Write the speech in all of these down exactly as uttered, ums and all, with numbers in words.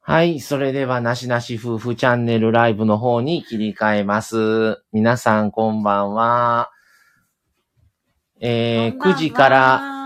はい。それでは、なしなし夫婦チャンネルライブの方に切り替えます。皆さん、こんばんは。えー、くじから、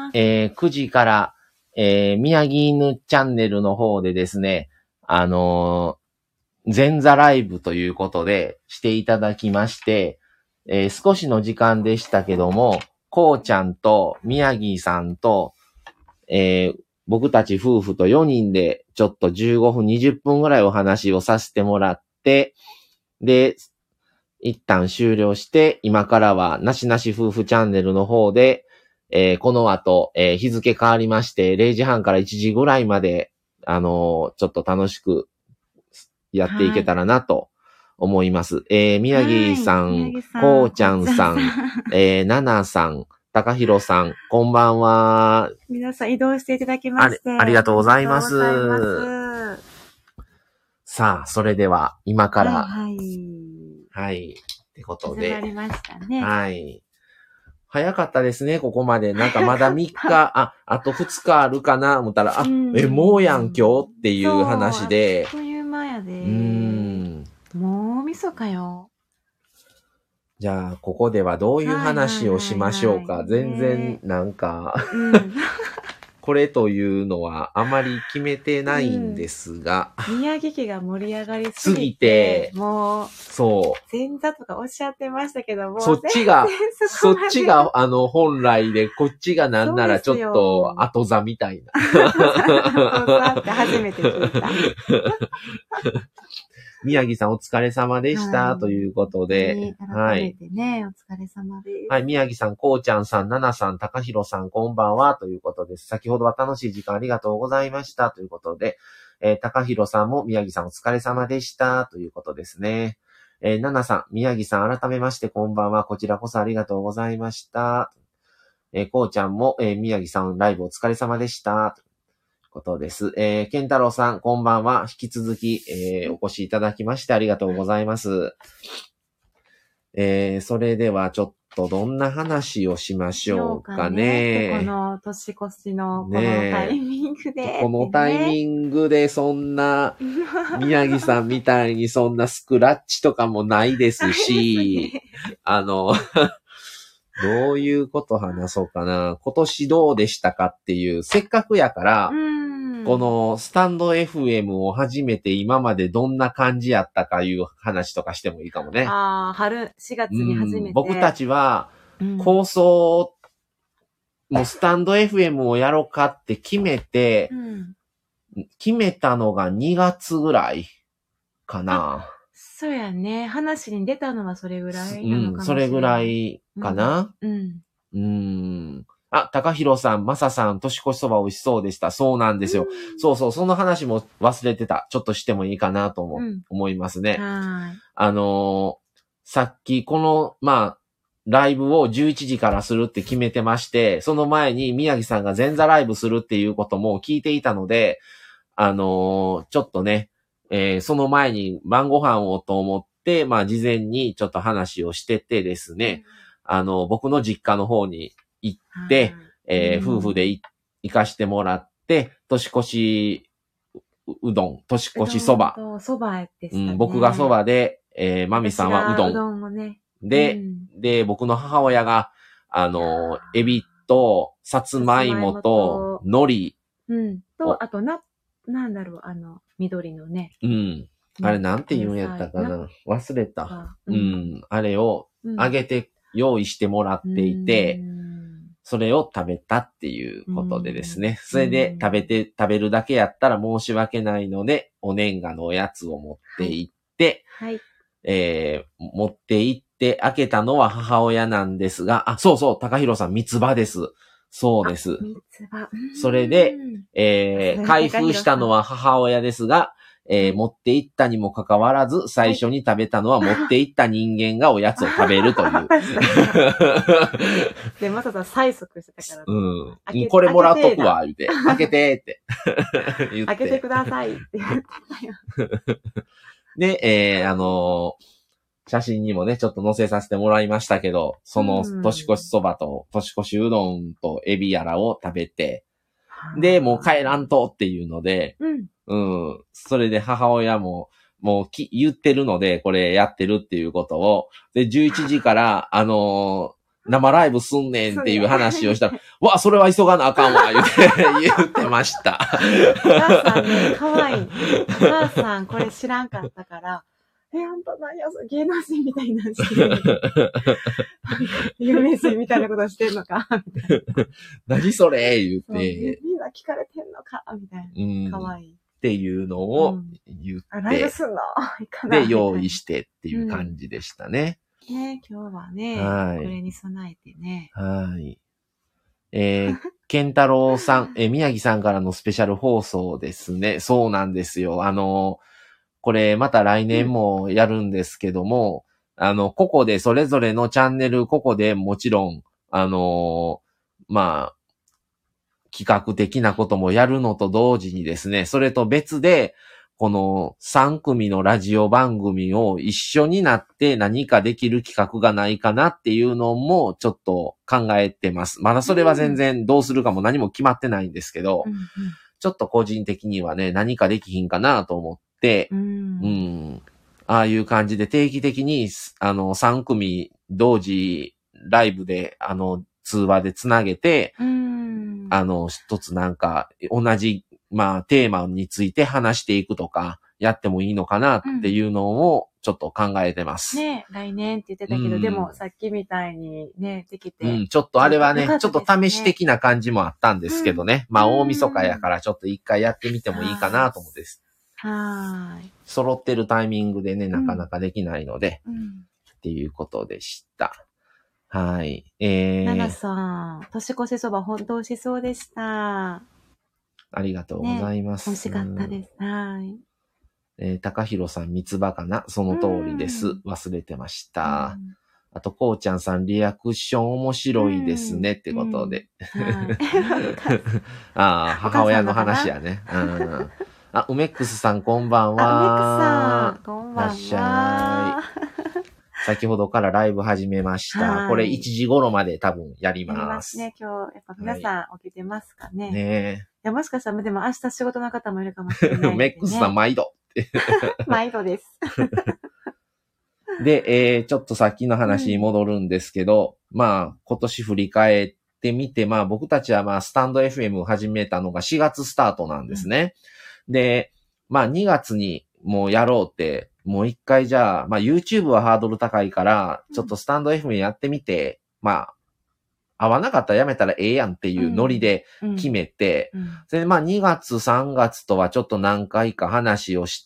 えー、くじから、えー、宮城犬チャンネルの方でですね、あのー、前座ライブということでしていただきまして、えー、少しの時間でしたけども、こうちゃんと宮城さんと、えー、僕たち夫婦とよにんでちょっとじゅうごふん、にじゅっぷんぐらいお話をさせてもらって、で、一旦終了して、今からはなしなし夫婦チャンネルの方で、えー、この後、えー、日付変わりまして、れいじはんからいちじぐらいまで、あのー、ちょっと楽しくやっていけたらなと思います。はい、えー、宮城さん、こうちゃんさん、えー、ななさん、高弘さん、こんばんは。 皆さん移動していただきましてあり、ありがとうございます。ますさあ、それでは今から、はい、はい。はい。ってことで。 始まりましたね。 はい。早かったですね、ここまで。なんかまだみっか、あ、あとふつかあるかな、思ったら、あ、え、もうやん、今日っていう話で。 あっという間やで。 うーん。 もうみそかよ。 じゃあ、ここではどういう話をしましょうか。全然、なんか、うんこれというのはあまり決めてないんですが。 うん、宮城家が盛り上がりすぎて、 ぎてもう、 そう。 前座とかおっしゃってましたけども、 そっちが、そっちが、あの、本来で、こっちがなんならちょっと後座みたいな。 後座って初めて聞いた。 宮城さんお疲れ様でした、はい、ということで。 改めてね、はい、お疲れ様です。 はい、宮城さん、こうちゃんさん、ななさん、高弘さん、こんばんは、ということです。先ほどは楽しい時間ありがとうございました、ということで、えー、高弘さんも宮城さんお疲れ様でした、ということですね。えー、ななさん、宮城さん、改めましてこんばんは、こちらこそありがとうございました。えー、こうちゃんも、えー、宮城さん、ライブお疲れ様でした、ということです。えー、健太郎さん、こんばんは。引き続き、えー、お越しいただきましてありがとうございます。えー、それではちょっとどんな話をしましょうかね。 かねこの年越しのこのタイミングで、ね。 このタイミングでそんな、宮城さんみたいにそんなスクラッチとかもないですし、ね、あの、どういうこと話そうかな。今年どうでしたかっていう、せっかくやから、このスタンド エフエム を始めて今までどんな感じやったかいう話とかしてもいいかもね。 ああ、春、しがつに始めて。 僕たちは構想、もうスタンド エフエム をやろうかって決めて、うん、決めたのがにがつぐらいかな。 そうやね。話に出たのはそれぐらいなのかもしれない。うん、 それぐらいかな。うん。うん。うんあ、高弘さん、まささん、年越しそば美味しそうでした。そうなんですよ。うん、そうそう、その話も忘れてた。ちょっとしてもいいかなと思,、うん、思いますね。はい。あのー、さっきこの、まあ、ライブをじゅういちじからするって決めてまして、その前に宮城さんが前座ライブするっていうことも聞いていたので、あのー、ちょっとね、えー、その前に晩ご飯をと思って、まあ、事前にちょっと話をしててですね、うん、あの、僕の実家の方に行って、えー、夫婦で行かしてもらって、年越しうどん、年越しそば。 そばですね。 うん、僕がそばで、えー、マミさんはうどん。 うどんをね。 で、うん、で、僕の母親が、あの、エビと、さつまいもと、海苔。 うん。と、あとな、なんだろう、あの、緑のね。 うん。あれなんて言うんやったかな。忘れた。うん。うん、あれをあげて、用意してもらっていて、うん、それを食べたっていうことでですね。うん、それで食べて、食べるだけやったら申し訳ないので、お年賀のおやつを持って行って、はいはい、えー、持って行って開けたのは母親なんですが、あ、そうそう、高弘さん、三つ葉です。そうです。 三つ葉。 それで、えー、開封したのは母親ですが、えー、持って行ったにもかかわらず、最初に食べたのは持って行った人間がおやつを食べるという。 で、まささん催促してたから。 うん。これもらっとくわ、言うて。開けてって。 言って開けてくださいって言ってたよ。 で、えー、あのー、写真にもね、ちょっと載せさせてもらいましたけど、その年越しそばと年越しうどんとエビやらを食べて、で、もう帰らんとっていうので、うん、 うん。それで母親も、もうき言ってるので、これやってるっていうことを。で、じゅういちじから、あのー、生ライブすんねんっていう話をしたら、わ、それは急がなあかんわ、言って、言ってました。 お母さんね、かわいい。お母さん、これ知らんかったから、え、あんた何や、芸能人みたいなしてる。有名人みたいなことしてんのかみたいな。 何それ言って。 みんな聞かれてんのかみたいな。かわいい。 っていうのを言って、 うん、ライブすんのいかで、用意してっていう感じでしたね。 うん、ね今日はね、はい、これに備えてね。 はい。えー、ケンタロウさん、えー、宮城さんからのスペシャル放送ですね。そうなんですよ。あの、これまた来年もやるんですけども、うん、あの、ここでそれぞれのチャンネル、ここでもちろん、あのー、まあ、企画的なこともやるのと同時にですね、それと別で、このさん組のラジオ番組を一緒になって何かできる企画がないかなっていうのもちょっと考えてます。まだそれは全然どうするかも何も決まってないんですけど、うんうん、ちょっと個人的にはね、何かできひんかなと思って、うん、うん、ああいう感じで定期的にあのさん組同時ライブであの通話でつなげて、うんあの、一つなんか、同じ、まあ、テーマについて話していくとか、やってもいいのかなっていうのを、ちょっと考えてます。 うん、ね来年って言ってたけど、うん、でも、さっきみたいにね、できて。 うん、ちょっとあれはね、ねちょっと試し的な感じもあったんですけどね。うん、まあ、大晦日やからちょっと一回やってみてもいいかなと思ってです。 はい。 揃ってるタイミングでね、なかなかできないので、うん、っていうことでした。はい。えー。 ナナさん、年越しそば本当美味しそうでした。 ありがとうございます。 ね、美味しかったです。はい。 えー、高弘さん、三つ葉かなその通りです。忘れてました。あと、こうちゃんさん、リアクション面白いですねってことで。ああ、母親の話やね。うん、あ、ウメックスさん、こんばんは。 ウメックスさん、こんばんは。 いらっしゃい。先ほどからライブ始めました。これいちじ頃まで多分やります。やりますね。今日、やっぱ皆さん起きてますかね。 はい、ねいや、もしかしたら、でも明日仕事の方もいるかもしれない、ね。 メックスさん毎度。 毎度です。 で、えー、ちょっとさっきの話に戻るんですけど、うん、まあ、今年振り返ってみて、まあ僕たちはまあ、スタンド エフエム を始めたのがしがつスタートなんですね。うん、で、まあにがつにもうやろうって、もう一回じゃあ、まあ YouTube はハードル高いから、ちょっとスタンド エフエム やってみて、うん、まあ、合わなかったらやめたらええやんっていうノリで決めて、うんうん、それでまあにがつさんがつとはちょっと何回か話をして、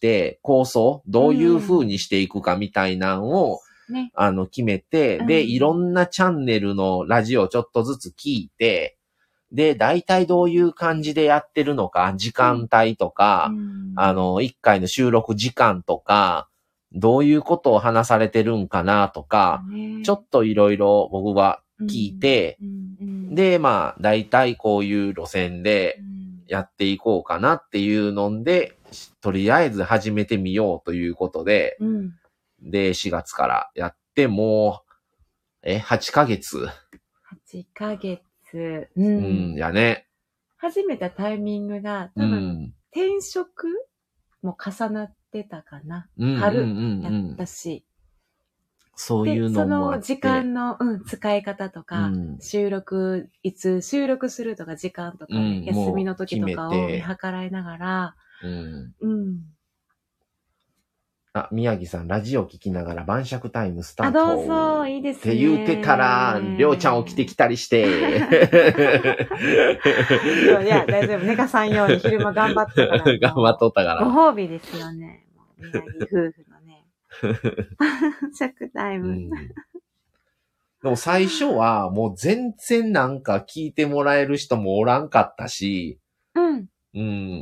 構想、どういう風にしていくかみたいなのを、うんね、あの決めて、で、いろんなチャンネルのラジオをちょっとずつ聞いて、で、大体どういう感じでやってるのか、時間帯とか、うん、あの、一回の収録時間とか、どういうことを話されてるんかなとか、ね、ちょっといろいろ僕は聞いて、うんうんうん、で、まあ、大体こういう路線でやっていこうかなっていうので、とりあえず始めてみようということで、うん、で、しがつからやってもう、え、はちかげつ。 はちかげつ。 うん、うん、やね。 始めたタイミングが、多分、うん、転職も重なってたかな。うん、春やったし。 そういうのもあって。 その時間の、うん、使い方とか、うん、収録、いつ収録するとか時間とか、ねうん、休みの時とかを見計らいながら、うん。うん、 あ、宮城さん、ラジオ聞きながら晩酌タイムスタート。 あ、どうぞ、いいですね。 って言ってたら、りょうちゃん起きてきたりして。 いや、大丈夫。寝かさんように昼間頑張ったから。 頑張っとったから。 ご褒美ですよね。宮城夫婦のね。晩酌タイム。うんでも最初はもう全然なんか聞いてもらえる人もおらんかったし、うん。うん。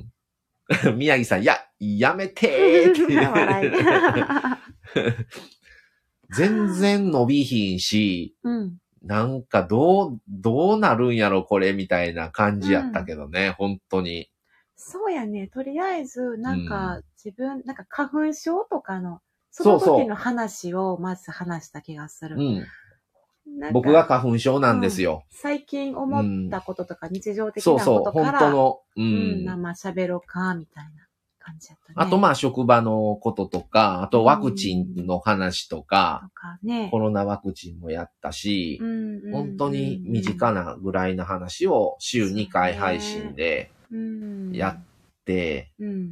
宮城さん、いや、やめてーって全然伸びひんし、うん、なんかどう、どうなるんやろこれみたいな感じやったけどね、うん、本当に。 そうやね、とりあえず、なんか、自分、なんか花粉症とかの、その時の話をまず話した気がする。そうそううん僕が花粉症なんですよ。 うん、最近思ったこととか、日常的なことから、 そうそう、本当の、 うん、うん、まあ喋ろうか、みたいな。 感じだったね。 あとまあ職場のこととか、あとワクチンの話とか、 とかね、 コロナワクチンもやったし、 うんうんうん、 本当に身近なぐらいの話を週にかい配信でやって、 うんうんうん、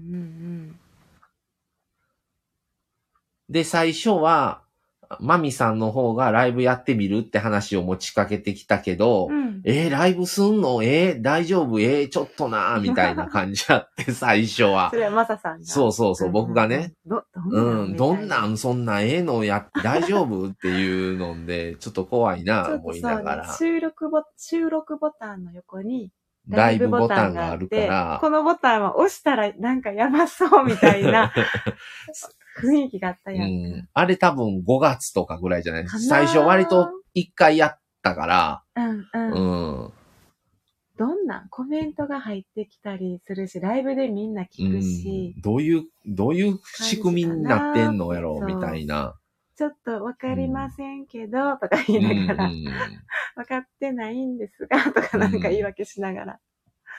で、最初は、マミさんの方がライブやってみるって話を持ちかけてきたけど、うん、えー、ライブすんのえー、大丈夫えー、ちょっとなーみたいな感じやって、最初は。 それはマサさんが。 そうそうそう、僕がね。 ど、 うん、どんなん、そんなええのや、大丈夫っていうので、ちょっと怖いな、思いながら。 ね、収録ボ、収録ボタンの横に、 ライブボタンがあるから、 このボタンは押したらなんかやばそうみたいな雰囲気があったやん、うん。 あれ多分ごがつとかぐらいじゃない最初割といっかいやったから、 うんうん。うん、どんなコメントが入ってきたりするし、ライブでみんな聞くし。 うん、どういう、どういう仕組みになってんのやろうみたいな。 ちょっとわかりませんけど、うん、とか言いながら、うんうん、わかってないんですが、とかなんか言い訳しながら。うん、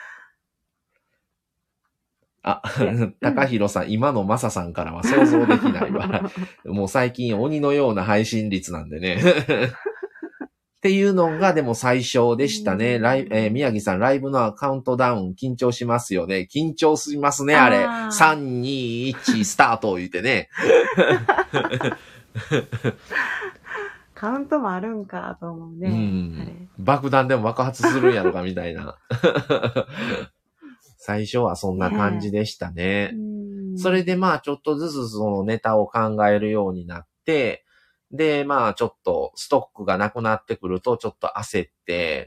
あ、高弘さん、今のマサさんからは想像できないわ。もう最近鬼のような配信率なんでね。っていうのがでも最初でしたね。ライブ、えー、宮城さん、ライブのカウントダウン緊張しますよね。緊張しますね、あれ。あさん、に、いち、スタート言ってね。 カウントもあるんかと思うね。 うん、あれ爆弾でも爆発するんやろかみたいな。最初はそんな感じでしたね。ねそれでまあちょっとずつそのネタを考えるようになって、でまあちょっとストックがなくなってくるとちょっと焦って、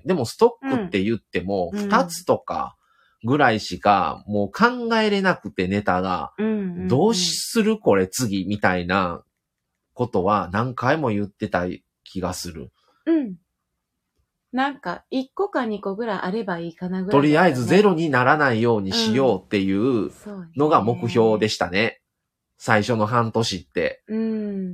でもストックって言ってもふたつとかぐらいしかもう考えれなくてネタが、どうするこれ次みたいなことは何回も言ってた気がする。 うん。なんか、いっこかにこぐらいあればいいかなぐらい、ね。とりあえずゼロにならないようにしようっていうのが目標でしたね。うん、最初の半年って。 うん。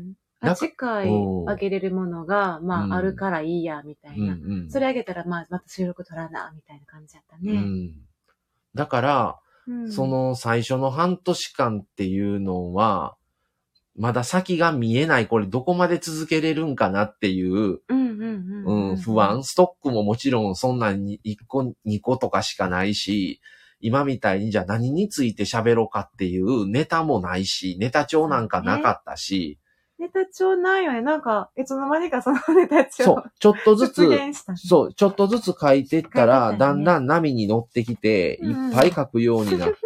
次回あげれるものが、まあ、うん、あるからいいや、みたいな。うんうん、それあげたら、まあ、また収録取らな、みたいな感じだったね。うん、 だから、うん、その最初の半年間っていうのは、まだ先が見えない、これどこまで続けれるんかなっていう、不安、ストックももちろんそんなにいっこ、にことかしかないし、今みたいにじゃあ何について喋ろうかっていうネタもないし、ネタ帳なんかなかったし。 ネタ帳ないよね。なんか、いつの間にかそのネタ帳。 そう、ちょっとずつ、ね、そう、ちょっとずつ書いてったら、ね、だんだん波に乗ってきて、いっぱい書くようになって、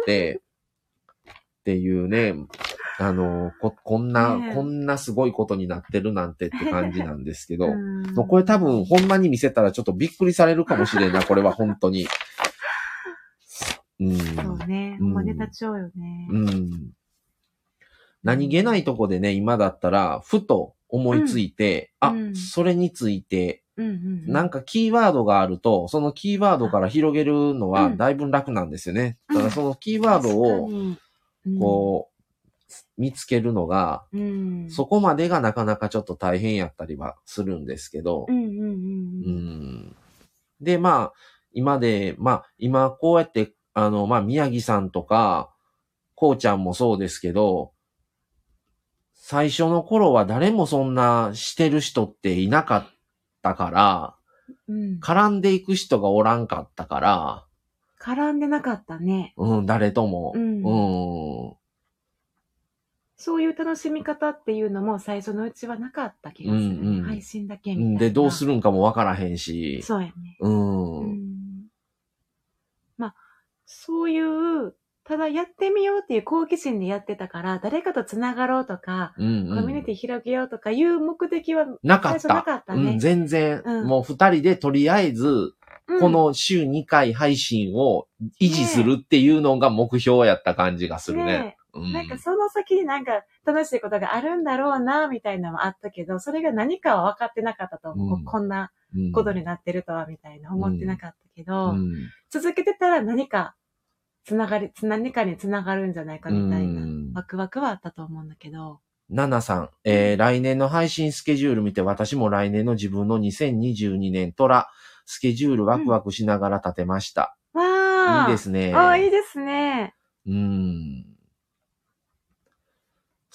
っていうね、あの、こ、こんな、ね、こんなすごいことになってるなんてって感じなんですけど、もうこれ多分ほんまに見せたらちょっとびっくりされるかもしれんな、これは本当に。 うん、そうね。ほんまネタ帳よね。 うん。何気ないとこでね、今だったら、ふと思いついて、うん、あ、それについて、うんうんうん、なんかキーワードがあると、そのキーワードから広げるのはだいぶ楽なんですよね。だからそのキーワードを、こう、見つけるのが、うん、そこまでがなかなかちょっと大変やったりはするんですけど、うんうんうんうん、で、まあ、今で、まあ、今こうやって、あの、まあ、宮城さんとか、こうちゃんもそうですけど、最初の頃は誰もそんなしてる人っていなかったから、うん、絡んでいく人がおらんかったから、 絡んでなかったね。 うん、誰とも。うん。うん、 そういう楽しみ方っていうのも最初のうちはなかった気がするね。うんうん、配信だけみたいな。 で、どうするんかもわからへんし。 そうやね。 うん。うん、 まあ、そういう、ただやってみようっていう好奇心でやってたから、誰かと繋がろうとか、うんうん、コミュニティ広げようとかいう目的はなかった。なかったね。うん、全然、うん、もう二人でとりあえず、この週にかい配信を維持するっていうのが目標やった感じがするね。ねうん、なんかその先になんか楽しいことがあるんだろうな、みたいなのもあったけど、それが何かは分かってなかったと思う。うん、こんなことになってるとは、みたいな思ってなかったけど、うん、続けてたら何かつながり、何かにつながるんじゃないかみたいな、ワクワクはあったと思うんだけど。 ナナさん、えー、来年の配信スケジュール見て、私も来年の自分のにせんにじゅうにねんトラスケジュールワクワクしながら立てました。 うん、わー。 いいですね。 ああ、いいですね。 うん。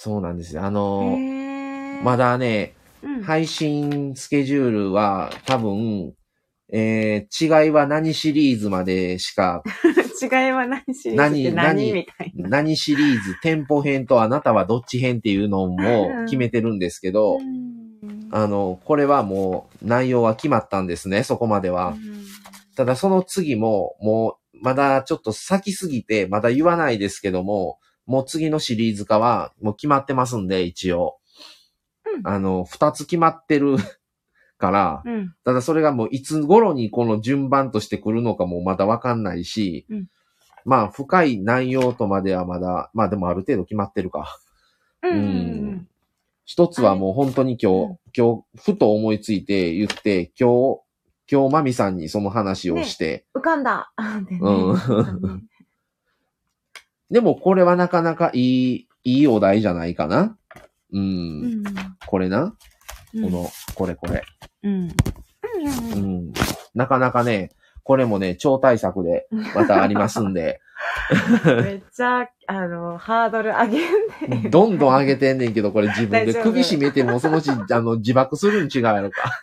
そうなんですよ。あの、 へーまだね、 うん、 配信スケジュールは多分、えー、違いは何シリーズまでしか、 違いは何シリーズって何、 何何みたいな。 何シリーズ、店舗編とあなたはどっち編っていうのも決めてるんですけど、 うんあの、これはもう内容は決まったんですね、そこまでは。 うんただその次も、もう、まだちょっと先すぎて、まだ言わないですけども、もう次のシリーズ化はもう決まってますんで、一応。 うんあの、二つ決まってるから、 うんただそれがもういつ頃にこの順番として来るのかもまだわかんないし、 うんまあ深い内容とまではまだ、まあでもある程度決まってるか。 うんうんううんん一つはもう本当に今日、 うん今日、ふと思いついて言って、今日、今日マミさんにその話をして、 浮かんだってねうんそうねでもこれはなかなかいい、いいお題じゃないかな。うん。 うんこれな。 うんこの、これこれ。 うんうんううんん。なかなかね、これもね、超大作でまたありますんで、 めっちゃ、あの、ハードル上げんね。 どんどん上げてんねんけど、これ自分で大丈夫首絞めてもそのうち、あの、自爆するん違うやろか。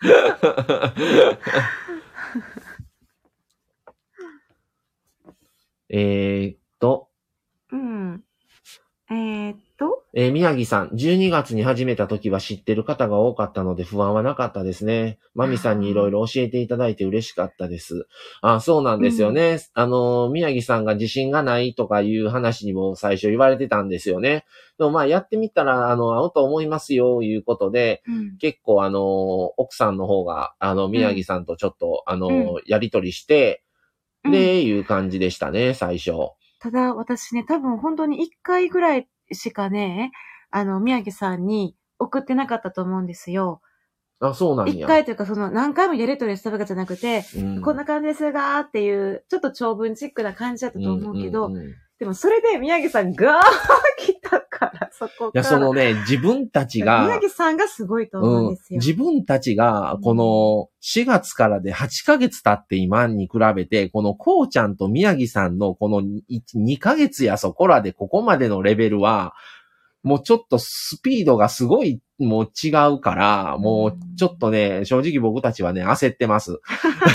えーっと、 うん。えーっと、 えー宮城さん、じゅうにがつに始めた時は知ってる方が多かったので不安はなかったですね。マミさんにいろいろ教えていただいて嬉しかったです。あ、そうなんですよね。あの、宮城さんが自信がないとかいう話にも最初言われてたんですよね。でもまあやってみたら、あの、合うと思いますよ、いうことで、 うん。 結構あの、奥さんの方が、あの、宮城さんとちょっと、あの、 うんやりとりして、 うんで、いう感じでしたね、最初。 ただ、私ね、多分本当にいっかいぐらいしかね、あの、宮城さんに送ってなかったと思うんですよ。 あ、そうなん一や。 回というか、その何回もやりとりしたわけじゃなくて、 うん、 こんな感じですがーっていう、ちょっと長文チックな感じだったと思うけど、 んんんでもそれで宮城さんガー来たから、そこから。 いや、そのね、自分たちが、 宮城さんがすごいと思うんですよ。 うん、自分たちが、このしがつからではちかげつ経って今に比べて、このこうちゃんと宮城さんのこのにかげつやそこらでここまでのレベルは、もうちょっとスピードがすごいもう違うから、もうちょっとね、正直僕たちはね、焦ってます。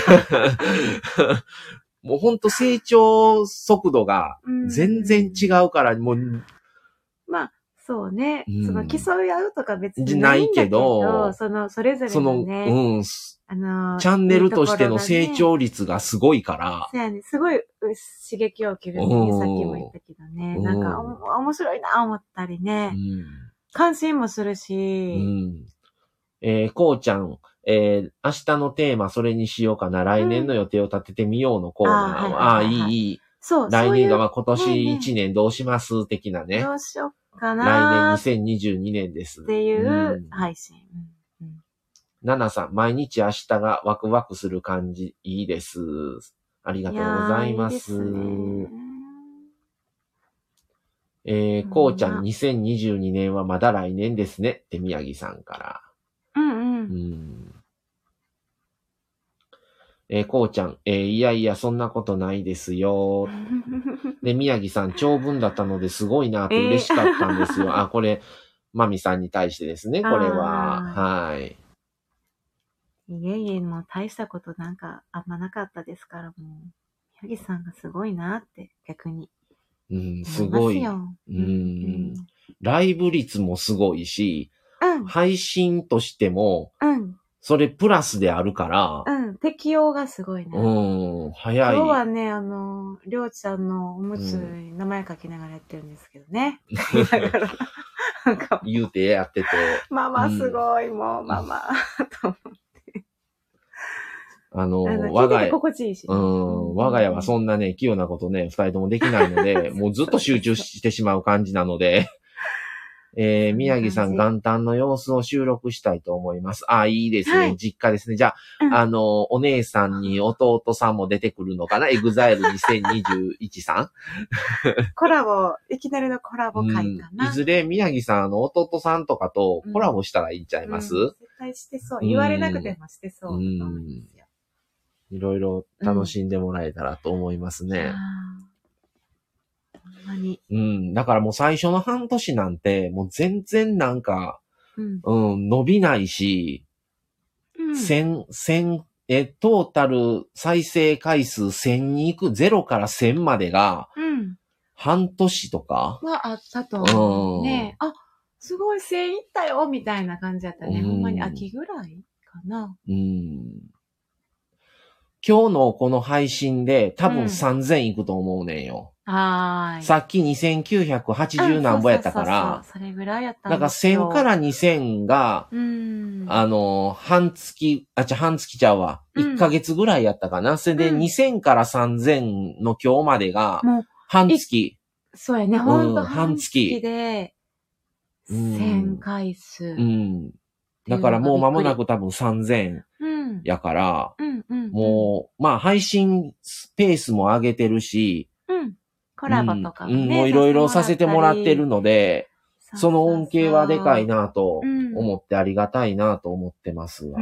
もうほんと成長速度が全然違うから、もう、 まあ、そうね。 うんその競い合うとか別になないいんだけけどど、その、それぞれその、 のね、 うん、 あの、 チャンネルとしてのいい成ところがね長率がすごいから、 そうやね。すごい刺激を受けるうんね。さっきも言ったけどね。 うんなんか、お面白いな思ったりうね。 ん関心もするうし。 んえー、こうちゃん、えー、明日のテーマそれにしようかな、来年の予定を立ててみようのコーナーは、ああー、いい、いい。 そう、 来年がまあ今そういう年いちねんどうします的なね。 どうしようか来なーっ年にせんにじゅうにねんです。 ていううん配信。うんうんナナさん、毎日明日がワクワクする感じ、いいです。ありがとうございます。 いやーいいですねえー、こうちゃんにせんにじゅうにねんはまだ来年ですねって宮城さんから。 うんう。 うんん。えー、こうちゃん、えー、いやいや、そんなことないですよ。で、宮城さん、長文だったのですごいなって嬉しかったんですよ。あ、これ、マミさんに対してですね、これは。 あはい。 いえいえ、もう大したことなんかあんまなかったですから、もう、宮城さんがすごいなって、逆に。 うん、すごい。 思いますようんライブ率もすごいし、 うん。 配信としても、 うん。 それプラスであるから、 うん。適応がすごいね。 うん、早い。 今日はね、あの、りょうちゃんのおむつに名前書きながらやってるんですけどね。言いながら。なんか、 言うてやってて。 ママすごい、もう、ママ。と思ってあの、 あの我が家、 聞いてて心地いいしね、 うん、我が家はそんなね、器用なことね、二人ともできないので、もうずっと集中してしまう感じなので、えー、宮城さん元旦の様子を収録したいと思います。あ、いいですね。 はい実家ですね。じゃあ、 うんあの、お姉さんに弟さんも出てくるのかな？ エグザイルにせんにじゅういち さんコラボ、いきなりのコラボ会かうんな。 いずれ宮城さん、あの、弟さんとかとコラボしたらいいんちゃいます、 うん絶対してそう。言われなくてもしてそう。 うんと思うんですよいろいろ楽しんでもらえたらと思いますね。 あーんまに。 うん。だからもう最初の半年なんて、もう全然なんか、 うん。 うん、伸びないし、 うん。 千、千、え、トータル再生回数せんに行く、ゼロからせんまでが、 うん。 半年とかはあったと思うね。あ、すごいせんいったよみたいな感じだったね。 うんほんまに秋ぐらいかな。 うん。今日のこの配信で多分さんぜんいくと思うねんよ。 はーい。 さっきにせんきゅうひゃくはちじゅう何ぼやったから、 そうそうそうそうそれぐらいやったんですよ。 だからせんからにせんが、 うん。 あの、半月、あ、じゃ半月ちゃうわ。 うん、 いっかげつぐらいやったかな。それでにせんからさんぜんの今日までが、半月。 そうやね、ほんと半月で、せん回数。 うん。だからもう間もなく多分さんぜんやから、 うんうん、 もう、まあ配信ペースも上げてるし、 うん、コラボとかもね、 うん、もういろいろさせてもらってるので、その恩恵はでかいなと思ってありがたいなと思ってますわ。 うん、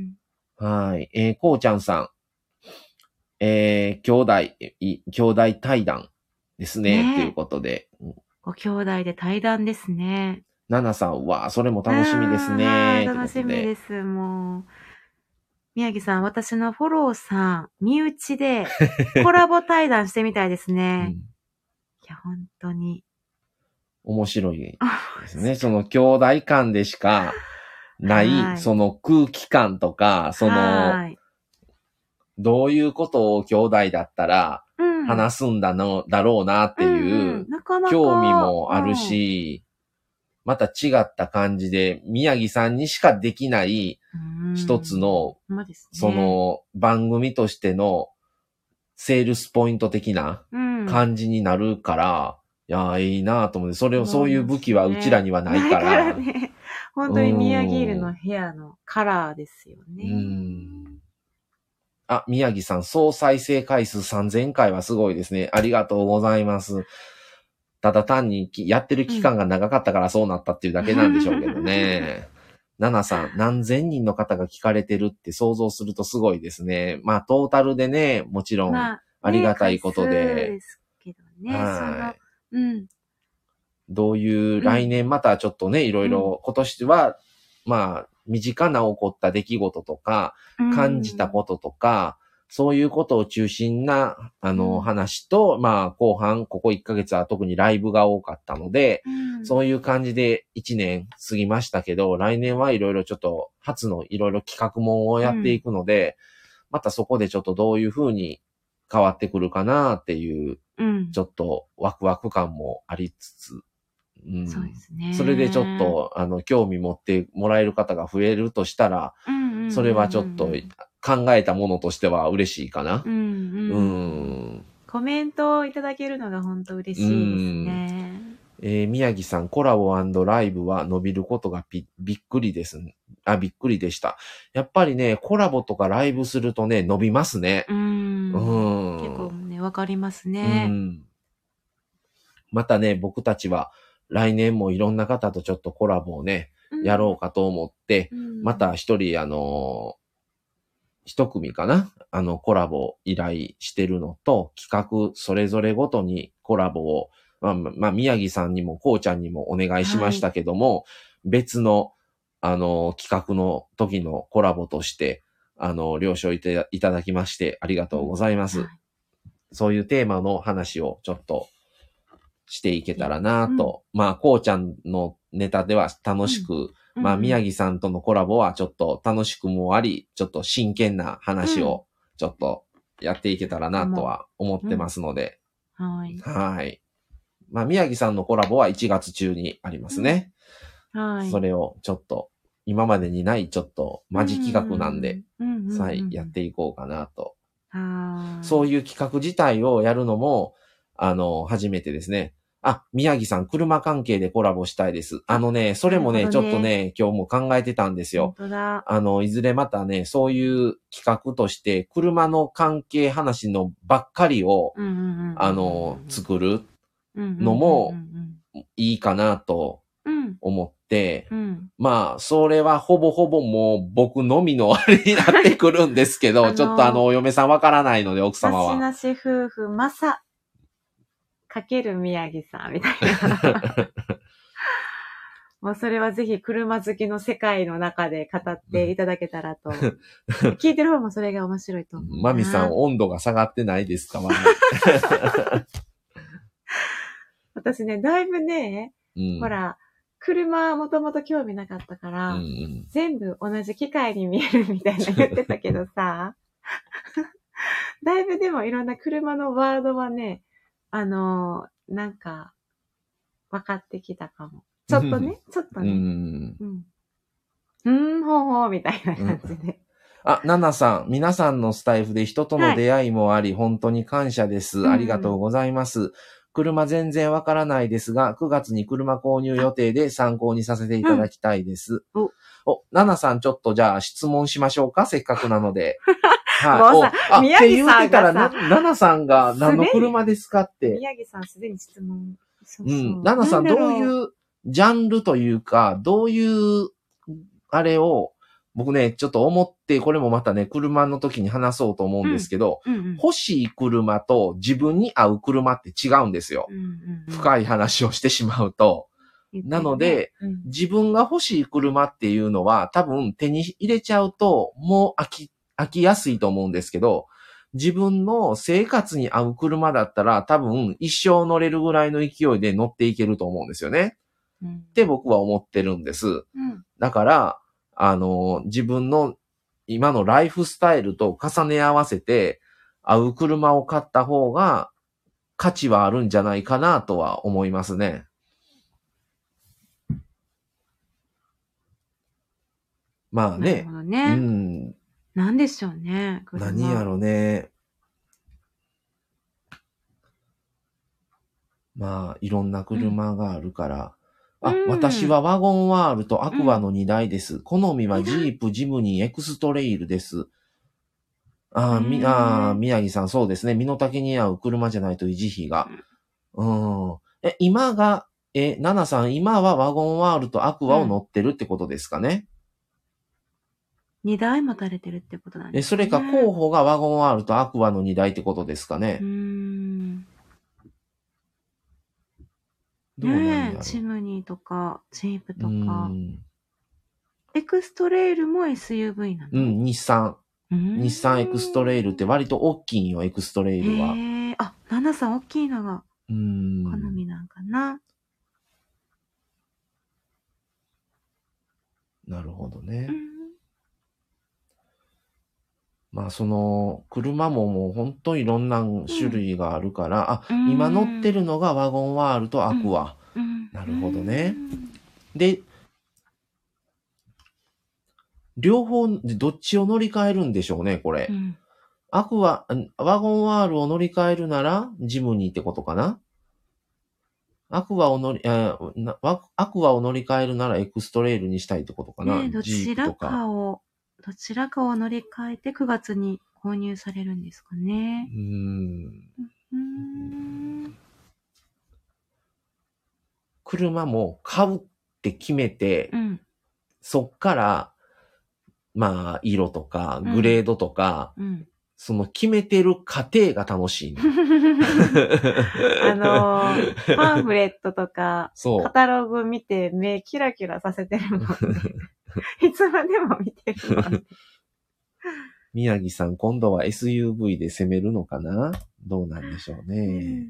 はい。えー、こうちゃんさん。えー、兄弟、兄弟対談ですね。と、ね、いうことで。 ご兄弟で対談ですね。 ナナさんは、それも楽しみですね。 楽しみです、もう。宮城さん、私のフォローさん、身内でコラボ対談してみたいですね。うん、いや、本当に。 面白いですね。その兄弟間でしかない、その空気感とか、その、どういうことを兄弟だったら話すんだの、だろうなっていう興味もあるし、また違った感じで、宮城さんにしかできない一つの、その番組としてのセールスポイント的な感じになるから、いやー、いいなと思って、それを、そういう武器はうちらにはないから。ないからね。 本当に宮城ールの部屋のカラーですよね。うん。 あ、宮城さん、総再生回数さんぜんかいはすごいですね。ありがとうございます。ただ単にやってる期間が長かったからそうなったっていうだけなんでしょうけどね。ナナさん、何千人の方が聞かれてるって想像するとすごいですね。まあ、トータルでね、もちろんありがたいことで。まあね、 ですけどね。はい。うん。 どういう、来年またちょっとね、いろいろ、今年は、まあ、身近な起こった出来事とか、感じたこととか、そういうことを中心な、あの、話と、まあ、後半、ここいっかげつは特にライブが多かったので、そういう感じでいちねん過ぎましたけど、来年はいろいろちょっと、初のいろいろ企画もをやっていくので、またそこでちょっとどういうふうに変わってくるかなっていう、ちょっとワクワク感もありつつ、うん、そうですね。それでちょっと、あの、興味持ってもらえる方が増えるとしたら、それはちょっと考えたものとしては嬉しいかな。うん、うん、 コメントをいただけるのが本当嬉しいですね。 えー、宮城さん、コラボ&ライブは伸びることがび、びっくりです。あ、びっくりでした。やっぱりね、コラボとかライブするとね、伸びますね。うん。 うん、結構ね、わかりますね。うん。 またね、僕たちは、来年もいろんな方とちょっとコラボをね、うん、やろうかと思って、うん、また一人、あのー、一組かなあの、コラボ依頼してるのと、企画それぞれごとにコラボを、まあ、まあ、宮城さんにもこうちゃんにもお願いしましたけども、はい、別の、あのー、企画の時のコラボとして、あのー、了承いた、いただきましてありがとうございます。はい、そういうテーマの話をちょっと、していけたらなぁと。うん、まあ、こうちゃんのネタでは楽しく、うん、まあ、宮城さんとのコラボはちょっと楽しくもあり、ちょっと真剣な話をちょっとやっていけたらなとは思ってますので。うん、はい。はい。まあ、宮城さんのコラボはいちがつ中にありますね。うん、はい。それをちょっと、今までにないちょっとマジ企画なんで、はい、やっていこうかなと。そういう企画自体をやるのも、あの、初めてですね。あ、宮城さん、車関係でコラボしたいです。あのね、それもね、ねちょっとね、今日も考えてたんですよ。本当だ。あの、いずれまたね、そういう企画として、車の関係話のばっかりを、あの、作るのもいいかなと思って、うんうん、まあ、それはほぼほぼもう僕のみのあれになってくるんですけど、ちょっとあの、お嫁さんわからないので、奥様は。 なしなし夫婦、まさ、 かける宮城さんみたいな。もうそれはぜひ車好きの世界の中で語っていただけたらと。聞いてる方もそれが面白いと思う。 マミさん、温度が下がってないですか？ 私ね、だいぶね、うん、ほら、車もともと興味なかったから、うんうん、全部同じ機械に見えるみたいな言ってたけどさ、だいぶでもいろんな車のワードはね、あのー、なんか、分かってきたかも。ちょっとね、ちょっとね。うん。うん。うーん、ほうほう、みたいな感じで。うん、 あ、ナナさん、皆さんのスタイフで人との出会いもあり、はい、本当に感謝です。ありがとうございます。うん、車全然わからないですが、くがつに車購入予定で参考にさせていただきたいです。うん、お、ナナさんちょっとじゃあ質問しましょうか、せっかくなので。 はい。もうさ、 あ、 宮城さんがさ、って言うてたら、 な、ナナさんが何の車ですかって。 宮城さんすでに質問。 そうそう。うん。ナナさんどういうジャンルというか、どういう、あれを、僕ね、ちょっと思って、これもまたね、車の時に話そうと思うんですけど、うんうんうん、欲しい車と自分に合う車って違うんですよ。うんうんうん、深い話をしてしまうと。なので、うん、自分が欲しい車っていうのは、多分手に入れちゃうと、もう飽き、飽きやすいと思うんですけど、自分の生活に合う車だったら、多分一生乗れるぐらいの勢いで乗っていけると思うんですよね。うん、って僕は思ってるんです。うん、だから、あの、自分の今のライフスタイルと重ね合わせて、合う車を買った方が価値はあるんじゃないかなとは思いますね。まあね。 なるほどね。うん。なんでしょうね。 何やろね。まあ、いろんな車があるから。うん、あ、うん、私はワゴンワールとアクアのにだいです。うん、好みはジープ、ジムニー、エクストレイルです。あ、み、あ、宮城さん、そうですね。身の丈に合う車じゃないと維持費が。うん。え、今が、え、ナナさん、今はワゴンワールとアクアを乗ってるってことですかね。 うん、にだい持たれてるってことなんですね。え、それか候補がワゴンワールとアクアのにだいってことですかね。 うーん。 どうなんやろ。 ねえ、チムニーとか、ジープとか。エクストレイルも エスユーブイ なの？ うん、日産。日産エクストレイルって割と大きいよ、エクストレイルは。 へえ、あ、ナナさん大きいのが、好みなんかな。 なるほどね。まあその、車ももうほんといろんな種類があるから、うん、あ、今乗ってるのがワゴンワールとアクア。うんうん、なるほどね。で、両方、どっちを乗り換えるんでしょうね、これ。うん、アクア、ワゴンワールを乗り換えるなら、ジムニーってことかな。アクアを乗り、アクアを乗り換えるならエクストレイルにしたいってことかな。 ね、どちらかを、どちらかを乗り換えてくがつに購入されるんですかね。うーん。うーん。 車も買うって決めて、うん、そっから、まあ、色とか、グレードとか、うんうん、その決めてる過程が楽しい、ね。 あのー、パンフレットとか、カタログ見て目キラキラさせてるもんね。いつまでも見てるもんね。 宮城さん、今度は エスユーブイ で攻めるのかな？どうなんでしょうね。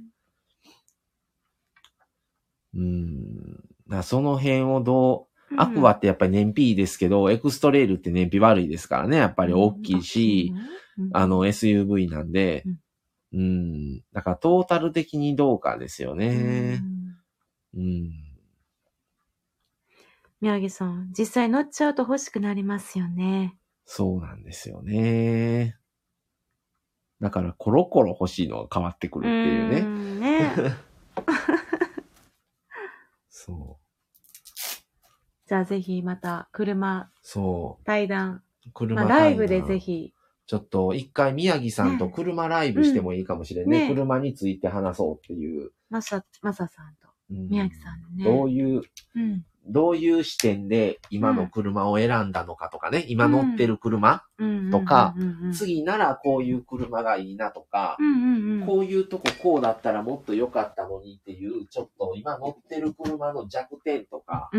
うん。うん、その辺をどう、うん、アクアってやっぱり燃費いいですけど、エクストレイルって燃費悪いですからね。やっぱり大きいし、うん、あの エスユーブイ なんで、うん、うん。だからトータル的にどうかですよね。うん。うん、 宮城さん、実際乗っちゃうと欲しくなりますよね。 そうなんですよね。だからコロコロ欲しいのが変わってくるっていうね。うんね。そう。 じゃあぜひまた車、 そう。 対談。車対談。まあ、ライブでぜひ。 ちょっと一回宮城さんと車ライブしてもいいかもしれんね。ね、車について話そうっていう。 まさ、まささんと宮城さんね。 どういう、うん、 どういう視点で今の車を選んだのかとかね、今乗ってる車とか、次ならこういう車がいいなとか、こういうとここうだったらもっと良かったのにっていう、ちょっと今乗ってる車の弱点とか、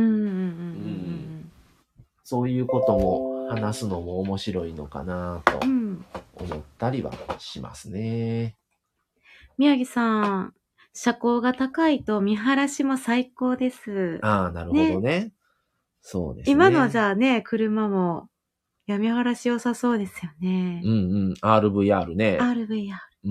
そういうことも話すのも面白いのかなと思ったりはしますね。 宮城さん、車高が高いと見晴らしも最高です。 ああ、なるほどね。ね、そうですね。 今のじゃあね、車も見晴らし良さそうですよね。 うんうん。アールブイアール ね。 アールブイアール。 うん。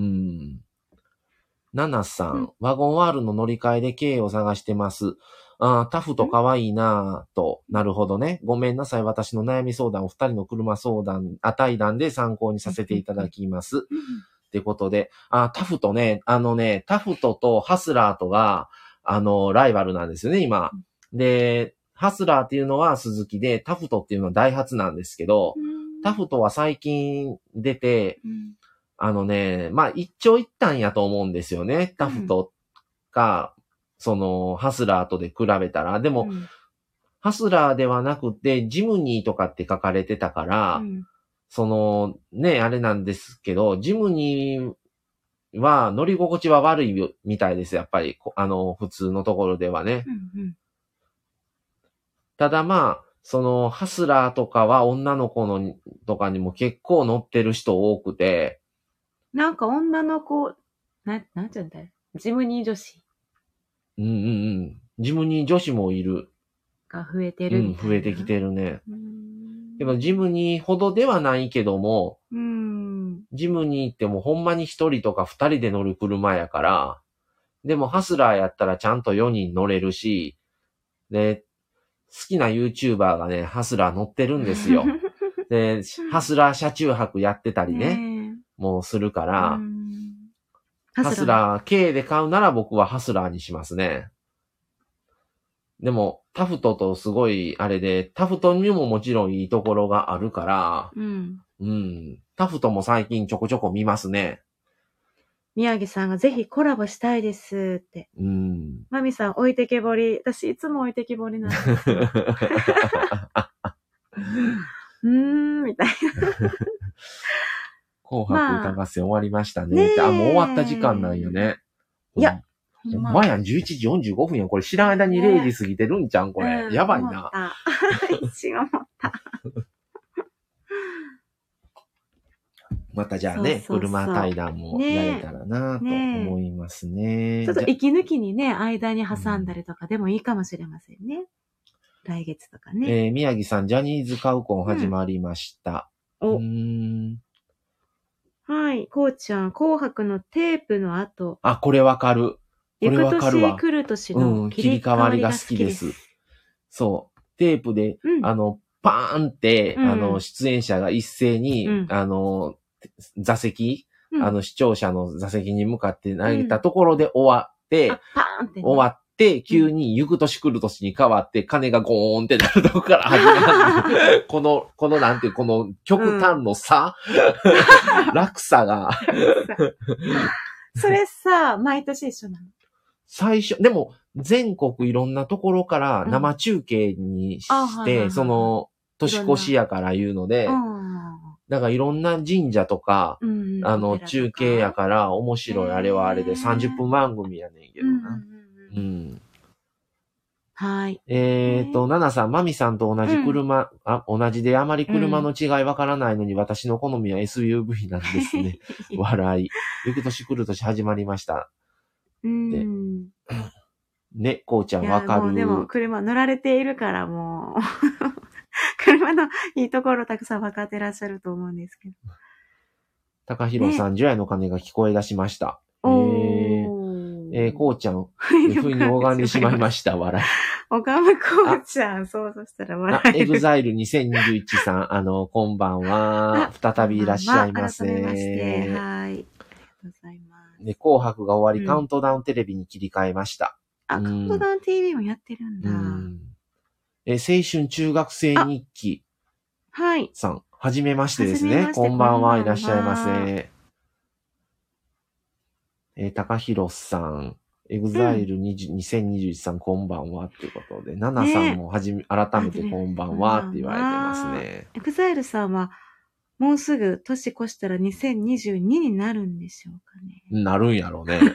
ナナさん、うん、ワゴン R の乗り換えで軽を探してます。ああ、タフト可愛いなぁと。なるほどね。ごめんなさい。私の悩み相談を二人の車相談、あ、対談で参考にさせていただきます。ってことで、あ、タフトね、あのね、タフトとハスラーとが、あの、ライバルなんですよね、今。で、ハスラーっていうのは鈴木で、タフトっていうのはダイハツなんですけど、タフトは最近出て、あのね、まあ、一長一短やと思うんですよね。タフトか、その、ハスラーとで比べたら。でも、ハスラーではなくて、ジムニーとかって書かれてたから、その、ね、あれなんですけど、ジムニーは乗り心地は悪いみたいです、やっぱり。あの、普通のところではね。うんうん、ただまあ、その、ハスラーとかは女の子のとかにも結構乗ってる人多くて。 なんか女の子、な、なんて言うんだよ。ジムニー女子。 うんうんうん。ジムニー女子もいる。 が増えてるみたいな。 うん、増えてきてるね。でもジムニーほどではないけども、うん、ジムニーってもうほんまに一人とか二人で乗る車やから、でもハスラーやったらちゃんとよにん乗れるし、で、好きな YouTuber がね、ハスラー乗ってるんですよ。で、ハスラー車中泊やってたりね、ねもうするから、ハスラー K で買うなら僕はハスラーにしますね。でも、タフトとすごい、あれで、タフトにももちろんいいところがあるから、うん。うん。タフトも最近ちょこちょこ見ますね。 宮城さんがぜひコラボしたいですって。うん。マミさん置いてけぼり。私いつも置いてけぼりなんですよ。うーん、みたいな。 紅白歌合戦終わりましたね。まあ、あ、もう終わった時間なんよね。 いや、 ほんまやん、じゅういちじよんじゅうごふんやん。これ知らん間にれいじ過ぎてるんちゃんこれ。うん、やばいな。 一応思った。 またじゃあね、そうそうそう車対談もやれたらなと思いますね。 ねちょっと息抜きにね、間に挟んだりとかでもいいかもしれませんね。うん、来月とかね。 えー、宮城さん、ジャニーズカウコン始まりました。うん、うーんはい、こうちゃん、紅白のテープの後。 あ、これわかる。これわかるわ。 来る年の切り替わりが好きです。うん、 そう。テープで、うん、あの、パーンって、うん、あの、出演者が一斉に、うん、あの、座席、うん、あの、視聴者の座席に向かって投げたところで終わって、うんパーンってね、 終わって、急に行く年来る年に変わって、鐘がゴーンってなるとこから始まる。この、このなんていう、この極端の差、うん、落差が。 それさ、毎年一緒なの？ 最初、でも、全国いろんなところから生中継にして、うん、その、年越しやから言うので、だからいろんな神社とか、うん、あの、中継やから面白いあれはあれでさんじゅっぷん番組やねんけどな。うん。 はい。 えっと、ナナさん、マミさんと同じ車、うん、あ、同じであまり車の違いわからないのに、うん、私の好みは エスユーブイ なんですね。笑い。行く年来る年始まりました。うん。ね、こうちゃんわかる。 もうでも車乗られているからもう、車のいいところたくさん分かってらっしゃると思うんですけど。 高弘さん、除夜の鐘が聞こえ出しました。えー、えー、こうちゃん、不意に拝んでしまいました、笑い。 拝むこうちゃん、そうそしたら笑い。 エグザイルにせんにじゅういちさん、あの、こんばんは。再びいらっしゃいませ。 改めまして、はい。ありがとうございます。 で、紅白が終わり、うん、カウントダウンテレビに切り替えました。 あ、カウントダウン ティーブイ もやってるんだ。 うんえ青春中学生日記はい。 さん、はじめましてですね。こんばんはいらっしゃいませ。えー、高弘さん、 エグザイルにせんにじゅういちさんこんばんはっていうことで、ナナさんもはじめ、改めてこんばんはって言われてますね。 エグザイルさんは、もうすぐ年越したらにせんにじゅうにになるんでしょうかね。 なるんやろうね。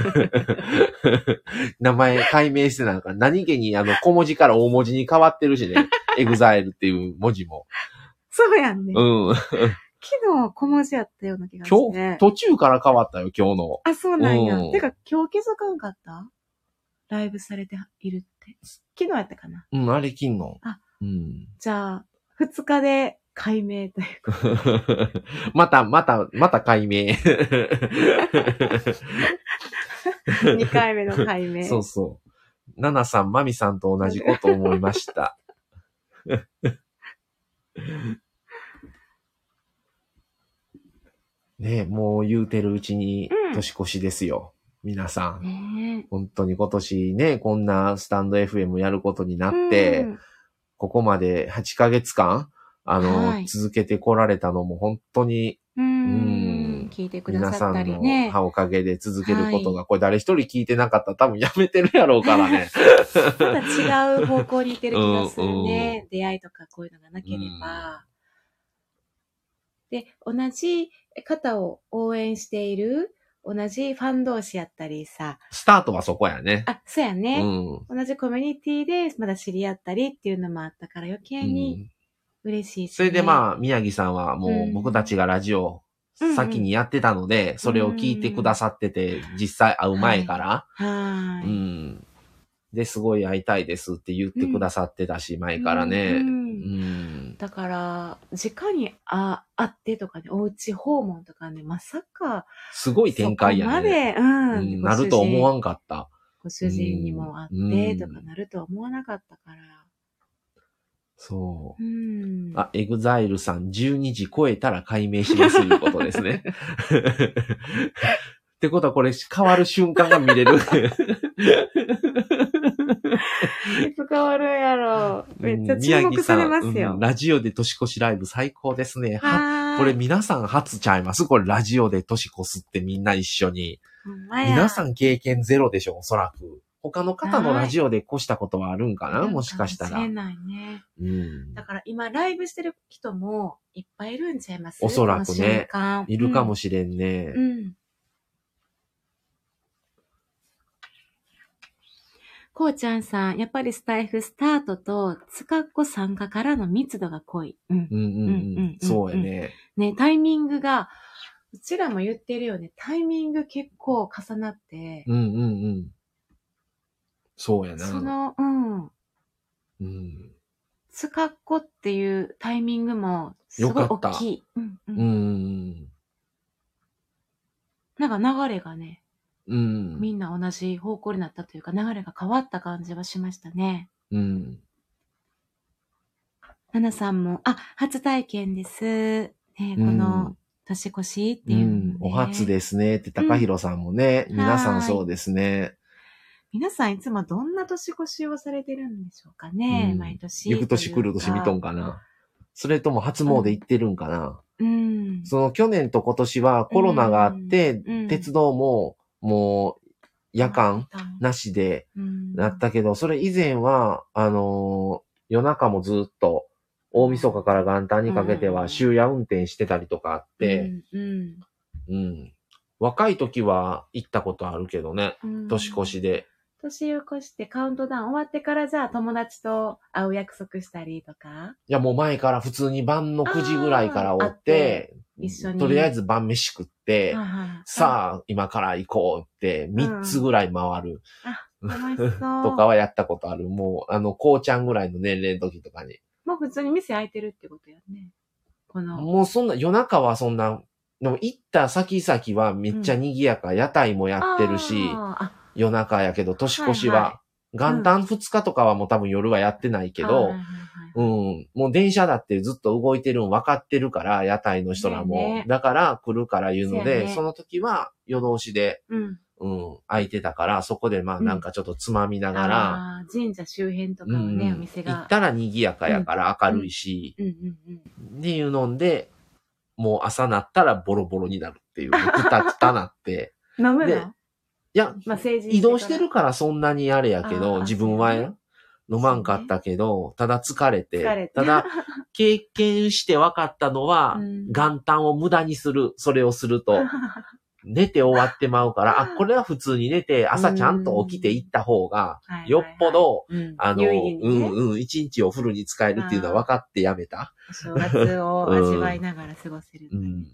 名前解明してなんか、何気にあの小文字から大文字に変わってるしね。エグザイルっていう文字も。 そうやんね。 うん。 昨日小文字やったような気がして。 今日、途中から変わったよ、今日の。 あ、そうなんや。 うん、 てか、今日気づかんかったライブされているって。昨日やったかな。 うん、あれ金の。 あ、 うん。 じゃあ、二日で解明というか。 また、また、また解明。 二回目の解明。 そうそう。ナナさん、マミさんと同じこと思いました。ねえ、もう言うてるうちに年越しですよ。うん、皆さん、ね。本当に今年ね、こんなスタンド エフエム やることになって、うん、ここまではちかげつかん、あの、はい、続けてこられたのも本当に、 うん、聞いてくださったりね。 皆さんのおかげで続けることが、はい、これ誰一人聞いてなかったら多分やめてるやろうからね。 まだ違う方向に行ってる気がするね。うんうん、出会いとかこういうのがなければ。うん、で、同じ方を応援している、同じファン同士やったりさ。 スタートはそこやね。 あ、そうやね。 うん、 同じコミュニティでまだ知り合ったりっていうのもあったから余計に嬉しいし、ね、 それでまあ、宮城さんはもう僕たちがラジオ先にやってたので、うんうん、それを聞いてくださってて、実際会う前から、 はいはい、 うん。で、すごい会いたいですって言ってくださってたし、うん、前からね。うんうん、 だから、直に会ってとかね、おうち訪問とかね、まさか、 すごい展開やね。 そこまで、うん、 うん、なると思わんかった。 ご主人にも会ってとかなるとは思わなかったから。 そう。 うん、 あ、エグザイルさん、じゅうにじ超えたら解明しますということですね。ってことはこれ変わる瞬間が見れる。いつ変わるんやろ。めっちゃ注目されますよ。 うん、ラジオで年越しライブ最高ですね。は、これ皆さん初ちゃいます？これラジオで年越すってみんな一緒に。皆さん経験ゼロでしょ、おそらく。他の方のラジオで越したことはあるんかな、もしかしたら。 かもしれないね。 うん。 だから今ライブしてる人もいっぱいいるんちゃいます？ おそらくね。いるかもしれんね。 うん。うん、こうちゃんさん、やっぱりスタイフスタートとつかっこ参加からの密度が濃い。うん。 うんうんうん。そうやね。 ね、タイミングが、うちらも言ってるよね。タイミング結構重なって。 うんうんうん。そうやな。 その、うん。 うん。 つかっこっていうタイミングもすごい大きい。 うんうん。うん。 なんか流れがね、 うん。 みんな同じ方向になったというか、流れが変わった感じはしましたね。 うん。 ななさんも、あ、初体験です。ね、この年越しっていう、ね、うん。 お初ですねって、高弘さんもね、うん、皆さんそうですね。 皆さんいつもどんな年越しをされてるんでしょうかね、うん、毎年。 行く年来る年見とんかな。それとも初詣行ってるんかな。 うん。 その去年と今年はコロナがあって、うん、鉄道ももう夜間なしでなったけど、それ以前は、あのー、夜中もずっと大晦日から元旦にかけては終夜運転してたりとかあって、 うん。うんうん、若い時は行ったことあるけどね、年越しで。 年を越してカウントダウン終わってからじゃあ友達と会う約束したりとか？ いやもう前から普通に晩のくじぐらいからおって、一緒にとりあえず晩飯食って、さあ今から行こうってみっつぐらい回る、 うん、あ、楽しそうとかはやったことある。もうあのこうちゃんぐらいの年齢の時とかに。 もう普通に店開いてるってことやね。このもうそんな夜中はそんな、でも行った先々はめっちゃ賑やか、うん、屋台もやってるし、夜中やけど、年越しは、はいはい、元旦ふつかとかはもう多分夜はやってないけど、うん、もう電車だってずっと動いてるん分かってるから、屋台の人らも。ねね、だから来るから言うので、そ, ね、その時は夜通しで、うんうん、空いてたから、そこでまあなんかちょっとつまみながら、 うん、神社周辺とかはね、うん、お店が。 行ったら賑やかやから明るいし、 うんうんうんうん、 っていうので、もう朝なったらボロボロになるっていう、くたくたなって。 飲むの？ いや、 まあ、成人移動してからるからそんなにあれやけあど、 あ自分はや飲まんかったけど、ただ疲れて、 疲れて。 ただ経験して分かったのは、 うん元旦を無駄にする、それをすると。寝て終わってまうから、あ、これは普通に寝て、朝ちゃんと起きて行った方が、よっぽど、 うんあの、 有意義にねうんうん、一日をフルに使えるっていうのは分かってやめた。 お正月を味わいながら過ごせるんだね。 うん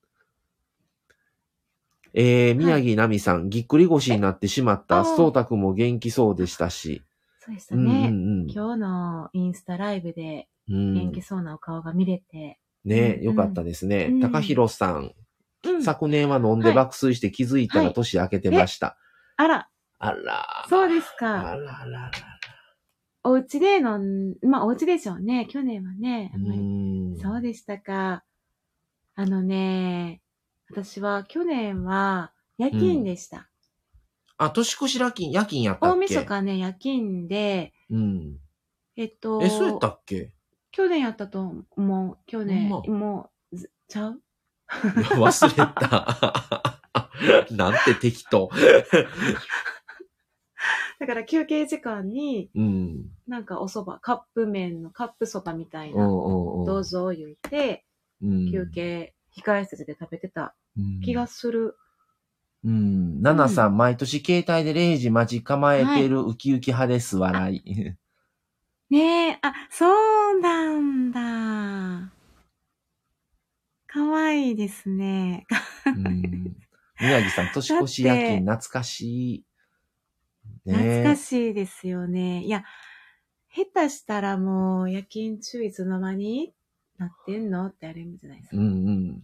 えー、宮城奈美さん、ぎっくり腰になってしまった。 あそうたくんも元気そうでしたし。 そうでしたね。 うん今日のインスタライブでうんうん。 元気そうなお顔が見れて。 ね、 うんよかったですね。 うん高弘さん、 うん昨年は飲んで爆睡して気づいたら年明けてました。 あら、 あら。 そうですあか。 ららら。 お家で飲ん、まあお家でしょうね。去年はね。あんまりうんそうでしたか。あのね、私は去年は夜勤でした。 あ、年越し夜勤、夜勤やったっけ？ 大晦日ね、夜勤で、 うん。 えっと、 え、そうやったっけ？ 去年やったと思う。去年、 ほんまもう、ずちゃう忘れた。なんて適当。 だから休憩時間に、 うん。 なんかお蕎麦、カップ麺のカップ蕎麦みたいな、 うんうんうん。 どうぞ言って、 うん休憩、控え室で食べてた気がする。 うん。ナナさん、毎年携帯でれいじ待ち構えてるウキウキ派です、笑い。 ねえ、あ、そうなんだ。かわいいですね。 うん宮城さん、年越し夜勤懐かしい。ね、 懐かしいですよね。いや、下手したらもう夜勤中いつの間になってんのってあるんじゃないですか。 うんうん。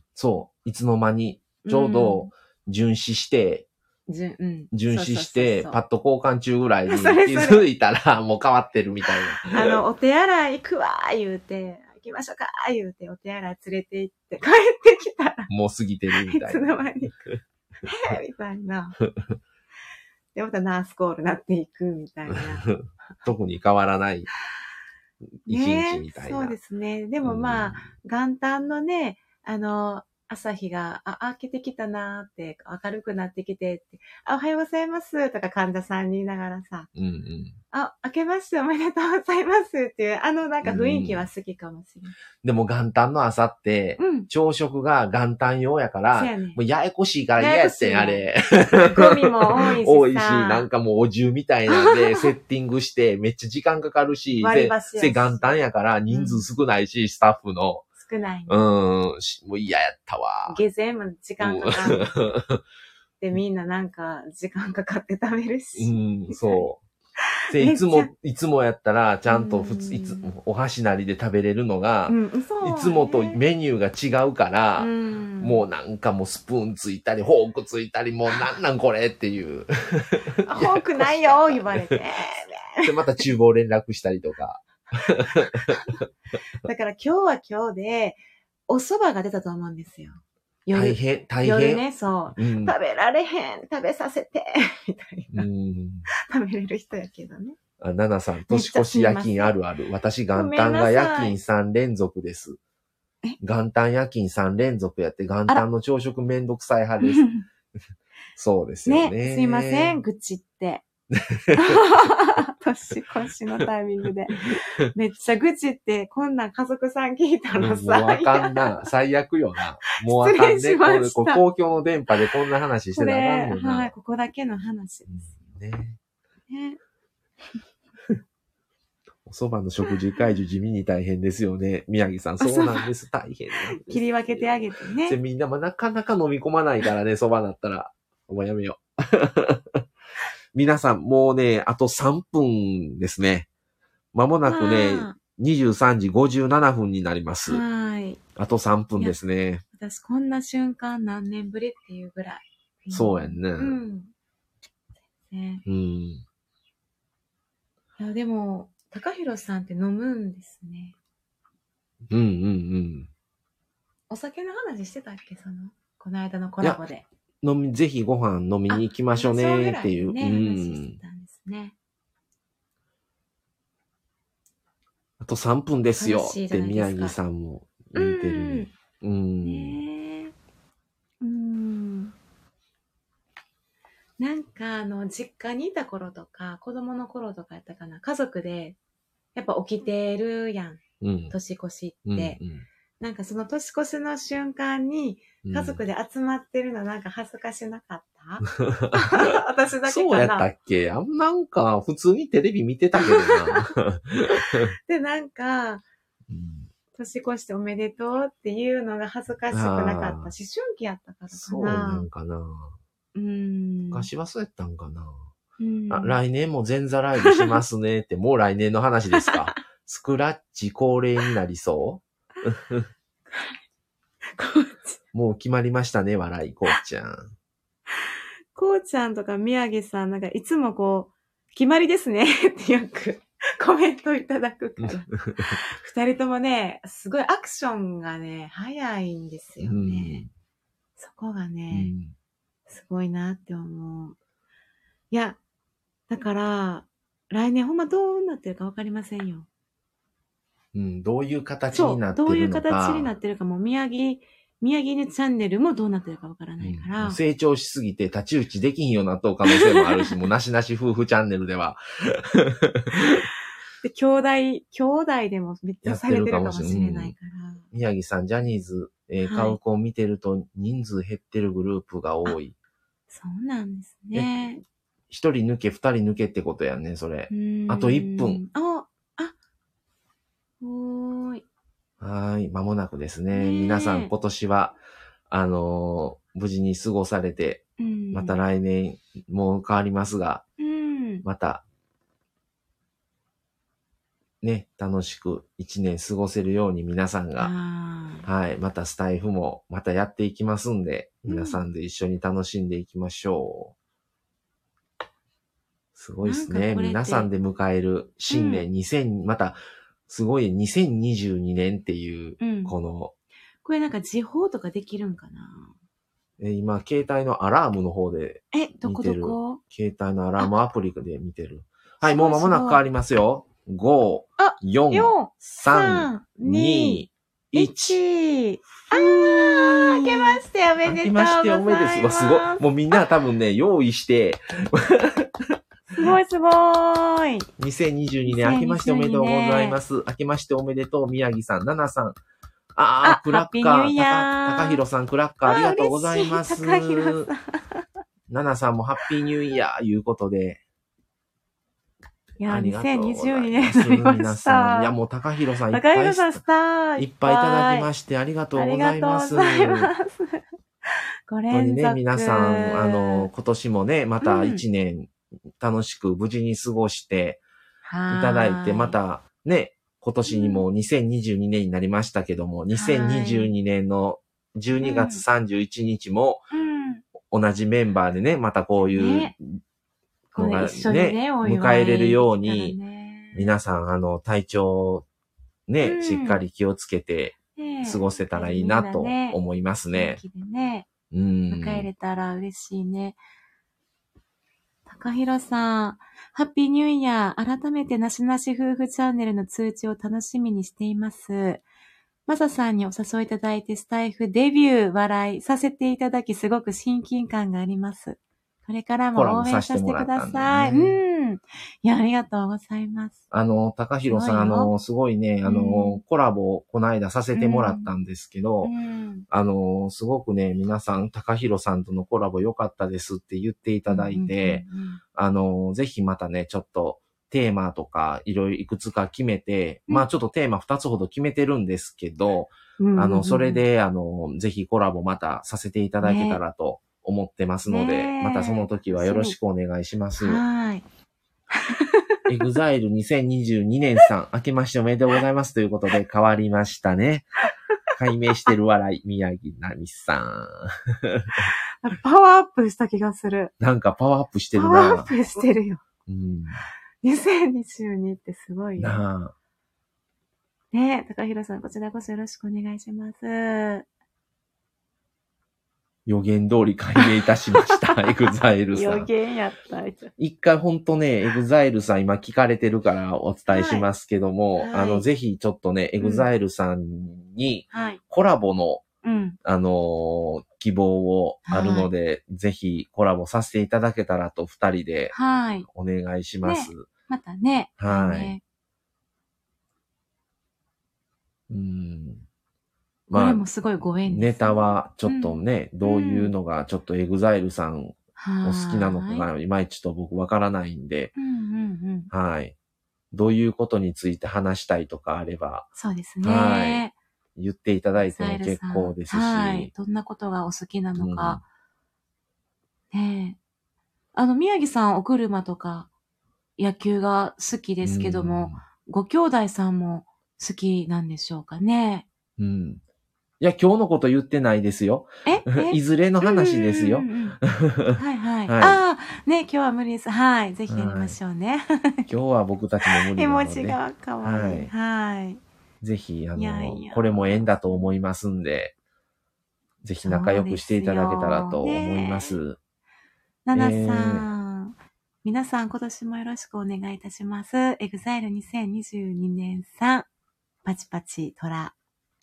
そう。いつの間に、ちょうど、巡視して、 じゅうん、 巡視しそうて、 そうそうそうパッド交換中ぐらいに気それそれづいたら、もう変わってるみたいな。 あの、お手洗い行くわー言うて、行きましょうかー言うて、お手洗い連れて行って、帰ってきたら、 もう過ぎてるみいつたいな。 の間に、へーみたいな。で、またナースコールなっていくみたいな。 特に変わらない一日みたいな。 ね、そうですね。でもまあ、元旦のね、あの、朝日が、あ、明けてきたなーって、明るくなってきてって、あ、おはようございますとか患者さんに言いながらさ、 うんうん。 あ、明けましておめでとうございますっていう、あのなんか雰囲気は好きかもしれない。 でも元旦の朝って、 うん。 朝食が元旦用やから、 そうやねもうややこしいから嫌やってん、あれ。 ゴミも多いしさ。 多いし、なんかもうお重みたいなんで、セッティングして、めっちゃ時間かかるし、 割り箸やしで、元旦やから人数少ないし、スタッフの。 少ない、ね。 うん、しもう嫌やったわ。 下膳も時間かかる。で、みんななんか時間かかって食べるし。 うん、そう。で、いつも、いつもやったら、ちゃんと普通、いつも、お箸なりで食べれるのが、 うん、そう、ね。 いつもとメニューが違うから、 うん、 もうなんかもうスプーンついたり、フォークついたり、もうなんなんこれっていう。 フォークないよ言われて。 で、また厨房連絡したりとか。 だから今日は今日で、お蕎麦が出たと思うんですよ。 大変、大変。 夜ね、そう、 うん。 食べられへん、食べさせて、みたいな。 うん、 食べれる人やけどね。 あ、ナナさん、年越し夜勤あるある。私、元旦が夜勤さん連続です。元旦夜勤さん連続やって、元旦の朝食めんどくさい派です。そうですよね。 ね、すいません、愚痴って。年越しのタイミングで。めっちゃ愚痴って、こんなん家族さん聞いたのさ。 もうあかんな。最悪よな。もうあかんね。これこれ公共の電波でこんな話してたらあかんもんな。 はい、ここだけの話です。 ね。 ね。 お蕎麦の食事会場地味に大変ですよね。宮城さん、そうなんです。大変なんです。 切り分けてあげてね。 みんなもなかなか飲み込まないからね、蕎麦だったら。もうやめよう。皆さん、もうね、あとさんぷんですね。まもなくね、にじゅうさんじごじゅうななふんになります。 はい。 あとさんぷんですね。 私、こんな瞬間何年ぶりっていうぐらい。 そうやんね。 うん。ね。 うん。 いや、でも、高弘さんって飲むんですね。 うんうんうん。 お酒の話してたっけその、この間のコラボで。 飲み、ぜひご飯飲みに行きましょうねっていう。 ね、うん。話してたんですね。 あとさんぷんですよって宮城さんも言ってる。うん。 ねえ。うん。 なんか、あの、実家にいた頃とか、子供の頃とかやったかな、家族で、やっぱ起きてるやん。 うん。 年越しうん。 って。 うんなんかその年越しの瞬間に、家族で集まってるのなんか恥ずかしなかった、私だけかな。 そうやったっけ？あなんか、普通にテレビ見てたけどな。 で、なんか、 うん、 年越しておめでとうっていうのが恥ずかしくなかった。思春期やったからかな。 そうなんかな。 うん。 昔はそうやったんかな。 うん、 あ、来年も前座ライブしますねって、もう来年の話ですか？スクラッチ恒例になりそうもう決まりましたね、笑い、こうちゃん。 こうちゃんとか宮城さん、なんかいつもこう、決まりですねってよくコメントいただくから。二人ともね、すごいアクションがね、早いんですよね。うん、そこがね、うん、すごいなって思う。いや、だから、来年ほんまどうなってるかわかりませんよ。 うん、どういう形になってるのか。 どういう形になってるかも、宮城、宮城のチャンネルもどうなってるかわからないから、 うん。成長しすぎて太刀打ちできひんようになっとう可能性もあるし、もうなしなし夫婦チャンネルでは。 で、兄弟、兄弟でもめっちゃされてるかもしれないから。うん、 宮城さん、ジャニーズ、えーはい、買う子を見てると人数減ってるグループが多い。 そうなんですね。 一人抜け、二人抜けってことやね、それ。あといっぷん。 あ、あ、おーい。 はい、間もなくですね。皆さん今年は、あのー、無事に過ごされて、また来年もう変わりますが、うん、また、ね、楽しく一年過ごせるように皆さんが、はい、またスタイフもまたやっていきますんで、皆さんで一緒に楽しんでいきましょう。うん、すごいですね。皆さんで迎える新年にせん、うん、また、すごいにせんにじゅうにねんっていう、うん、この、 これなんか時報とかできるんかな？ え今、携帯のアラームの方で見てる。 え、どこどこ？ 携帯のアラームアプリで見てる。はい、もう間もなく変わりますよ。ご、よん、さん、に、いち。 あー、明けましておめでとうございます。 明けましておめでとうございます。すごい。もうみんな多分ね、用意して、 すごいすごーい。 にせんにじゅうにねん明けましておめでとうございます。明けましておめでとう、宮城さん、ななさん。あー、クラッカー、たかひろさん、クラッカーありがとうございます。たかひろさん。ななさんもハッピーニューイヤーいうことで。 いや、にせんにじゅうにねんになりました。皆さん。いや、もう高弘さんいっぱい。 高弘さんスター。 いっぱいいただきましてありがとうございます。ありがとうございます。 ご連続。本当にね、皆さん、あの、今年もね、また一年楽しく無事に過ごしていただいて、うん、またね、今年にもにせんにじゅうにねんになりましたけども、うん、にせんにじゅうにねんのじゅうにがつさんじゅういちにちも、同じメンバーでね、またこういう、ねのがね、ね迎えれるように、ね、皆さん、あの、体調、ね、うん、しっかり気をつけて、過ごせたらいいなと思いますね。 ねうん、迎えれたら嬉しいね。高弘さん、ハッピーニューイヤー。改めてなしなし夫婦チャンネルの通知を楽しみにしています。マサさんにお誘いいただいてスタイフデビュー笑いさせていただき、すごく親近感があります。これからも応援させてください。ね、うん。いや、ありがとうございます。 あの、高弘さん、あの、すごいね、あの、うん、コラボ、この間させてもらったんですけど、うん、あの、すごくね、皆さん、高弘さんとのコラボ良かったですって言っていただいて、うんうんうんうん、あの、ぜひまたね、ちょっと、テーマとか、いろいろいくつか決めて、うん、まあちょっとテーマふたつほど決めてるんですけど、うんうんうん、あの、それで、あの、ぜひコラボまたさせていただけたらと、ね思ってますので、またその時はよろしくお願いします。 はい。 エグザイルにせんにじゅうにねんさん、明けましておめでとうございますということで変わりましたね。解明してる笑い、宮城奈美さん。 パワーアップした気がする。 なんかパワーアップしてるな。 パワーアップしてるよ。 うん、 にせんにじゅうにってすごいよ。 なあ。ねえ、高弘さん、こちらこそよろしくお願いします。 予言通り解明いたしました。エグザイルさん。 予言やった。 一回ほんとね、エグザイルさん今聞かれてるからお伝えしますけども、はいはい、あの、ぜひちょっとね、エグザイルさんにコラボのうん。 あのー希望をあるので、ぜひコラボさせていただけたらと二人ではい。 お願いします。 ね、またね。 はい。 ね、 うん。 これもすごいご縁です、ね。 ネタはちょっとね、うん、どういうのがちょっとエグザイルさんお好きなのかがいまいちと僕わからないんで、 うんうんうん、 はい。どういうことについて話したいとかあれば、 そうですね。 はい。言っていただいても結構ですし、 はい。どんなことがお好きなのか。うん、ねえ。あの、宮城さんお車とか野球が好きですけども、うん、ご兄弟さんも好きなんでしょうかね。 うん。いや、今日のこと言ってないですよ。 ええいずれの話ですよ。 うんうんうん、はいはい。はい、ああ、ね、今日は無理です。はい。ぜひやりましょうね。 今日は僕たちも無理なので。 絵文字がかわいい。はい。はい、 ぜひ、あのいやいや、これも縁だと思いますんで、ぜひ仲良くしていただけたらと思います。 ナナさん、えー、皆さん今年もよろしくお願いいたします。エグザイルにせんにじゅうにねんさん、パチパチトラ。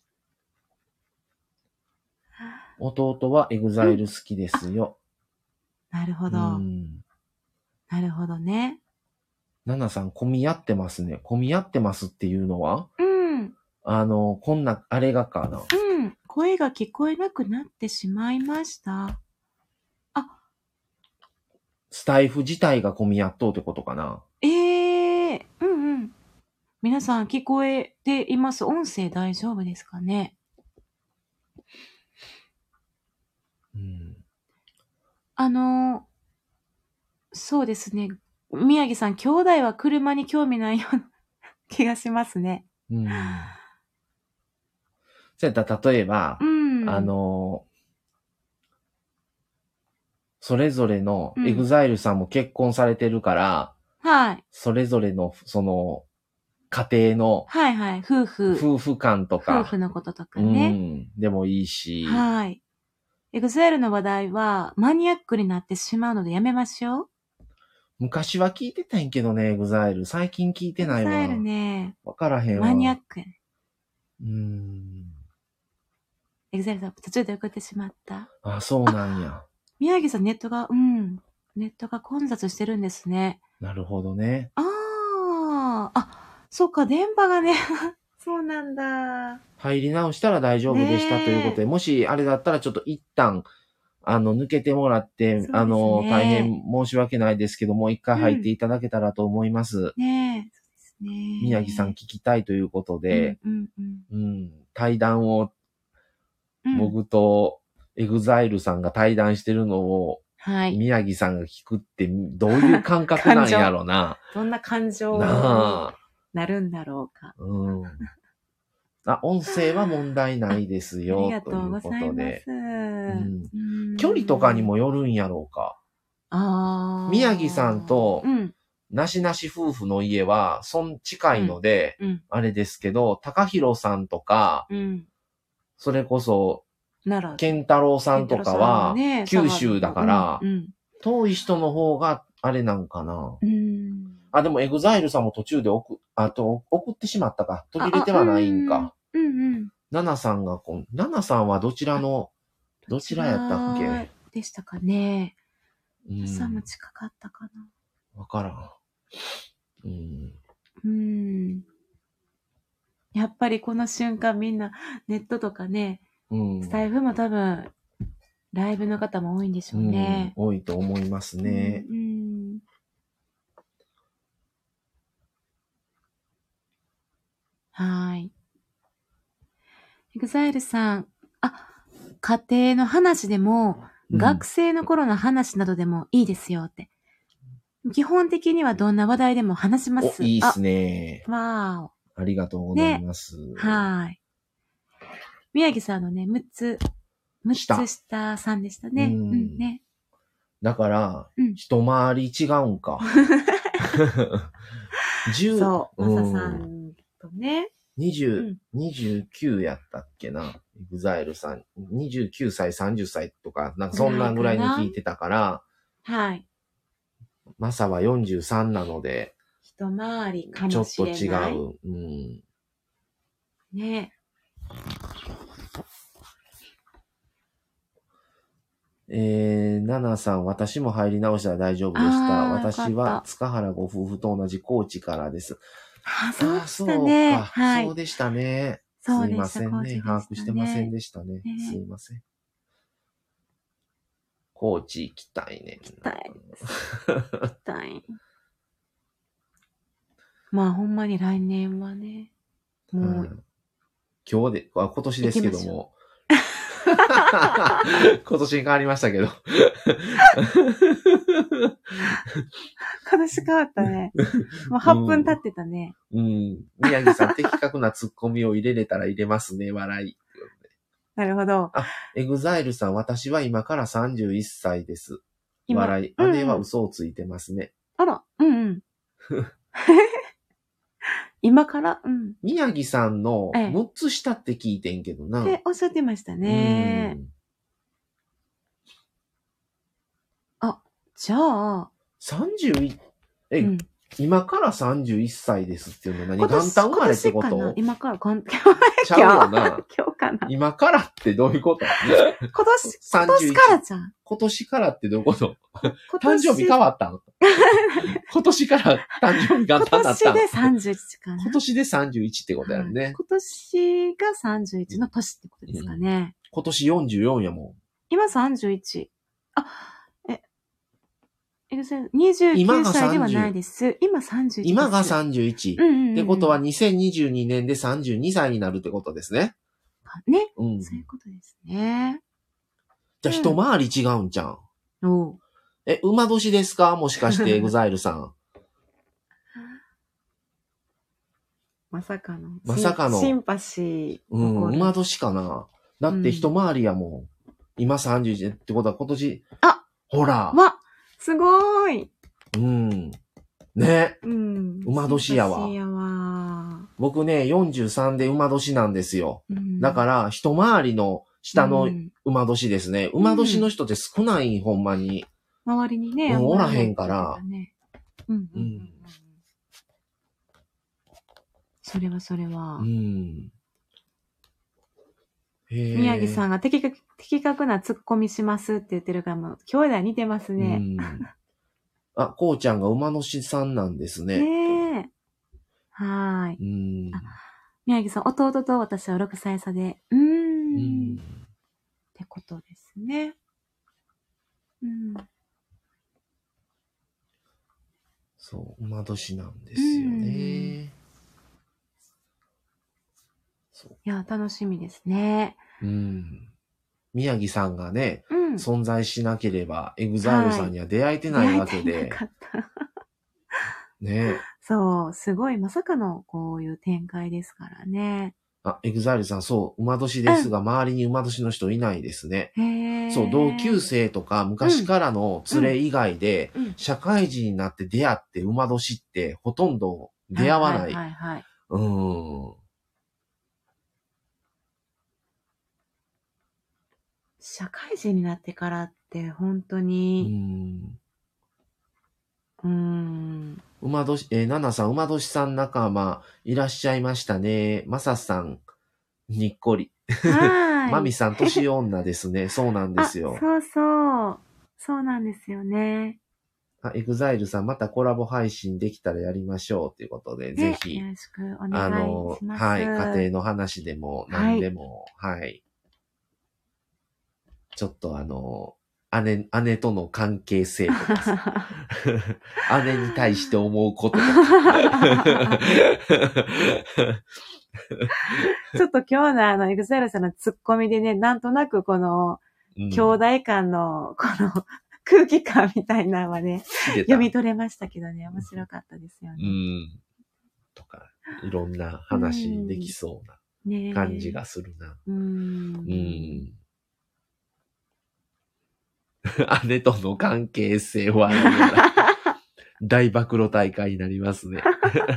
弟はエグザイル好きですよ。 うん、なるほど。なるほどね。 ナナさん、混み合ってますね。混み合ってますっていうのはうん。 あの、こんな、あれがかな。 うん。声が聞こえなくなってしまいました。あ。 スタイフ自体が混み合っとうってことかな。 ええー、うんうん。皆さん聞こえています。音声大丈夫ですかね。 うん、 あの、そうですね。宮城さん、兄弟は車に興味ないような気がしますね。 うん。そうやったら例えば、 うん、 あの、それぞれの、エグザイルさんも結婚されてるから、 うん、はい。 それぞれの、その、家庭の、 はいはい、夫婦。 夫婦間とか。 夫婦のこととかね。 うん、でもいいし。 はい。エグザイルの話題はマニアックになってしまうのでやめましょう。 昔は聞いてたんやけどね、エグザイル。最近聞いてないわ。 エグザイルね。 わからへんわ。 マニアックやね。 うーん。 エグザイルさん、途中で送ってしまった。 あ、そうなんや。 宮城さん、ネットが、うん。ネットが混雑してるんですね。 なるほどね。 ああ、あ、そっか、電波がね。そうなんだ。 入り直したら大丈夫でしたということで、もしあれだったらちょっと一旦、あの、抜けてもらって、ね、あの、大変申し訳ないですけども、一回入っていただけたらと思います。 うん、ねえ、そうですね。 宮城さん聞きたいということで、 うんうんうんうん、対談を、うん、僕とエグザイルさんが対談してるのを、はい、宮城さんが聞くってどういう感覚なんやろな。 どんな感情になるんだろうか。 うんあ、音声は問題ないですよ。 ありがとうございます。 ということで、うん、距離とかにもよるんやろうか。 あ宮城さんと、なしなし夫婦の家は、そん近いので、うんうん、あれですけど、高弘さんとか、うん、それこそ、健太郎さんとかは、ね、九州だから、うんうん、遠い人の方が、あれなんかな。うんあ、でもエグザイルさんも途中で送、あと、送ってしまったか。途切れてはないんか。うんうん。ナナさんがこう、ナナさんはどちらの、どちらやったっけでしたかね。ナナさんも近かったかな。 わからん。うん。 うん。やっぱりこの瞬間みんなネットとかね、うん、スタイフも多分、ライブの方も多いんでしょうね。 うん、多いと思いますね。うん、うんはい。エグザイルさん、あ、家庭の話でも、うん、学生の頃の話などでもいいですよって。基本的にはどんな話題でも話します。 いいですね。 わー。ありがとうございます。 ね、はい。宮城さんのね、むっつ、むっつ下さんでしたね。うん、うん、ね。 だから、うん、一回り違うんか。 そう、マサさんとね。 にじゅう、うん、にじゅうきゅうやったっけな。エグザイルさん。にじゅうきゅうさい、さんじゅっさいとか、なんかそんなぐらいに聞いてたから、 はい。 マサはよんじゅうさんなので、 一回りかもしれない。 ちょっと違う。うん。 ねえー、ナナさん、私も入り直したら大丈夫でした。 あー私よかっは塚原ご夫婦と同じ高知からです。 あ、そうあー、 でしそうたね。 か。 はいそう。でしたね。すいそうでした、 ませんね。 高知で把握したしてませんね。 でしたね。 ねすいません。高知行きたいねん行きな。 たいです。行きたい。まあ、ほんまに来年はね、もう、 うん今日で、あ今年ですけど行きまも。今年に変わりましたけど。 今年変わったね。もうはっぷん経ってたね。 うん。宮城さん、的確なツッコミを入れれたら入れますね、笑い。 なるほど。 あ、エグザイルさん、私は今からさんじゅういっさいです。 今笑い。 うん姉は嘘をついてますね。 あら、うんうん。今から、うん。 宮城さんのええむっつ下って聞いてんけどな。 っておっしゃってましたね。 うんあ、じゃあ、 さんじゅういち、え、 うん、 今からさんじゅういっさいですっていうのは何今元旦年、 生まれってこ今年かなと今から、こんちゃうよな。 今日かな今からってどういうこと今年、今さんじゅういち年からじゃん。 今年からってどういうこと今誕生日変わったん今年から誕生日元旦だったん今年でさんじゅういちかな。 今年でさんじゅういちってことやんね。 はい今年がさんじゅういちの年ってことですかね。 今年よんじゅうよんやもん。 今さんじゅういち。あ、え、え、にじゅうきゅうさいではないです。今さんじゅういちです。 今がさんじゅういち。 うんうんうんうんってことはにせんにじゅうにねんでさんじゅうにさいになるってことですね。 ね。 うん。 そういうことですね。 じゃあ一回り違うんじゃん。 おう。 え、馬年ですかもしかしてエグザイルさん。 まさかの。 まさかのシンパシー。 うん、馬年かな。だって一回りやもん。今さんじゅういちってことは今年。 あほら。 わすごーい。 うん。ね。 うん。 馬年やわシンパシーやわ。 僕ね、よんじゅうさんで馬年なんですよ。 うん、 だから、一回りの下のうん馬年ですね。馬年の人って少ない、ほんまに。 周りにね、 うんあまりおらへんからねうんうんうんうんうんそれはそれは。 うん。へえ。 宮城さんが的確的確なツッコミしますって言ってるから、もう兄弟似てますうね。 ん。あ、こうちゃんが馬年さんなんですね。 ねえ。はーい。 うん。 あ宮城さん、弟と私はろくさい差で、うーん。 うんってことですね。うん。 そう、馬年なんですよね。そう。 いや、楽しみですね。 うん。宮城さんがね、 うん。 存在しなければ、エグザイルさんには出会えてないわけで出会えて。なかったね。 そう、すごいまさかのこういう展開ですからね。 あ、エグザイルさん、そう、馬年ですが、周りに馬年の人いないですね。 へーそう、同級生とか昔からの連れ以外で、 うん社会人になって出会って馬年ってほとんど出会わない。 はいはいはい、はい。 うーん。 社会人になってからって本当うに、 ん。 うーん。 馬年、えー、ナナさん、馬年さん仲間いらっしゃいましたね。マサさん、にっこり。 はい。 マミさん、年女ですね。そうなんですあ、 よ。 そうそう。そうなんですよね。 あ、エグザイルさん、またコラボ配信できたらやりましょうということで、ぜひよ、ろしくおあ願のいし、ます。 はい、家庭の話でも何でも、はい。ちょっとあの、姉、姉との関係性とかさ、姉に対して思うこととか。 ちょっと今日のあの、エグザイルさんのツッコミでね、なんとなくこの、 うん兄弟間の、この空気感みたいなのはね、読み取れましたけどね、面白かったですよね。 うん。とか、いろんな話できそうねな感じがするな。 うーん。 うん。姉との関係性は、大暴露大会になりますね。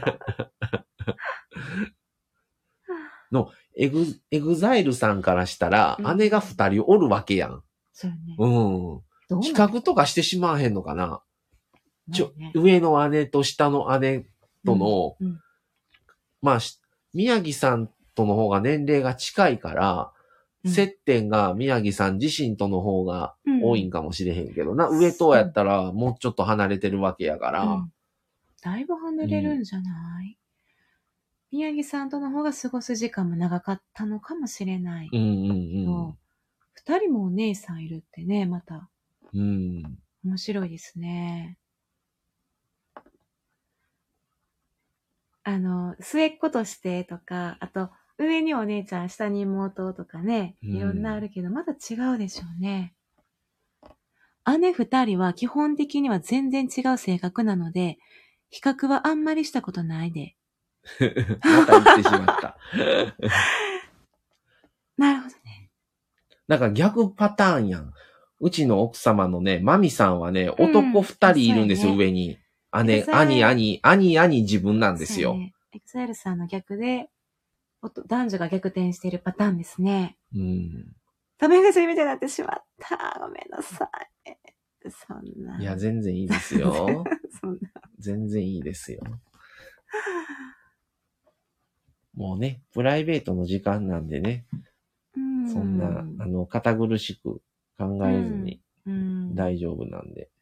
の、エグ、エグザイルさんからしたら、 うん姉が二人おるわけやん。 そうね。 うん。 どう比較とかしてしまわへんのかな。ちょ、 ね上の姉と下の姉との、 うんうんまあ、し宮城さんとの方が年齢が近いから、 接点が宮城さん自身との方が多いんかもしれへんけどな。うん、上とやったらもうちょっと離れてるわけやから。うん、 だいぶ離れるんじゃない、うん、宮城さんとの方が過ごす時間も長かったのかもしれない。うんうんうん。二人もお姉さんいるってね、また。うん。面白いですね。あの、末っ子としてとか、あと、上にお姉ちゃん、下に妹とかね、いろんなあるけど、また違うでしょうね。姉二人は基本的には全然違う性格なので、比較はあんまりしたことないで。 また言ってしまった。 なるほどね。 なんか逆パターンやん。うちの奥様のね、マミさんはね、男二人いるんですよ、うん、上に。姉、兄、兄、兄、兄、自分なんですよ。 ね、エグザイルさんの逆で、男女が逆転しているパターンですね。うん。タメ口みたいになってしまった。ごめんなさい。そんな。 いや、全然いいですよ。そんな。全然いいですよ。もうね、プライベートの時間なんでね。うん、そんな、あの、堅苦しく考えずに大丈夫なんで。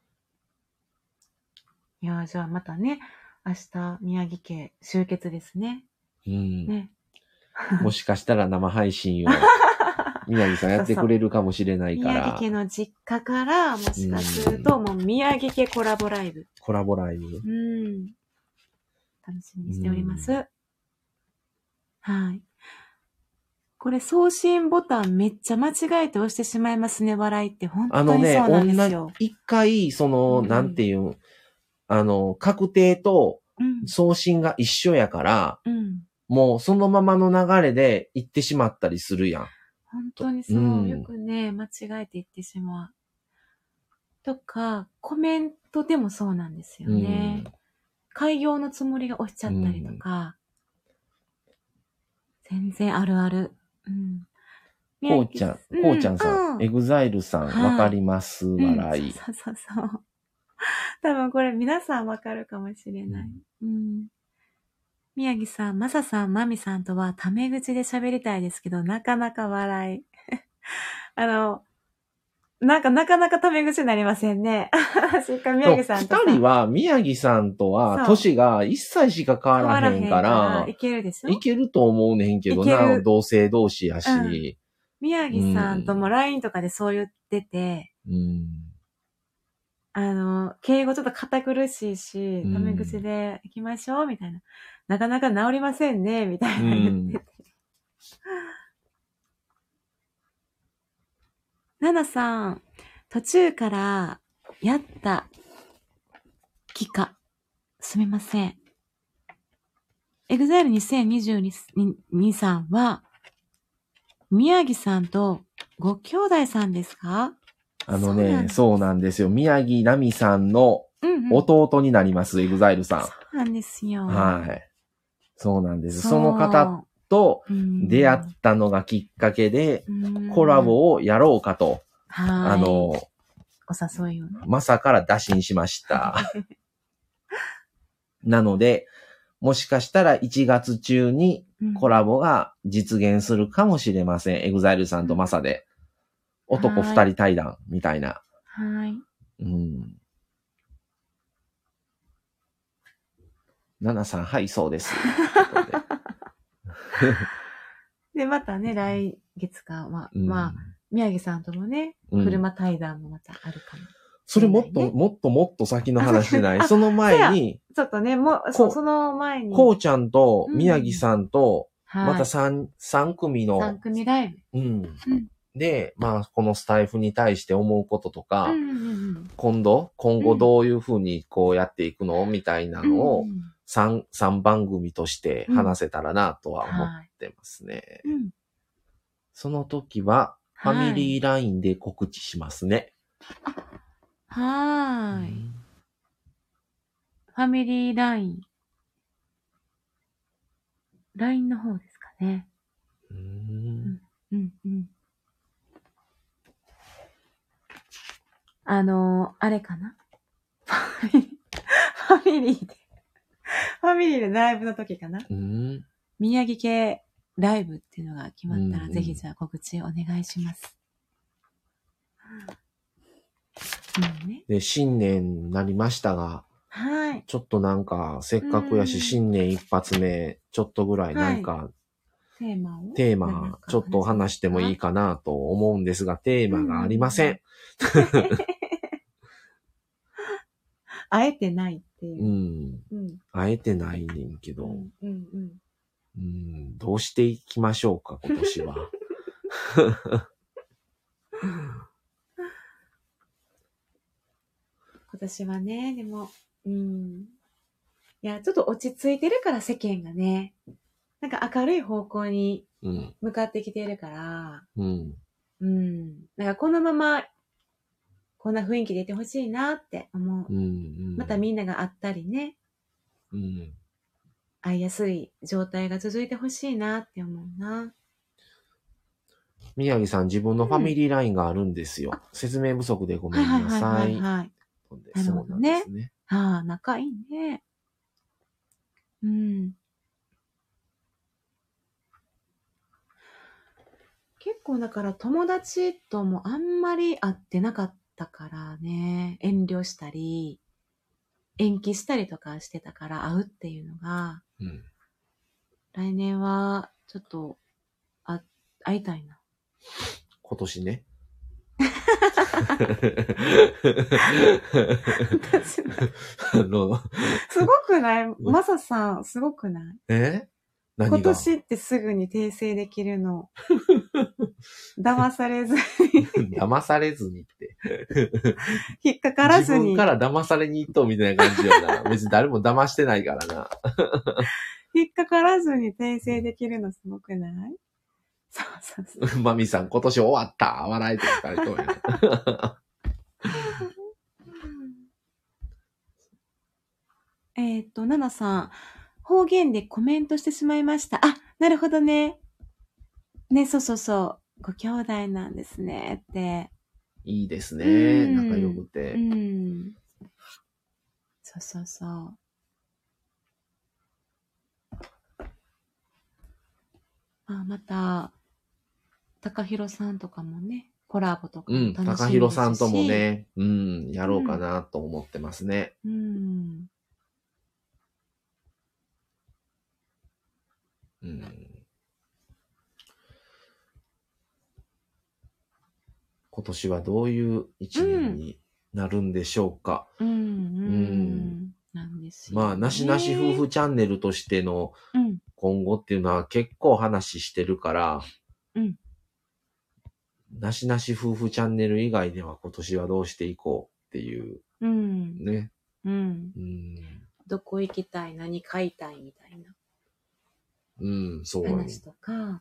いや、じゃあまたね、明日、宮城家集結ですね。うん。 ね。もしかしたら生配信を宮城さんやってくれるかもしれないから。 そうそう宮城家の実家から、もしかすると、もう宮城家コラボライブ。 コラボライブ。 うん。楽しみにしております。はい。これ送信ボタンめっちゃ間違えて押してしまいますね、笑いって。本当にそうなんですよ。あのね、 一回、その、うん、なんていう、あの、確定と送信が一緒やから、うん、もうそのままの流れで行ってしまったりするやん。 本当にそう。うん、よくね、間違えて言ってしまう。とか、コメントでもそうなんですよね。うん、開業のつもりが押しちゃったりとか。うん、全然あるある。うん。 こうちゃん、こうちゃんさん、エグザイルさん、わかります、笑い、 うん。そうそうそう。多分これ皆さんわかるかもしれない。うん。宮城さん、まささん、まみさんとはタメ口で喋りたいですけど、なかなか笑い。あの、なんかなかなかタメ口になりませんね。しっかり宮城さんとさ。 二人は、宮城さんとは、歳が一歳しか変わらへんから、 いけるでしょ？ いけると思うねんけどな、同性同士やし、うん。 宮城さんとも ライン とかでそう言ってて、うん、あの、敬語ちょっと堅苦しいし、タメ口で行きましょうみたいな。なかなか治りませんね、みたいな言ってて。ナナさん、途中からやった気か。すみません。エグザイルにせんにじゅうに さんは、宮城さんとご兄弟さんですか？ あのね、そうなんですよ。宮城奈美さんの弟になります、エグザイルさん。 そうなんですよ。 はい。そうなんです。その方と出会ったのがきっかけで、コラボをやろうかと、あの、お誘いをね。 まさから打診しました。なので、もしかしたらいちがつ中にコラボが実現するかもしれません。エグザイルさんとマサで。男二人対談みたいな。 はい。うん。 ナナさん、はい、そうです。 で、またね、来月かは、うん、まあ、宮城さんともね、車対談もまたあるかも、ねうん。 それもっと、もっともっと先の話じゃない。その前に、 ちょっとね、もう、そその前に。 こうちゃんと宮城さんと、また三、三組の。 三組ライブ。うん。 うんで、まあ、このスタイフに対して思うこととか、うんうんうん、今度、今後どういうふうにこうやっていくのみたいなのを、三、三番組として話せたらなとは思ってますね。うんはい、その時は、ファミリーラインで告知しますね。 はい。うん、ファミリーライン。ライン の方ですかね。うーん。うんうんうんあのー、あれかなファミリーで、ファミリーでライブの時かな、うん、宮城系ライブっていうのが決まったら、 うんうんぜひじゃあ告知お願いします。うんね。 で、新年になりましたが、 はい。 ちょっとなんか、せっかくやし、 うん新年一発目、ちょっとぐらいなんか、 テーマをテーマ、ちょっと話してもいいかなと思うんですが、テーマがありません。 会えてないっていうう。 ん。 うん。 会えてないねんけど、 うんうんうん。 うん、どうしていきましょうか、今年は。 今年はね、でも、うん。いや、ちょっと落ち着いてるから世間がね、なんか明るい方向にうん。 向かってきてるから、 うん。 うん。なんかこのまま、こんな雰囲気でいてほしいなって思う。 うん。うん。 またみんなが会ったりね、 うん。 会いやすい状態が続いてほしいなって思うな。 宮城さん、自分のファミリーラインがあるんですよ。説明不足でごめんなさい。 はいはいはいはい、はい。なるほどね。 そうなんですね。 ああ、仲いいね。うん。結構だから友達ともあんまり会ってなかったからね、遠慮したり、延期したりとかしてたから会うっていうのが、 うん。 来年はちょっとあ会いたいな。 今年ね。あの、 すごくないマサさん、すごくないえ何が今年ってすぐに訂正できるの。騙されずに。 騙されずにって。 引っかから自ずに。 分から騙されに行っとうみたいな感じよな。別に誰も騙してないからな。 引っかからずに訂正できるのすごくないそうそうそう。 マミさん、今年終わった笑えて書いとんや。 えっと、ナナさん、方言でコメントしてしまいました。あ、なるほどね。ね、そうそうそう。ご兄弟なんですねって。 いいですうね。 ん仲良くて。 うん。そうそうそう。あ、また、高弘さんとかもね、コラボとかうん。 も楽しみですし。 高弘さんともね、うん、やろうかなと思ってますね。 うん。 うん。今年はどういう一年になるんでしょうか。 うん。うん。 うんなんですよ、 まあ、なしなし夫婦チャンネルとしてのうん。 今後っていうのは結構話してるから、 うん。 なしなし夫婦チャンネル以外では今年はどうしていこうっていううん。 ね。 うん。 うん。 どこ行きたい、何買いたいみたいなうん、そうね。 話とか。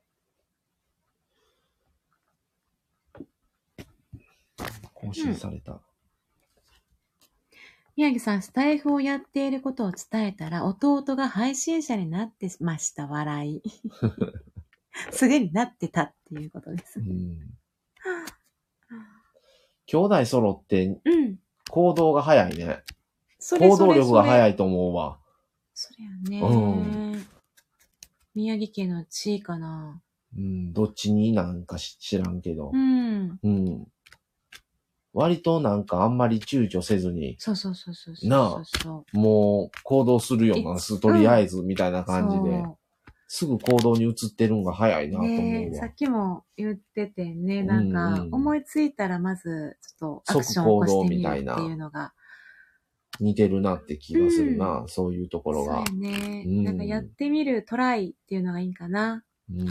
更新された。 宮城さん、スタイフをやっていることを伝えたら、弟が配信者になってました。笑い。すでになってたっていうことです。 うん。兄弟揃ってうん。 行動が早いね。 それ行動力が早い。 いと思うわ。 そりゃね、 うん。 宮城県の地位かな。 うん、どっちになんか知らんけど。 うん。 うん。割となんかあんまり躊躇せずに、 そうそうそうそうそう。 なあそう。 もう行動するよな、すとりあえずみたいな感じで、 そうすぐ行動に移ってるんが早いなと思ねうわ。 さっきも言っててね、なんうんか、 うん思いついたらまず、ちょっとアクションを起こしてみるっていうのが。 似てるなって気がするな、うん、そういうところが。 そうやね、 うん。 なんかやってみるトライっていうのがいいかな。 うん。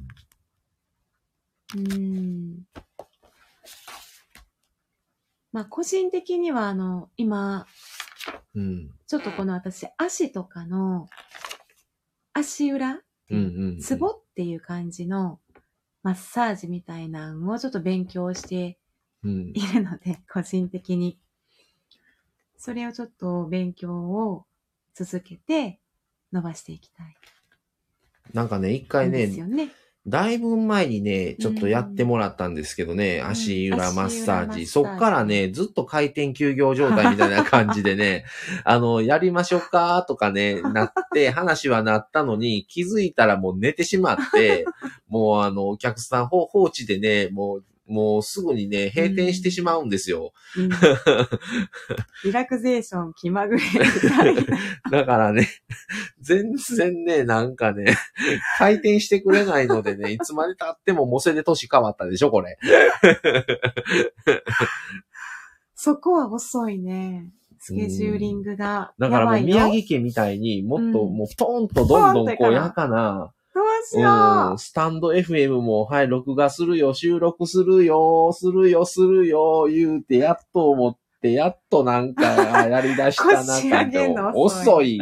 うん。まあ、個人的には、あの、今、 うん、 ちょっとこの私、足とかの、足裏、 うんうんうん、 ツボっていう感じのマッサージみたいなのをちょっと勉強しているので、うん、個人的に。それをちょっと勉強を続けて伸ばしていきたい。 なんかね、一回ね、 ですよね、 だいぶ前にね、ちょっとやってもらったんですけどね、 ん足裏マッサージ。 足裏マッサージそっからね、ずっと回転休業状態みたいな感じでね、あの、やりましょうかとかね、なって、話はなったのに、気づいたらもう寝てしまって、もうあの、お客さん放放置でね、もう、もうすぐにね、閉店してしまうんですよ。 うん、リラクゼーション気まぐれみたいな。 だからね、全然ね、なんかね、回転してくれないのでね、いつまで経ってもモセで年変わったでしょ、これ。 そこは遅いね。スケジューリングがだからもうやばいよ。 宮城県みたいにもっとうんもうポンとどんどんポンといかなこうやかな、 どうしようん、スタンド エフエム も、はい、録画するよ、収録するよ、するよ、するよ、言うて、やっと思って、やっとなんか、やり出したな、 腰上げんのと。遅い。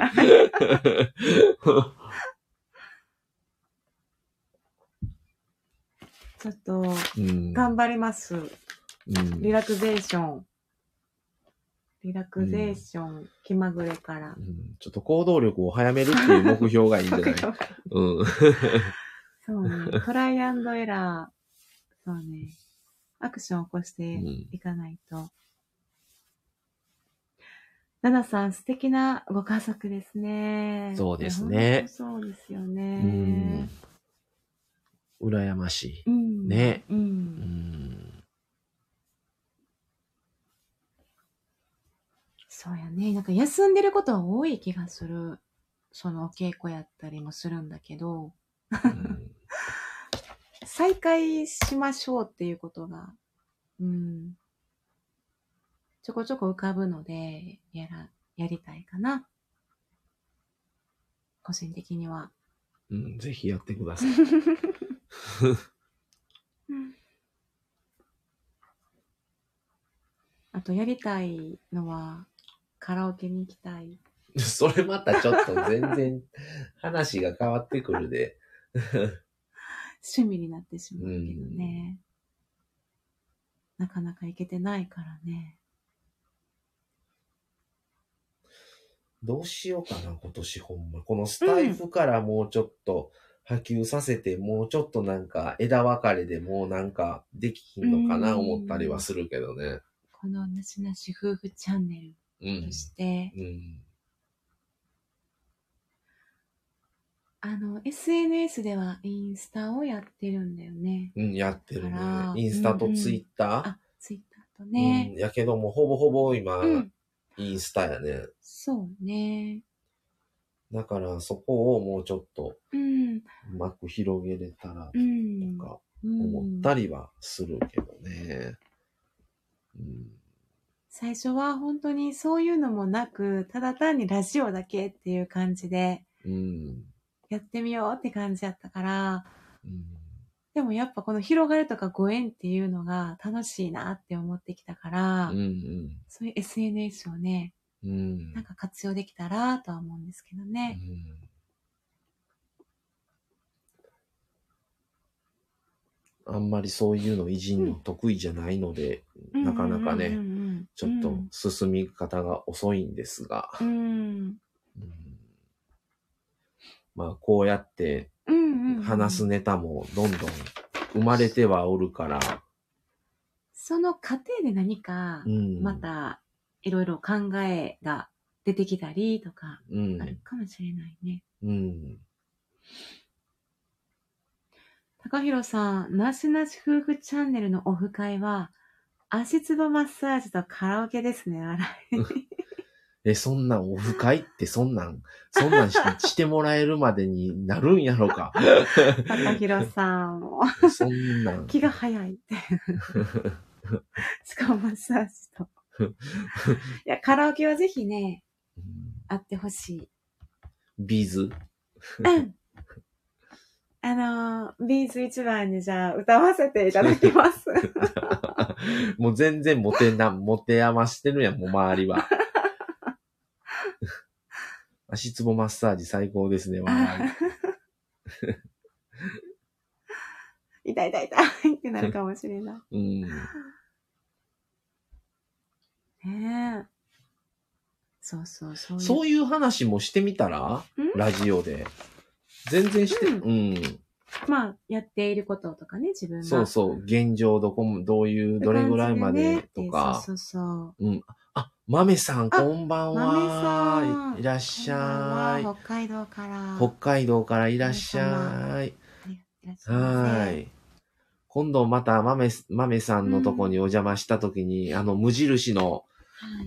ちょっと、 うん頑張ります。 うんリラクゼーション。リラクゼーション、気まぐれからう。んちょっと行動力を早めるっていう目標がいいんじゃないうん。 そうね。トライアンドエラー。そうね。アクションを起こしていかないと。ナナさん、素敵なご家族ですね。 そうですね。 そうですようねん。羨ましい。 うん。 ね。 う。 うんん。 そうやね。なんか休んでることは多い気がする。そのお稽古やったりもするんだけど、 うん再開しましょうっていうことが、うん。ちょこちょこ浮かぶので、やら、やりたいかな。個人的には。 うん、ぜひやってください。 あとやりたいのは、カラオケに行きたい。 それまたちょっと全然話が変わってくるで。 趣味になってしまうけどね。なかなか行けてないからね。 どうしようかな、今年ほんま。このスタイフからもうちょっと波及させて、もうちょっとなんか枝分かれでもうなんかできひんのかな、 うん思ったりはするけどね。 このなしなし夫婦チャンネうんルと。して、 うん。 あの、エスエヌエス ではインスタをやってるんだよね。 うん、やってるねだから。 インスタとツイッター、 あ、ツイッターとうねん。。やけども、ほぼほぼ今、 うん。 インスタやね。 そうね。 だからそこをもうちょっとうん。 うまく広げれたらうん。 とかうん思ったりはするけどね。うん最初は本当にそういうのもなく、ただ単にラジオだけっていう感じで、 うんやってみようって感じだったから、 うんでもやっぱこの広がるとかご縁っていうのが楽しいなって思ってきたから、 うんそういう エスエヌエス をね、 うんなんか活用できたらとは思うんですけどね。 うんあんまりそういうのいじんの得意じゃないので、なかなかね、 うんうんうんうんちょっと進み方が遅いんですが、 うん、 うんまあこうやってうんうんうん、 話すネタもどんどん生まれてはおるから、 その過程で何かうんまたいろいろ考えが出てきたりとかうんあるかもしれないね。 うん高弘さん、なしなし夫婦チャンネルのオフ会は足つぼマッサージとカラオケですね、笑い。 え、そんなんオフ会ってそんなん、そんなんししてもらえるまでになるんやろか。 高弘さんもそんなん。 気が早いって。しかもマッサージと。いや、カラオケはぜひね、あってほしい。 ビーズうん。あのー、ビーズ一番にじゃあ歌わせていただきます。 もう全然モテな、モテ余してるやん、もう周りは。足つぼマッサージ最高ですね、笑い。痛い痛い痛いってなるかもしれない。 うん。 ねえ。そうそうそういう。 そういう話もしてみたらラジオで。全然して、 うんうん。 まあ、やっていることとかね、自分が。 そうそう。現状どこも、どういう、どれぐらいまでとか。 そうそうそう。 うん。あ、豆さん、こんばんは。 豆さん。 いらっしゃい。 北海道から。 北海道からいらっしゃい。 いらっしゃいませ。 はい。今度また豆、豆さんのとこにお邪魔したときに、うん、あの、無印の、はい、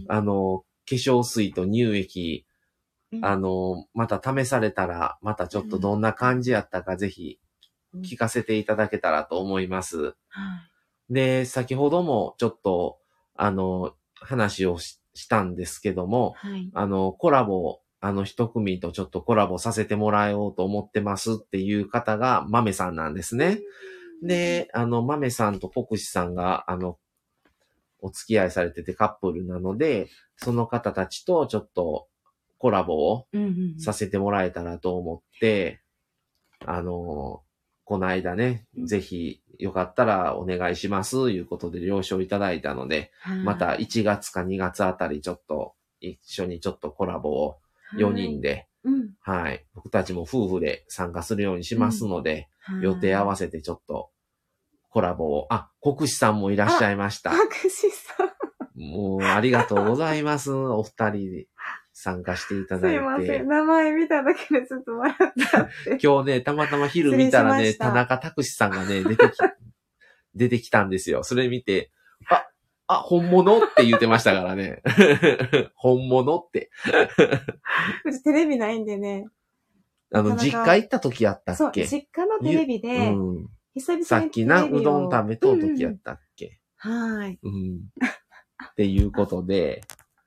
あの、化粧水と乳液、うん、あの、また試されたら、またちょっとどんな感じやったか、ぜひ、聞かせていただけたらと思います。うん、で、先ほどもちょっと、あの、話を し, したんですけども、はい、あの、コラボ、あの、一組とちょっとコラボさせてもらおうと思ってますっていう方が、豆さんなんですね。うん、で、あの、豆さんと国士さんが、あの、お付き合いされててカップルなので、その方たちとちょっとコラボをさせてもらえたらと思って、うんうんうん、あの、この間ね、うん、ぜひよかったらお願いします、いうことで了承いただいたので、またいちがつかにがつあたりちょっと一緒にちょっとコラボをよにんで、はい、うんはい、僕たちも夫婦で参加するようにしますので、うん、予定合わせてちょっとコラボを、あ、国士さんもいらっしゃいました。 国士さん。もうありがとうございます。お二人で。参加していただいて。 すいません。名前見ただけでちょっと笑っちゃって。 今日ね、たまたま昼見たらね、田中拓司さんがね、出てき、出てきたんですよ。それ見て、あ、あ、本物って言ってましたからね。本物って。 うちテレビないんでね。 あの、実家行った時やったっけ？ そう、実家のテレビで、うん、久々にさっきな、うどん食べとう時やったっけ？ うん、はい。 うん。っていうことで、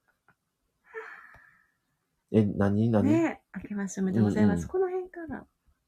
え、なになにねえ、明けましておめでとうございます。うんうん、この辺から。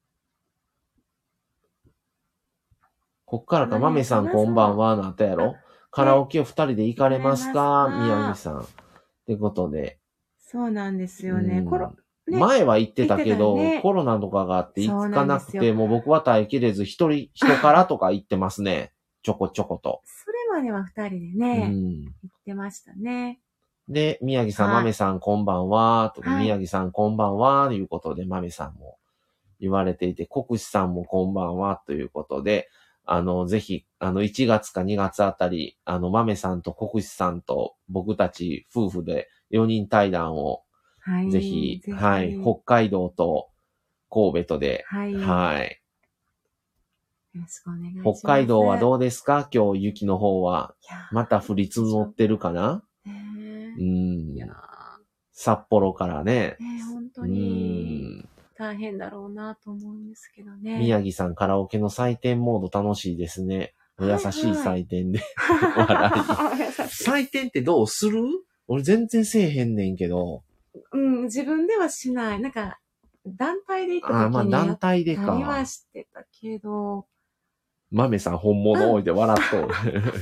こっからか、まめさんこんばんは、なったやろ？カラオケを二人で行かれますか？宮城さん。ってことで。 そうなんですよね。うん、コロね、前は行ってたけど、ね、コロナとかがあって行かなくて、もう僕は耐えきれず、一人、人からとか行ってますね。ちょこちょこと。 それまでは二人でね、うん、行ってましたね。 で、宮城さん、まめさんこんばんは、とか、はい、宮城さんこんばんは、ということで、まめさんも言われていて、国士さんもこんばんは、ということで、あの、ぜひ、あの、いちがつかにがつあたり、あの、まめさんと国士さんと僕たち夫婦でよにん対談を、はい、ぜひ、ぜひはい、北海道と神戸とで、はい。はい。 よろしくお願いします。 北海道はどうですか？今日雪の方は。また降り積もってるかな？うん。いや札幌からね。 ね本当に大変だろうなと思うんですけどね。 宮城さんカラオケの採点モード楽しいですね。お優しい採点で。笑い。採点ってどうする？俺全然せえへんねんけど。 うん、自分ではしない。なんか、団体で行った時に。 あ、まあ団体でか。 やはしてたけど。 豆さん本物置いて笑っとる。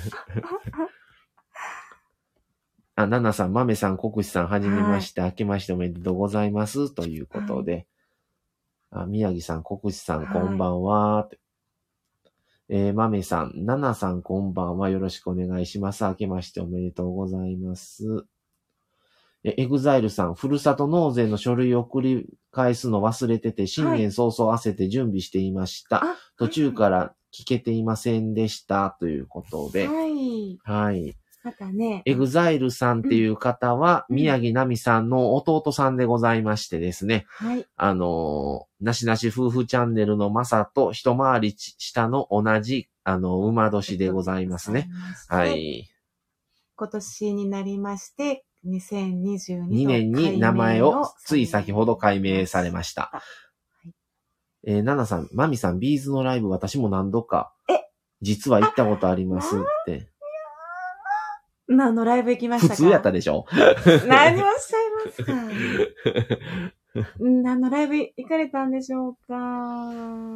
あ、ナナさん、豆さん、国士さん、はじめまして、はい、明けましておめでとうございます。ということで。はい、あ、宮城さん、国士さん、こんばんは。はい、えー、豆さん、ナナさん、こんばんは。よろしくお願いします。明けましておめでとうございます。え、エグザイルさん、ふるさと納税の書類を送り返すの忘れてて、新年早々焦って準備していました。はい、途中から聞けていませんでした。ということで。 はい。 はい。 またね。 エグザイルさんっていう方は、うん、宮城奈美さんの弟さんでございましてですね。はい。あの、なしなし夫婦チャンネルのマサと一回り下の同じ、あの、馬年でございますね。はい。 今年になりまして、にせんにじゅうにねんに名前をつい先ほど改名されました。はい、えー、ナナさん、マミさん、ビーズのライブ私も何度か、実は行ったことありますって。 何のライブ行きましたか？ 普通やったでしょ？ 何をおっしゃいますか？何のライブ行かれたんでしょうか？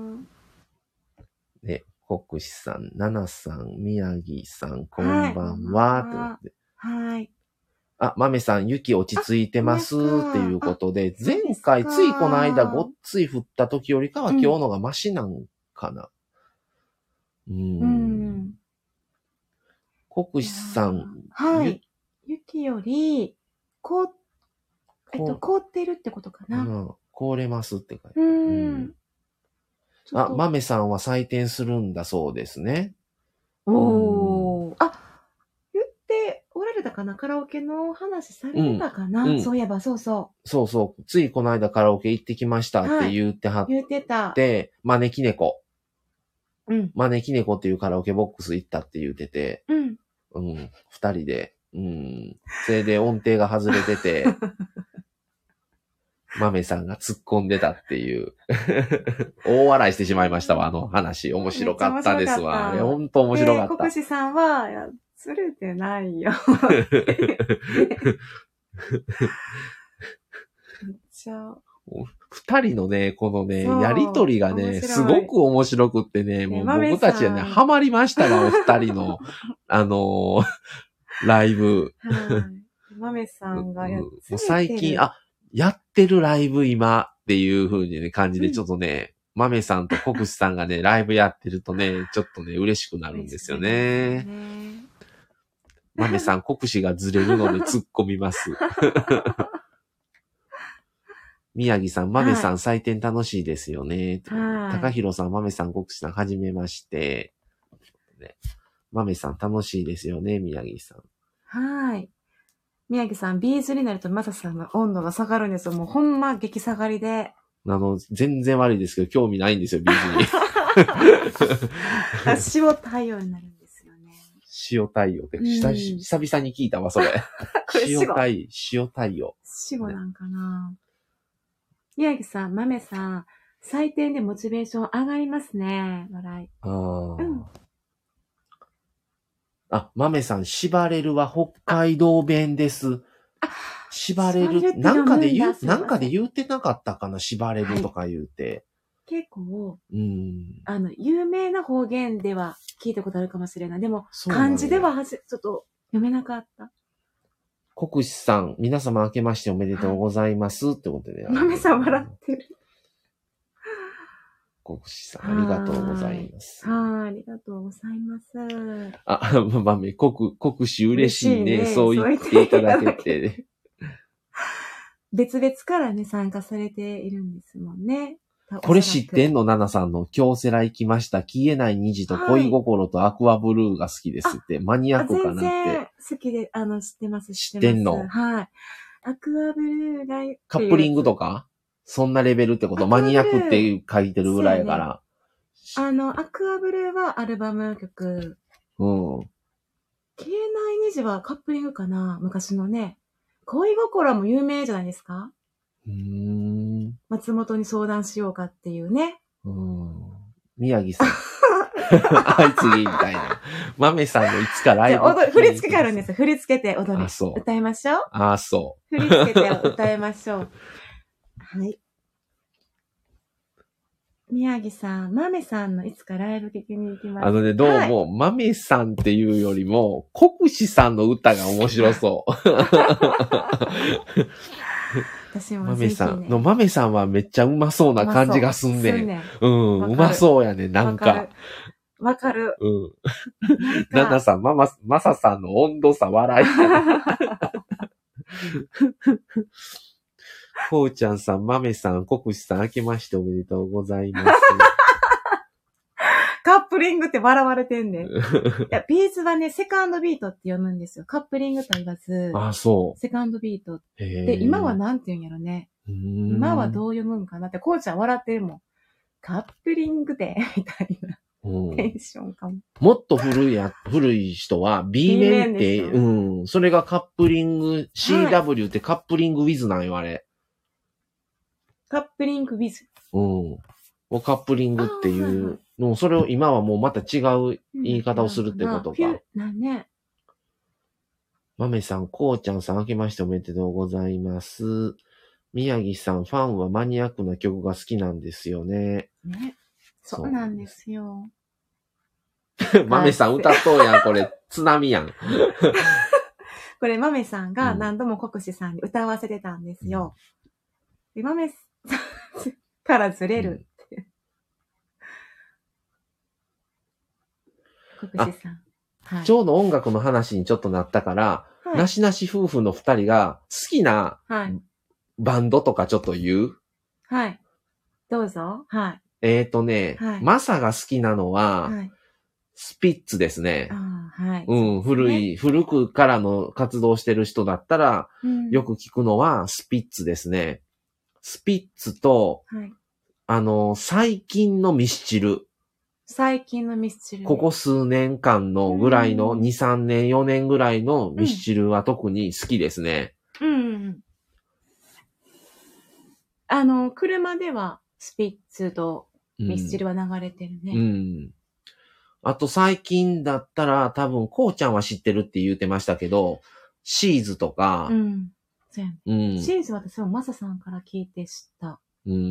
ね、国士さん、ナナさん、宮城さん、こんばんは。 はい。 あ、豆さん、雪落ち着いてますっていうことで、前回、ついこの間ごっつい降った時よりかは今日のがマシなんかな。うん。うん国士さん。 はい。雪より、こう、えっと、凍ってるってことかな。うん。 凍れますって書いてある。 うん。 あ、豆さんは採点するんだそうですね。 おー。あ、言っておられたかな、カラオケの話されてたかな、 うんうん、 そういえば、そうそう。 そうそう。ついこの間カラオケ行ってきましたって言ってはって、 言ってた。 で、招き猫。 うん。 招き猫っていうカラオケボックス行ったって言ってて、 うん。 うん。二人で、うん。それで音程が外れてて、豆さんが突っ込んでたっていう。大笑いしてしまいましたわ、あの話。面白かったですわ。あれ、ほんと面白かった。 国士さんは、いや、ずれてないよ。めっちゃ。 二人のね、このね、やりとりがね、すごく面白くってね、もう僕たちはね、ハマりましたわ、お二人の、あのー、ライブ。 はい。豆さんがやってる、 うん、最近、あ、やってるライブ今っていう風にね、感じで、ちょっとね、うん、豆さんと国士さんがね、ライブやってるとね、ちょっとね、嬉しくなるんですよね。ね豆さん、国士がずれるので突っ込みます。宮城さん、豆さん、採点楽しいですよね。はい、高弘さん、豆さん、国士さん、はじめまして。ね、豆さん、楽しいですよね、宮城さん。はい。宮城さん、ビーズになるとマサさんの温度が下がるんですよ。もうほんま激下がりで。あの、全然悪いですけど、興味ないんですよ、ビーズに。塩対応になるんですよね。塩対応って、久々に聞いたわ、それ。塩対、塩対応。塩なんかな。宮城さん、豆さん、採点でモチベーション上がりますね。笑い。ああ。うん。あ、豆さん、縛れるは北海道弁です。あ、縛れる。なんかで言う、なんかで言うてなかったかな、縛れるとか言うて。はい、結構、うん。あの、有名な方言では聞いたことあるかもしれない。でも、漢字でははじ、ちょっと読めなかった。国士さん、皆様明けましておめでとうございます。はい、ってことで、ね。豆さん笑ってる。国士さん、ありがとうございます。はい、ありがとうございます。あ、豆、国、国士嬉しいね。嬉しいね、そう言っていただけて、ね。別々からね、参加されているんですもんね。これ知ってんの？ナナさんの京セラ行きました。消えない虹と恋心とアクアブルーが好きですって。マニアックかなって。全然好きで、あの、知ってます、知ってます。知ってんの？はい。アクアブルーがカップリングとかそんなレベルってこと？マニアックって書いてるぐらいやから。ね、あの、アクアブルーはアルバム曲。うん。消えない虹はカップリングかな？昔のね。恋心も有名じゃないですか？うーん、松本に相談しようかっていうね。うん、宮城さん。はい、次みたいな。豆さんのいつかライブ。振り付けがあるんですよ。振り付けて踊り。あ、そう。歌いましょう。あ、そう。振り付けて歌いましょう。はい。宮城さん、豆さんのいつかライブ聞きに行きます。あのね、どうも、はい、豆さんっていうよりも、国士さんの歌が面白そう。私も豆さんの豆さんはめっちゃうまそうな感じがすんねん。ねうん、うまそうやねん、なんか。わかる。うん。ナナさん、ママ、マサさんの温度差笑い。こうちゃんさん、豆さん、国士さん、明けましておめでとうございます。カップリングって笑われてんねん。いや、ビーズはね、セカンドビートって読むんですよ。カップリングと言わず。あ、そう。セカンドビート。で、今はなんて言うんやろね。今はどう読むんかなって、こうちゃん笑ってるもん。カップリングで、みたいな。うん、テンションかも。もっと古いや、古い人は B 面って、うん、それがカップリング、シーダブリュー ってカップリングウィズなんよ、あれ。カップリングウィズ。うん。カップリングっていう、のそれを今はもうまた違う言い方をするってことか。なね。豆さん、こうちゃんさん、明けましておめでとうございます。宮城さん、ファンはマニアックな曲が好きなんですよね。ね。そうなんですよ。豆さん歌っとうやん、これ。津波やん。これ、豆さんが何度も国士さんに歌わせてたんですよ。うん、で、豆さんからずれるって。うん、国士さん、はい。ちょうど音楽の話にちょっとなったから、はい、なしなし夫婦の二人が好きなバンドとかちょっと言う？はい。どうぞ。はい。 えっ、ー、とね、 はい、 マサが好きなのは、はい、スピッツですね。 あはい、 うん、ね、古い、古くからの活動してる人だったら、うん、よく聞くのはスピッツですね。スピッツと、はい、あの、最近のミスチル。 最近のミスチル。 ここ数年間のぐらいの、に、さんねん、よねんぐらいのミスチルは特に好きですね。 うん。うんうん、あの、車ではスピッツとミスチルは流れてるね。 うん。うん、あと最近だったら多分、こうちゃんは知ってるって言ってましたけど、シーズとか、うん。 うん、シーズ私もマサさんから聞いて知った。 うん。うん、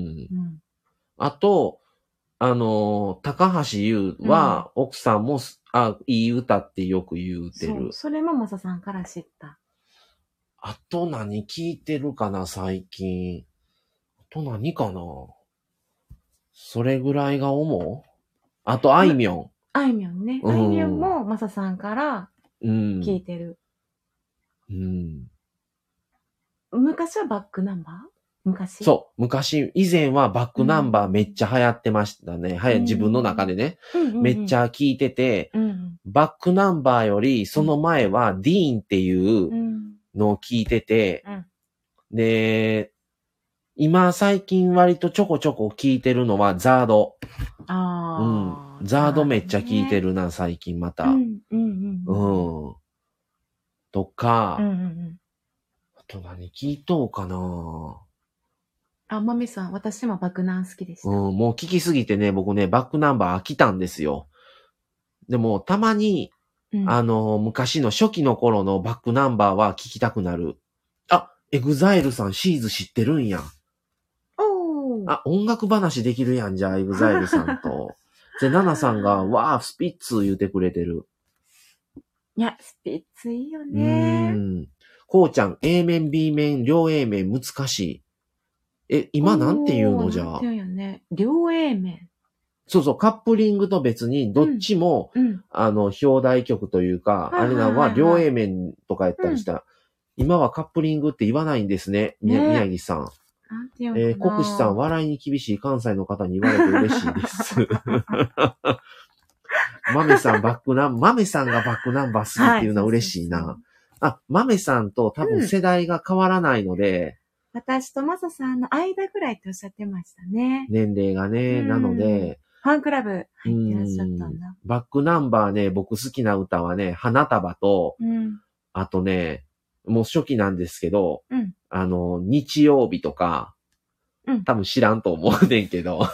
あと、あの、高橋優は、奥さんも、うん、あ、いい歌ってよく言うてる。 そう、それもマサさんから知った。 あと何聞いてるかな、最近。あと何かな。それぐらいが主？あと、あいみょん。 あいみょんね。あいみょんもマサさんから聞いてる。うん。うん、昔はバックナンバー？昔そう。昔、以前はバックナンバーめっちゃ流行ってましたね。はや、自分の中でね、うんうんうん。めっちゃ聞いてて、うんうん、バックナンバーよりその前はディーンっていうのを聞いてて、うん、で、今最近割とちょこちょこ聞いてるのはザード。あうん。ザードめっちゃ聞いてるな、ね、最近また。うんうんうん。うん。とか、うんうんうん、あと何聞いとうかな。 あ、まみさん、私もバックナン好きでした。 うん、もう聞きすぎてね、僕ね、バックナンバー飽きたんですよ。でも、たまに、うん、あの、昔の初期の頃のバックナンバーは聞きたくなる。あ、エグザイルさんシーズ知ってるんや。おー。あ、音楽話できるやん、じゃあ、エグザイルさんと。で、ナナさんが、わー、スピッツ言うてくれてる。 いや、スピッツいいよね。 うん。こうちゃん、A 面、B 面、両 A 面難しい。え、今なんて言うのじゃあ。 なんて言うよね。両 A 面。 そうそう、カップリングと別に、どっちも、うんうん、あの、表題曲というか、あれなのは、両 A 面とかやったりした、うん。今はカップリングって言わないんですね。ね宮城さん。なんて言うのかな。えー、国士さん、笑いに厳しい関西の方に言われて嬉しいです。マメさん、バックナンバー、マメさんがバックナンバーするっていうのは嬉しいな。はい、そうそうそうあ、マメさんと多分世代が変わらないので、 うん、私とマサさんの間ぐらいっておっしゃってましたね。 年齢がね、うん、なので、 ファンクラブ入ってらっしゃったんだ。 バックナンバーね、僕好きな歌はね、花束と、うん、あとね、もう初期なんですけど、うん、あの、日曜日とか、うん、多分知らんと思うねんけど。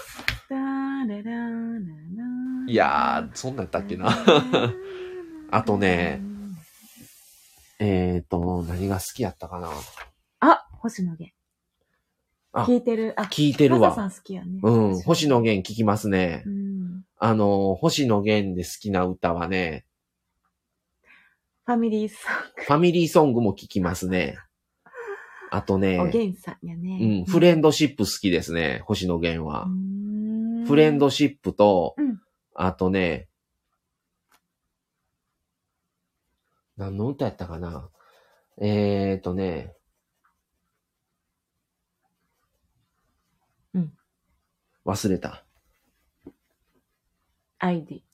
いやー、そんなんやったっけな。あとね、えーと、何が好きやったかな。 あ、星野源。聞いてる。あ、 聞いてるわ。 マサさん好きやね。 うん、星野源聞きますね。うん、あの、星野源で好きな歌はね、 ファミリーソング。 ファミリーソングも聞きますね。あとね、 おげんさんやね。 うん、フレンドシップ好きですね、星野源は。フレンドシップと、うん、あとね、何の歌やったかな。えーとね、うん。忘れた。 アイディ。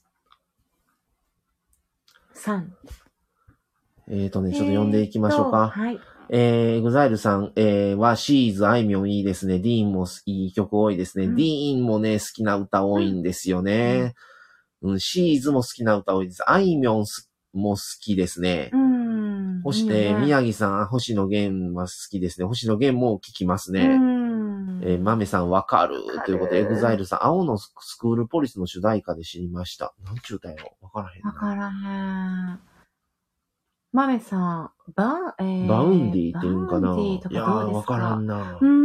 さん。 えーとね、ちょっと読んでいきましょうか。はい。えー、エグザイルさん、えー、は、シーズ、あいみょんいいですね。ディーンもいい曲多いですね。うん、ディーンもね、好きな歌多いんですよね。うん、うん、シーズも好きな歌多いです。あいみょんも好きですね。うん。星、えー、宮城さん、星野源は好きですね。星野源も聞きますね。うん。えー、豆さんわかるということで、エグザイルさん、青のスクールポリスの主題歌で知りました。なんちゅう歌やろわからへんな。 わからへん。マメさん、バ、えー、 バウンディって言うんかな。 バウンディとかどうですか？いやー、わからんな。うん。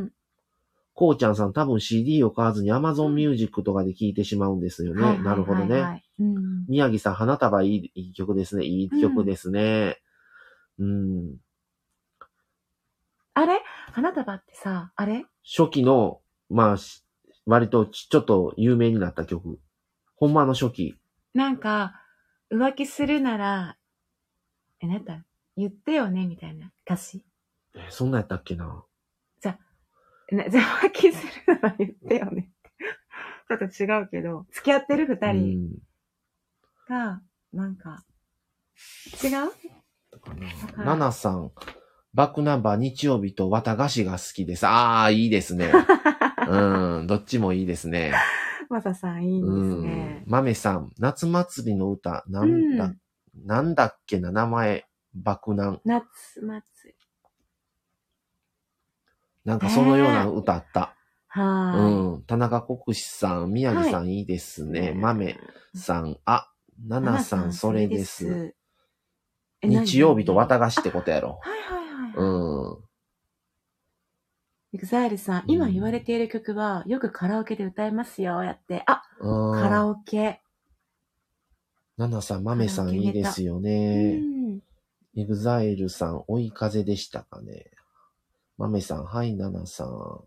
こうちゃんさん多分 シーディー を買わずに Amazon Music とかで聴いてしまうんですよね。はいはいはいはい、なるほどね。うん、宮城さん、花束いい、いい曲ですね。いい曲ですね。うん。うん、 あれ花束ってさ、あれ初期の、まあ、割とちょっと有名になった曲。ほんまの初期。 なんか、浮気するなら、え、なんだ言ってよねみたいな歌詞。 え、そんなやったっけな。 じゃ、なじゃあ浮気するなら言ってよね。 違うけど、付き合ってる二う人ん。 が、なんか、違うナナさん、バックナンバー日曜日と綿菓子が好きです。ああ、いいですね。うん、どっちもいいですね。 マサさんいいんですね。 マメさん、夏祭りの歌、なうんだ、 ん。 なんだっけな、名前、爆弾。 夏祭り。 なんかそのような歌あった。 はうーい。 ん。田中国士さん、宮城さんいいですね。 ね豆さん、あ、ナナさん、それです。 え日曜日と綿何菓子ってことやろ。 はいはいはい、はい。 うん。 エグザイルさん、今言われている曲は、よくカラオケで歌えますよ、やって。あ、カラオケ。 ナナさん、豆さんいいですよね。エグザイルさん、追い風でしたかね。豆さん、はい、ナナさん。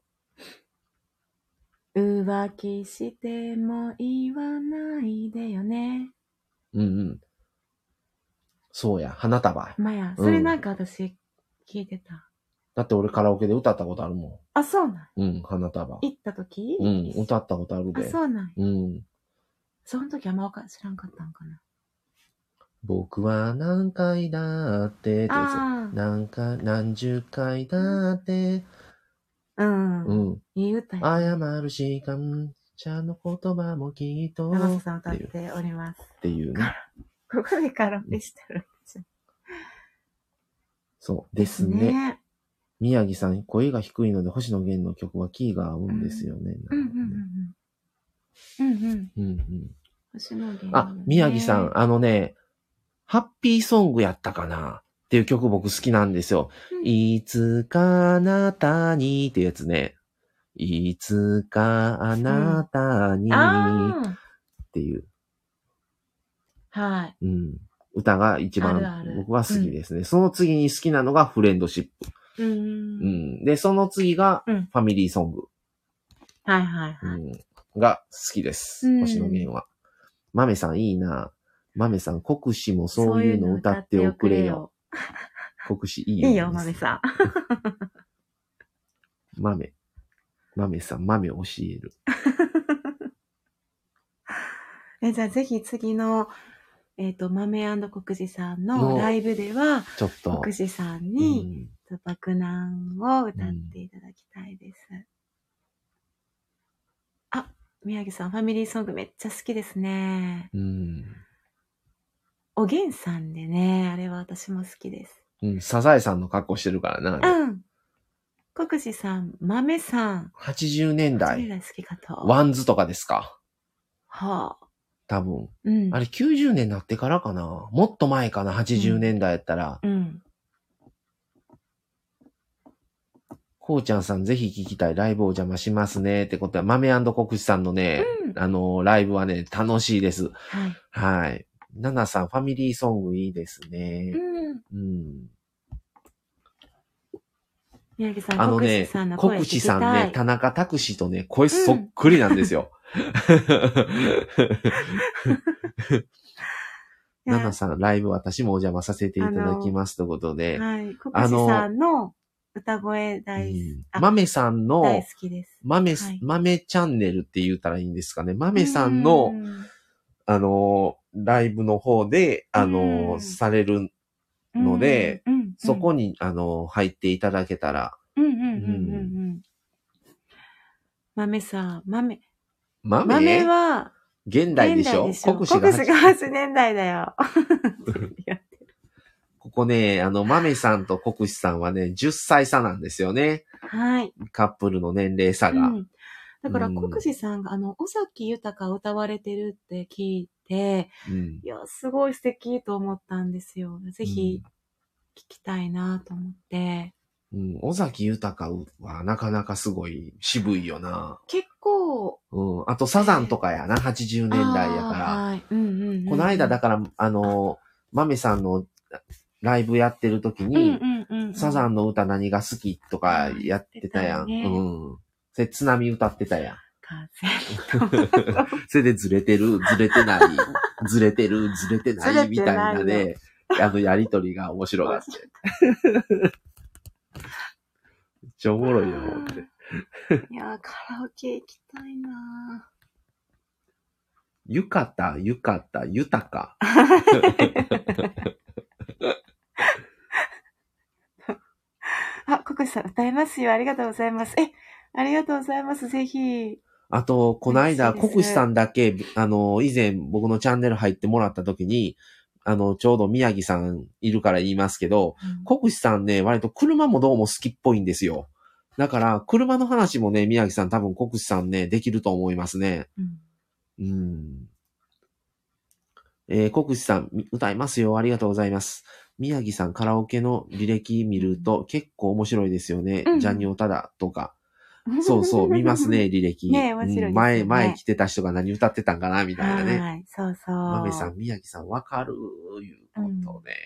浮気しても言わないでよね。 うんうん。そうや、花束。 まや、それなんか私聞いてた。 だって俺カラオケで歌ったことあるもん。 あ、そうなん。 うん、花束。 行った時うん、歌ったことあるで。 あ、そうなん。 うん。 その時あんまわか知らんかったんかな。 僕は何回だってってやつ。何回、何十回だって。 うん。 うん。 いい歌や、ね。 謝るし感謝の言葉もきっと。 山瀬さん歌っております。 っていうね。 ここでカラオケしてるんですよ。 そうですね。ですね。宮城さん、声が低いので星野源の曲はキーが合うんですよね。 うん、うん、うんうんうん。うんうん。うんうん。星野源、ね。 あ、宮城さん、あのね、ハッピーソングやったかなっていう曲僕好きなんですよ。うん、いつかあなたにっていうやつね。いつかあなたにっていう。 はい。 うん。歌が一番あるある僕は好きですね、うん。その次に好きなのがフレンドシップ。うん。うん。で、その次がファミリーソング。 うん、はいはいはい。 うん、が好きです。うん、星野源は。豆さんいいな。豆さん、国士もそういうの歌っておくれよ。国士いいよ。 いいよ、豆さん。 豆。豆さん、豆教える。 え、じゃあぜひ次の、えっ、ー、と、豆&国士さんのライブでは、ちょっと国士さんに、うん、爆弾を歌っていただきたいです。うん、あ、宮城さん、ファミリーソングめっちゃ好きですね。うん。おげんさんでね、あれは私も好きです。 うん、サザエさんの格好してるからな。 うん。国士さん、豆さん。 はちじゅうねんだい。 はちじゅうねんだい好きかと。 ワンズとかですか。 はあ。 多分。うん。あれきゅうじゅうねんになってからかな。もっと前かな、はちじゅうねんだいやったら。うん。うん、こうちゃんさんぜひ聞きたい。ライブお邪魔しますね。ってことは、豆&国士さんのね、うん、あの、ライブはね、楽しいです。はい。はい。ナナさん、ファミリーソングいいですね。うん。うん。宮城さん、あのね、国士さんね、田中拓司とね、声そっくりなんですよ。ナナさん、ライブ私もお邪魔させていただきますということで。はい。国士さんの歌声大好き。うん、豆さんの、大好きです。豆、はい、豆チャンネルって言ったらいいんですかね。豆さんの、あの、ライブの方で、あの、されるので、うんうん、そこに、あの、入っていただけたら。うんうんうんうんうん。豆さん、豆。豆豆は、現代でしょ？国士がはちねんだいだよ。ここね、あの、豆さんと国士さんはね、じゅっさい差なんですよね。はい。カップルの年齢差が。うん、だから、国士さんが、あの、尾崎豊歌われてるって聞いて、うん、いや、すごい素敵と思ったんですよ。ぜひ、聞きたいなと思って。うん、尾崎豊はなかなかすごい渋いよな。結構。うん。あとサザンとかやな、はちじゅうねんだいやから。はい。うんうんうんうん、この間だから、あの、豆さんのライブやってる時に、うんうんうんうん、サザンの歌何が好きとかやってたやん。ね、うん。それ津波歌ってたやん。それでずれてる、ずれてない、ずれてる、ずれてないみたいなで、あのやりとりが面白かった。めっちゃおもろいよ、思って。いやー、カラオケ行きたいなゆかた、ゆかた、ゆたか。 あ、ココシさん歌えますよ。ありがとうございます。え、ありがとうございます。ぜひ。 あと、この間、 嬉しいです国士さんだけ、あの、以前僕のチャンネル入ってもらった時に、あの、ちょうど宮城さんいるから言いますけど、 うん国士さんね、割と車もどうも好きっぽいんですよ。だから、車の話もね、宮城さん多分国士さんね、できると思いますね。 うんうん。えー、国士さん、歌いますよ。ありがとうございます。宮城さん、カラオケの履歴見ると結構面白いですよね。 うんジャニオタだとか。そうそう、見ますね、履歴。 ねえ面白いですよねうん前、前来てた人が何歌ってたんかな、みたいなね。 はい、そうそう。 豆さん、宮城さん、わかるいうことで。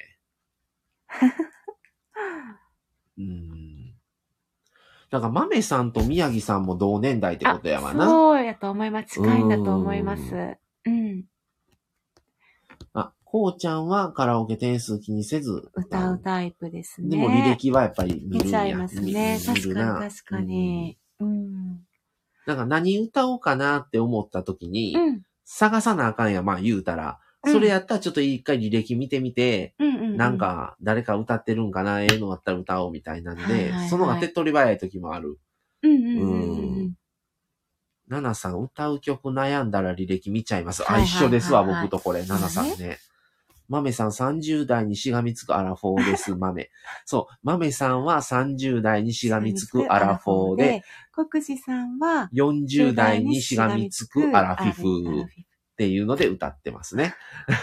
うん。だから、豆さんと宮城さんも同年代ってことやわな。 そうやと思います。近いんだと思います。うん。 あ、こうちゃんはカラオケ点数気にせず歌うタイプですね。 でも履歴はやっぱり見るんや。 見ちゃいますね。 見見るな確かに確かに。うん。 なんか何歌おうかなって思った時に、 うん。 探さなあかんや、まあ言うたら。 うんそれやったらちょっと一回履歴見てみて、 うんうんうん。 なんか誰か歌ってるんかな、ええのあったら歌おうみたいなんで、 はいはいはいそのが手っ取り早い時もある。 うんうんうんうん。 ナナさん、歌う曲悩んだら履歴見ちゃいます。あ、 はいはいはいはい一緒ですわ、僕とこれ。ナナさんそうね。マメさんさんじゅう代にしがみつくアラフォーです、マメ。そう、マメさんはさんじゅう代にしがみつくアラフォーで、 国士さんはよんじゅう代にしがみつくアラフィフっていうので歌ってますね。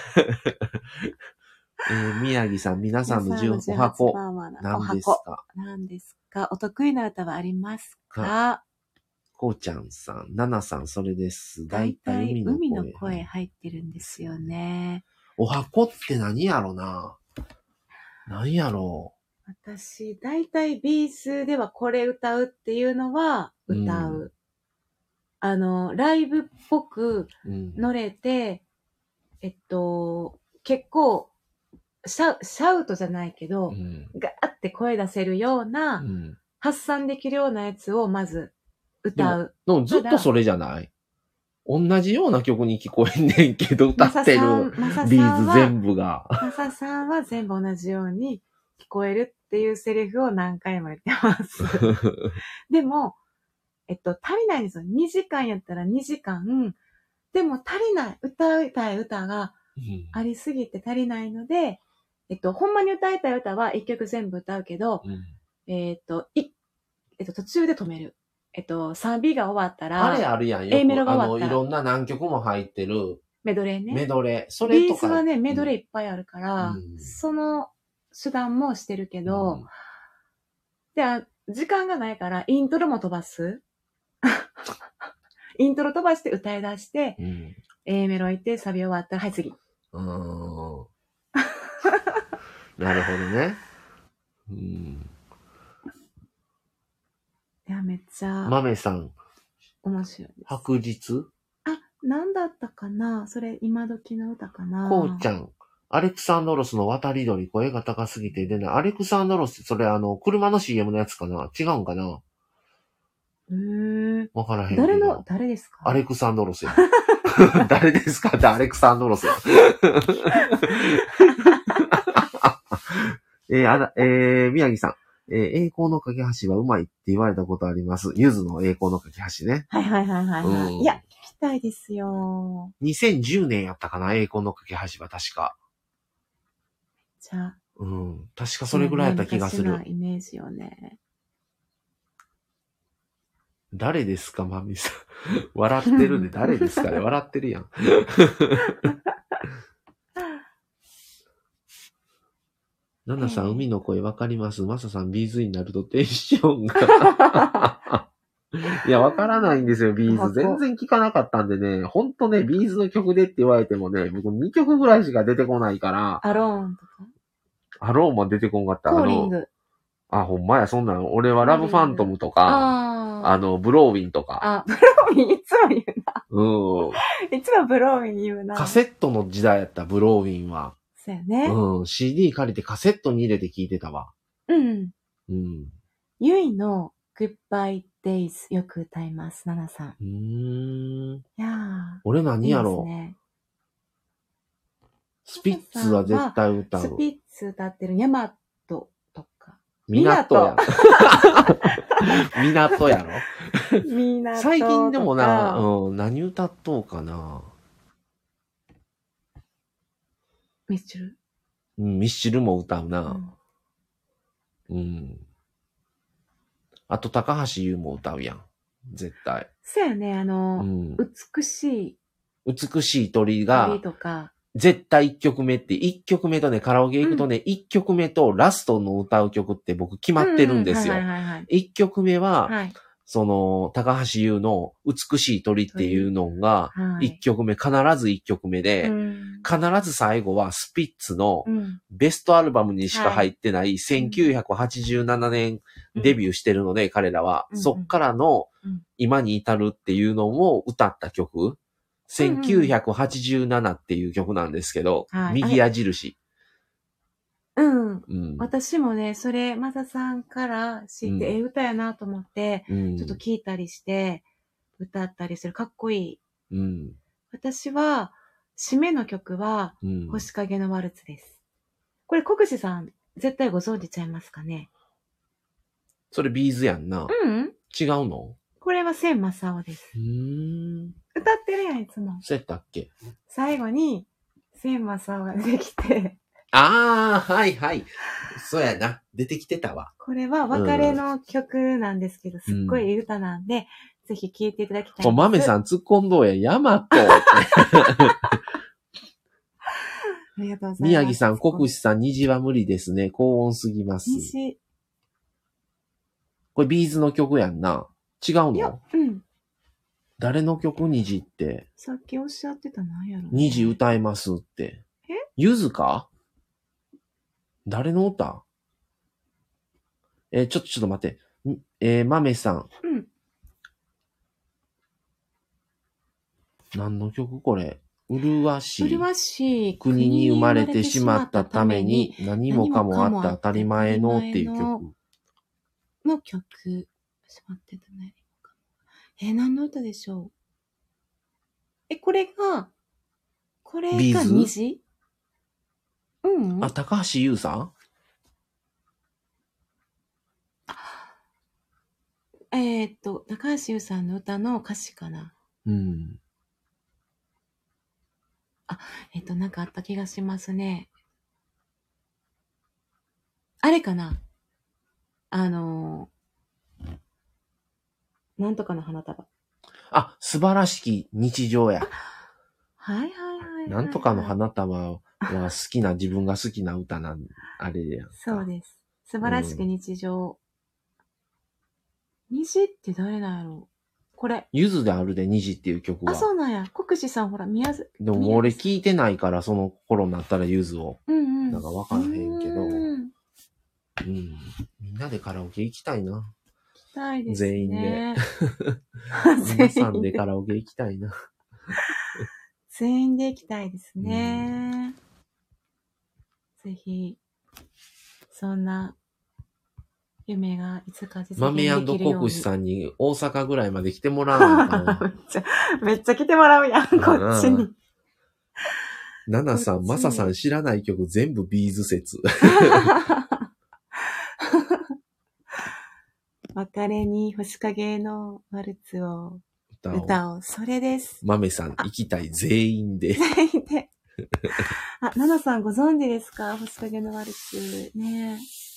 えー、宮城さん、皆さんのじゅうお箱、何ですか何ですかお得意な歌はありますかこうちゃんさん、ななさん、それです。だい大たい体海の声。 海の声入ってるんですよね。 お箱って何やろな何やろ私、大体ビースではこれ歌うっていうのは歌う。 うんあの、ライブっぽくうん。 乗れて、えっと、結構、シャウシャウトじゃないけど、 うん。 ガーって声出せるような、 うん。 発散できるようなやつをまず歌う。 でもずっとそれじゃない同じような曲に聞こえんねんけど、歌ってるマサビさんは、 ーズ全部が。 マサさんは全部同じように聞こえるっていうセリフを何回も言ってます。でも、えっと、足りないんですよ。にじかんやったらにじかん。でも足りない。歌いたい歌がありすぎて足りないので、えっと、ほんまに歌いたい歌はいっきょく全部歌うけど、 うんえっと、い、えっと、途中で止める。えっと、サビが終わったら、 あれあるやん。よ A メロく、あの、 が終わったらいろんな何曲も入ってるメドレーね。 メドレー。それビとか。 ーズはね、メドレーいっぱいあるから、 うんその手段もしてるけど、 うんで、あ時間がないから、イントロも飛ばす。イントロ飛ばして歌い出して、 うん A メロ行ってサビ終わったら、はい次。 うーんなるほどね。うん。 いや、めっちゃ豆さん、 面白いです。 白日あ、なんだったかなそれ、今時の歌かなこうちゃん、アレクサンドロスの渡り鳥、声が高すぎて出ない。アレクサンドロスってそれあの、車の シーエム のやつかな違うんかなへーわからへんけど。 誰の、誰ですかアレクサンドロスや。誰ですかってアレクサンドロスや。えーあら、えー、宮城さん。えー栄光の架け橋はうまいって言われたことあります。ゆずの栄光の架け橋ね。 はいはいはいはい、はいうんいや、聞きたいですよ。 にせんじゅうねんやったかな栄光の架け橋は確か。 じゃあ。 うん。確かそれぐらいやった気がする。 昔のイメージよね。 誰ですか、マミさん。笑ってるで誰ですかね笑ってるやん。ナナさん、海の声わかりますマサさん、ビーズになるとテンションが。いや、わからないんですよ、ビーズ。全然聞かなかったんでね。ほんとね、ビーズの曲でって言われてもね、僕にきょくぐらいしか出てこないから。 アローンとかアローンも出てこんかった。 コーリング。 あ、ほんまや、そんなの。俺はラブファントムとか、 ああの、ブローウィンとか。 あ、ブローウィンいつも言うな。 うん。 いつもブローウィン言うな。 カセットの時代やった、ブローウィンは。 そうやね。 うん。シーディー 借りてカセットに入れて聴いてたわ。 うん。 うん。 ゆいのグッバイデイズよく歌います、ナナさん。 うーん。 ん。 いやー。 俺何やろう。 いいですね。 スピッツは絶対歌う。 スピッツ歌ってるヤマトとか。 港やろ。港やろ。 港。 最近でもな、うん、何歌っとうかな。 ミスチルうん、ミスチルも歌うな。 うん。 うん。あと、高橋優も歌うやん。絶対。 そうやね、あの、 うん、 美しい美しい鳥が鳥、とか。 絶対一曲目って、一曲目とね、カラオケ行くとね、一、うん、曲目とラストの歌う曲って僕決まってるんですよ。一曲目は、はい、その、高橋優の美しい鳥っていうのが、一曲目、必ず一曲目で、うん、必ず最後はスピッツのベストアルバムにしか入ってないせんきゅうひゃくはちじゅうななねんデビューしてるので、うん、彼らは、うん、そっからの今に至るっていうのを歌った曲、せんきゅうひゃくはちじゅうななっていう曲なんですけど、はい、右矢印。 うん、うん。私もね、それ、マサさんから知って、うん、ええ歌やなと思って、うん、ちょっと聞いたりして、歌ったりする。かっこいい。うん、私は、締めの曲は、うん、星影のワルツです。これ、国士さん、絶対ご存知ちゃいますかね。 それ、ビーズやんな。 うん。 違うの？ これは千正夫です。 うーん。 歌ってるやん、いつも。 そうやったっけ？ 最後に、千正夫が出てきて。 ああ、はいはい。そうやな。出てきてたわ。 これは別れの曲なんですけど、うん、すっごいいい歌なんで、ぜひ聴いていただきたいです。 お、豆さん突っ込んどうや、ヤマト。ありがとうございます。 宮城さん、国士さん、虹は無理ですね。高音すぎます。 虹。 これビーズの曲やんな。違うの？ いや、うん。 誰の曲？虹って。 さっきおっしゃってたなんやろ、ね。 虹歌えますって。 え？ ゆずか？誰の歌？えー、ちょっと、ちょっと待って。えー、豆さん。 うん。 何の曲これ？麗しい。 麗しい国に生まれてしまったために、何もかもあって当たり前のっていう曲。 の曲。しまってたね。えー、何の歌でしょう？え、これが、これが虹？うん。 あ、高橋優さん？ えー、っと、高橋優さんの歌の歌詞かな。 うん。 あ、えー、っと、なんかあった気がしますね。あれかな？あのー、なんとかの花束。 あ、素晴らしき日常や。 はいはいはい、はい。 なんとかの花束は好きな、自分が好きな歌なん、あれやんか。 そうです。素晴らしき日常。うん、虹って誰なんやろう？これ。 ゆずであるで、虹っていう曲は。 あ、そうなんや。国士さんほら、宮津。 でも俺聞いてないから、その頃になったらゆずを。 うんうん。 なんかわからへんけど。うん。うん。みんなでカラオケ行きたいな。 行きたいですね。 全員で。皆さんでカラオケ行きたいな。 全員で行きたいですね。うん、ぜひ、そんな夢がいつか実現できるように。 豆&国士さんに大阪ぐらいまで来てもらわないかな。 めっちゃ、めっちゃ来てもらうやん、こっちに。 ナナさん、マサさん知らない曲全部ビーズ説。 別れに星影のワルツを歌おう。歌おう。それです。 豆さん、行きたい。全員で。 全員で。あ、ナナさんご存知ですか？星影のワルツ。ね。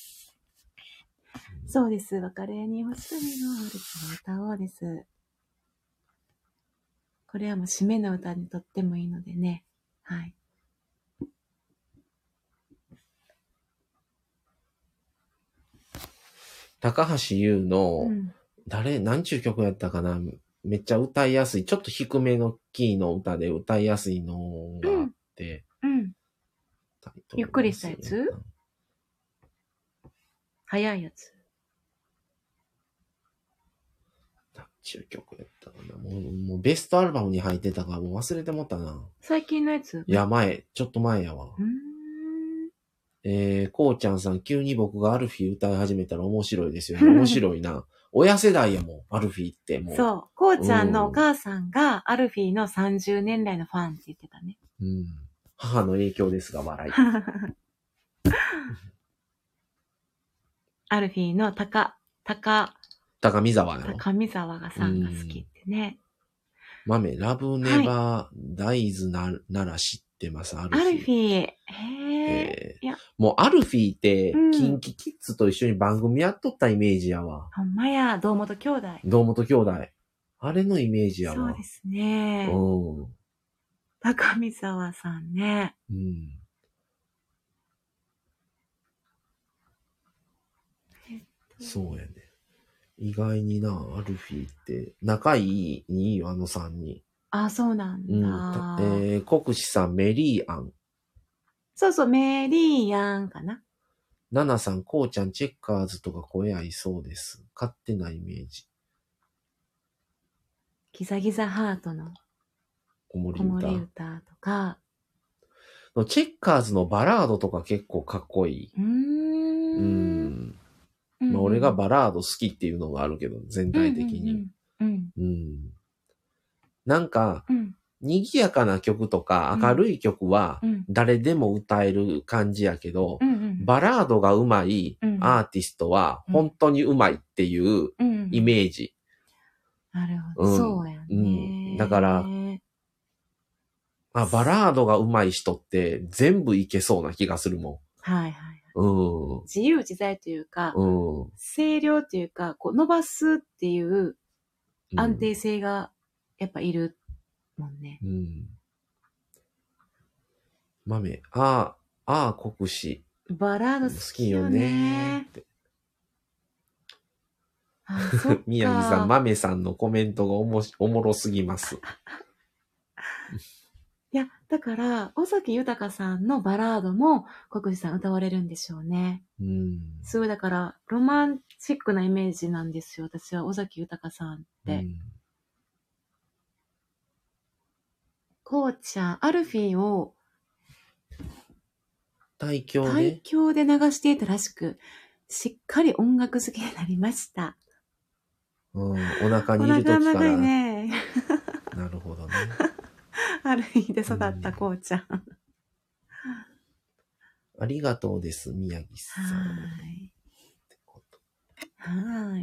そうです。別れに星影のワルツを歌おうです。これはもう締めの歌にとってもいいのでね。はい。 高橋優の、 うん、 誰、なんちゅう曲やったかな？めっちゃ歌いやすい。ちょっと低めのキーの歌で歌いやすいのがあって。 うん。うん、ゆっくりしたやつ？早いやつ。 なんちゅう曲やったかな？もう、もうベストアルバムに入ってたからもう忘れてもったな。 最近のやつ？ いや、前、ちょっと前やわ。 うーん。 えー、こうちゃんさん、急に僕がアルフィー歌い始めたら面白いですよね。面白いな。 親世代やもん、アルフィーってもう。 そう。こうちゃんのお母さんがアルフィーのさんじゅうねん来のファンって言ってたね。 うん。母の影響ですが、笑い。 アルフィーの高、高、 高見沢やろ。 高見沢がさんが好きってね。 豆、ラブネバー大豆な、なら知ってます、アルフィー。 アルフィー。へえー。いや、 もうアルフィーって、 うんキンキキッズと一緒に番組やっとったイメージやわ。 ほんまや、堂本兄弟。 堂本兄弟。あれのイメージやわ。 そうですね。 うん。 高見沢さんね。 うん。そうやね。意外にな、アルフィーって、仲いい、いいよ、あのさんにん。 あ、そうなんだ。 うん、えー、国士さん、メリーアン。 そうそう、メリーヤンかな。 ナナさん、コウちゃん、チェッカーズとか声合いそうです。勝手なイメージ。 ギザギザハートの子守子守歌。 歌とか。 チェッカーズのバラードとか結構かっこいい。 うーん。 うんうん。 まあ、俺がバラード好きっていうのがあるけど、全体的に。 うん。 うん。なんか、 うん。 賑やかな曲とか明るい曲は誰でも歌える感じやけど、 うんうん、 バラードが上手いアーティストは本当に上手いっていうイメージ。 うんうん、なるほど、うん。そうやね、うん。 だから、あ、バラードが上手い人って全部いけそうな気がするもん。 はいはい。 うん、 自由自在というか、 うん、 声量というか、こう伸ばすっていう安定性がやっぱいるもんね。 うん。豆、ああ、ああ、国士。 バラード好きよね。好きよね。あ、そっか。 宮城さん、豆さんのコメントがおもし、おもろすぎます。 いや、だから、尾崎豊さんのバラードも国士さん歌われるんでしょうね。 うん。 すごい、だから、ロマンチックなイメージなんですよ。私は尾崎豊さんって。うん、こうちゃん、アルフィーを、 対響で対響で流していたらしく、しっかり音楽好きになりました。 うん、お腹にいるときから。お腹長いね。 なるほどね。 アルフィーで育ったこうちゃん。うん、 ありがとうです、宮城さん。 はい。はい。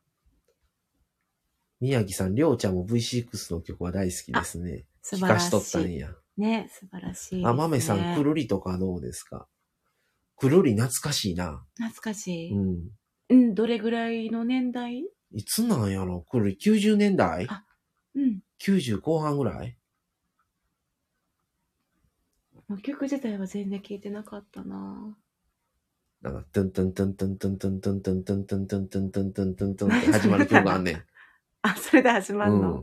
宮城さん、りょうちゃんも ブイシックス の曲は大好きですね。素晴らしい。聞かしとったんや。 ね、素晴らしいですね。 あ、豆さん、くるりとかどうですか？くるり懐かしいな。 懐かしい。 うん。 うん、どれぐらいの年代？ いつなんやろ？くるりきゅうじゅうねんだい？ あ、うん。 きゅうじゅう後半ぐらい？ 曲自体は全然聞いてなかったな。 なんか、トゥントゥントゥントゥントゥントゥントゥントゥントゥントゥントゥントゥントゥントゥントゥントゥンって始まる曲があんねん。 あ、それで始まるの。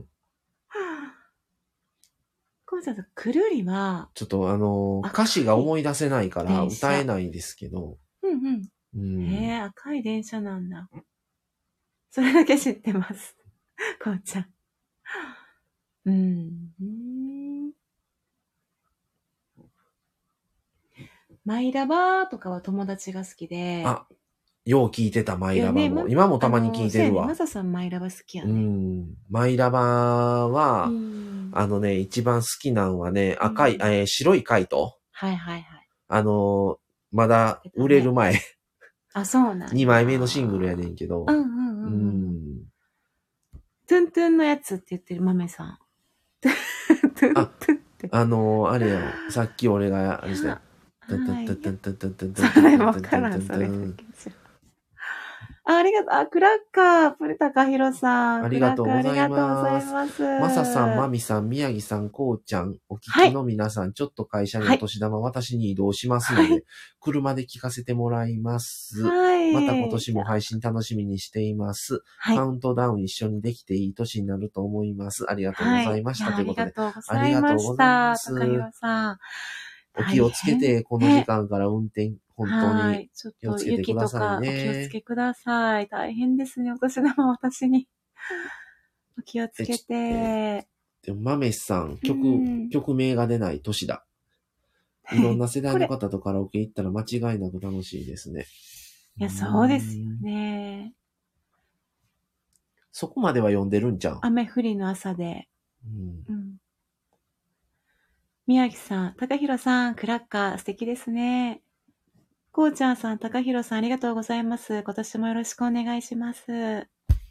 こうちゃんとくるりは、 ちょっとあの、歌詞が思い出せないから歌えないんですけど。 うんうん。 うん、 へえ、赤い電車なんだ。それだけ知ってます。こうちゃん。うん。うんマイラバーとかは友達が好きで。 あ、よう聞いてた、マイラバも。ねま、今もたまに聞いてるわ。 マサさんマイラバ好きやね。 うん。マイラバは、あのね、一番好きなのはね、赤い、えー、白いカイト。 はいはいはい。 あのー、まだ売れる前。ね、 あ、そうなんにまいめのシングルやねんけど。 うんうんうん。うん。トゥントゥンのやつって言ってる豆さん。トゥントゥンって。 あのー、あれやろ。さっき俺が、あれした。 それわからん、それだけじゃ。あ、ありがとう。あ、クラッカー、プリタカヒロさん。 ありがとうございます。 ありがとうございます。 まささん、まみさん、宮城さん、こうちゃん、お聞きの皆さん、はい、ちょっと会社にお年玉、はい、私に移動しますので、はい、車で聞かせてもらいます。はい、また今年も配信楽しみにしています。はい、カウントダウン一緒にできていい年になると思います。ありがとうございました。はい、ということで。 ありがとうございました。高弘さん。 お気をつけて、この時間から運転、本当に気をつけてくださいね。 はい、ちょっと雪とかお気をつけください。大変ですね、お年玉私に。お気をつけて。 でも、豆さん、曲、曲名が出ない年だ。いろんな世代の方とカラオケ行ったら間違いなく楽しいですね。 いや、そうですよね。 そこまでは読んでるんじゃん。 雨降りの朝で。 うん。 うん。宮城さん、高弘さん、クラッカー素敵ですね。こうちゃんさん、高弘さん、ありがとうございます。今年もよろしくお願いします。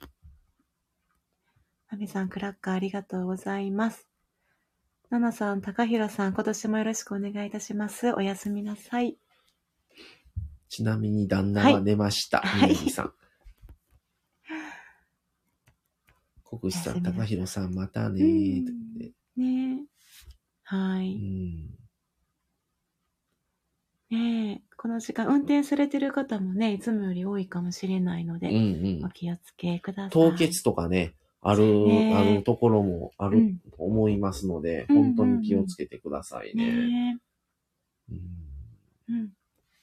あみさん、クラッカーありがとうございます。ななさん、高弘さん、今年もよろしくお願いいたします。おやすみなさい。 ちなみに旦那は寝ました。 はい宮城さん。国士さん、高弘さん、またねー。 ねえ。はうい。 ん。 ねえ、この時間、運転されてる方もね、いつもより多いかもしれないので、 うんうんお。気をつけください。 凍結とかね、ある、 ねあるところもあるうんと思いますので、 うん本当に気をつけてくださいね。 ねうん、 え。うん。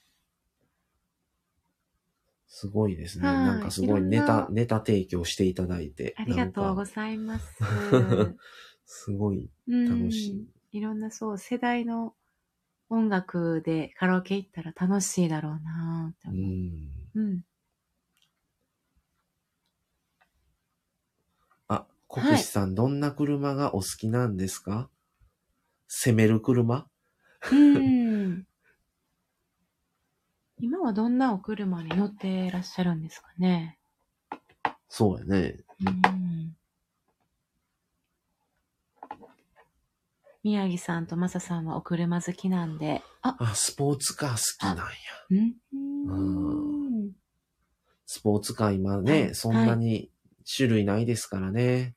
すごいですね。 はいなんかすごいいろんなネタ、ネタ提供していただいて。 ありがとうごいざいます。 ます。すごい楽しい。 うんいろんなそう、世代の音楽でカラオケ行ったら楽しいだろうなってう思う。 ん。 うん。 あ、国士さん、どんな車がお好きなんですか？攻める車？ うん。今はどんなお車に乗ってらっしゃるんですかね。 そうやね。 うん。宮城さんとマサさんはお車好きなんで。あ、 あ、スポーツカー好きなんや。 うん。うんスポーツカー今ね、 はいそんなに種類ないですからね。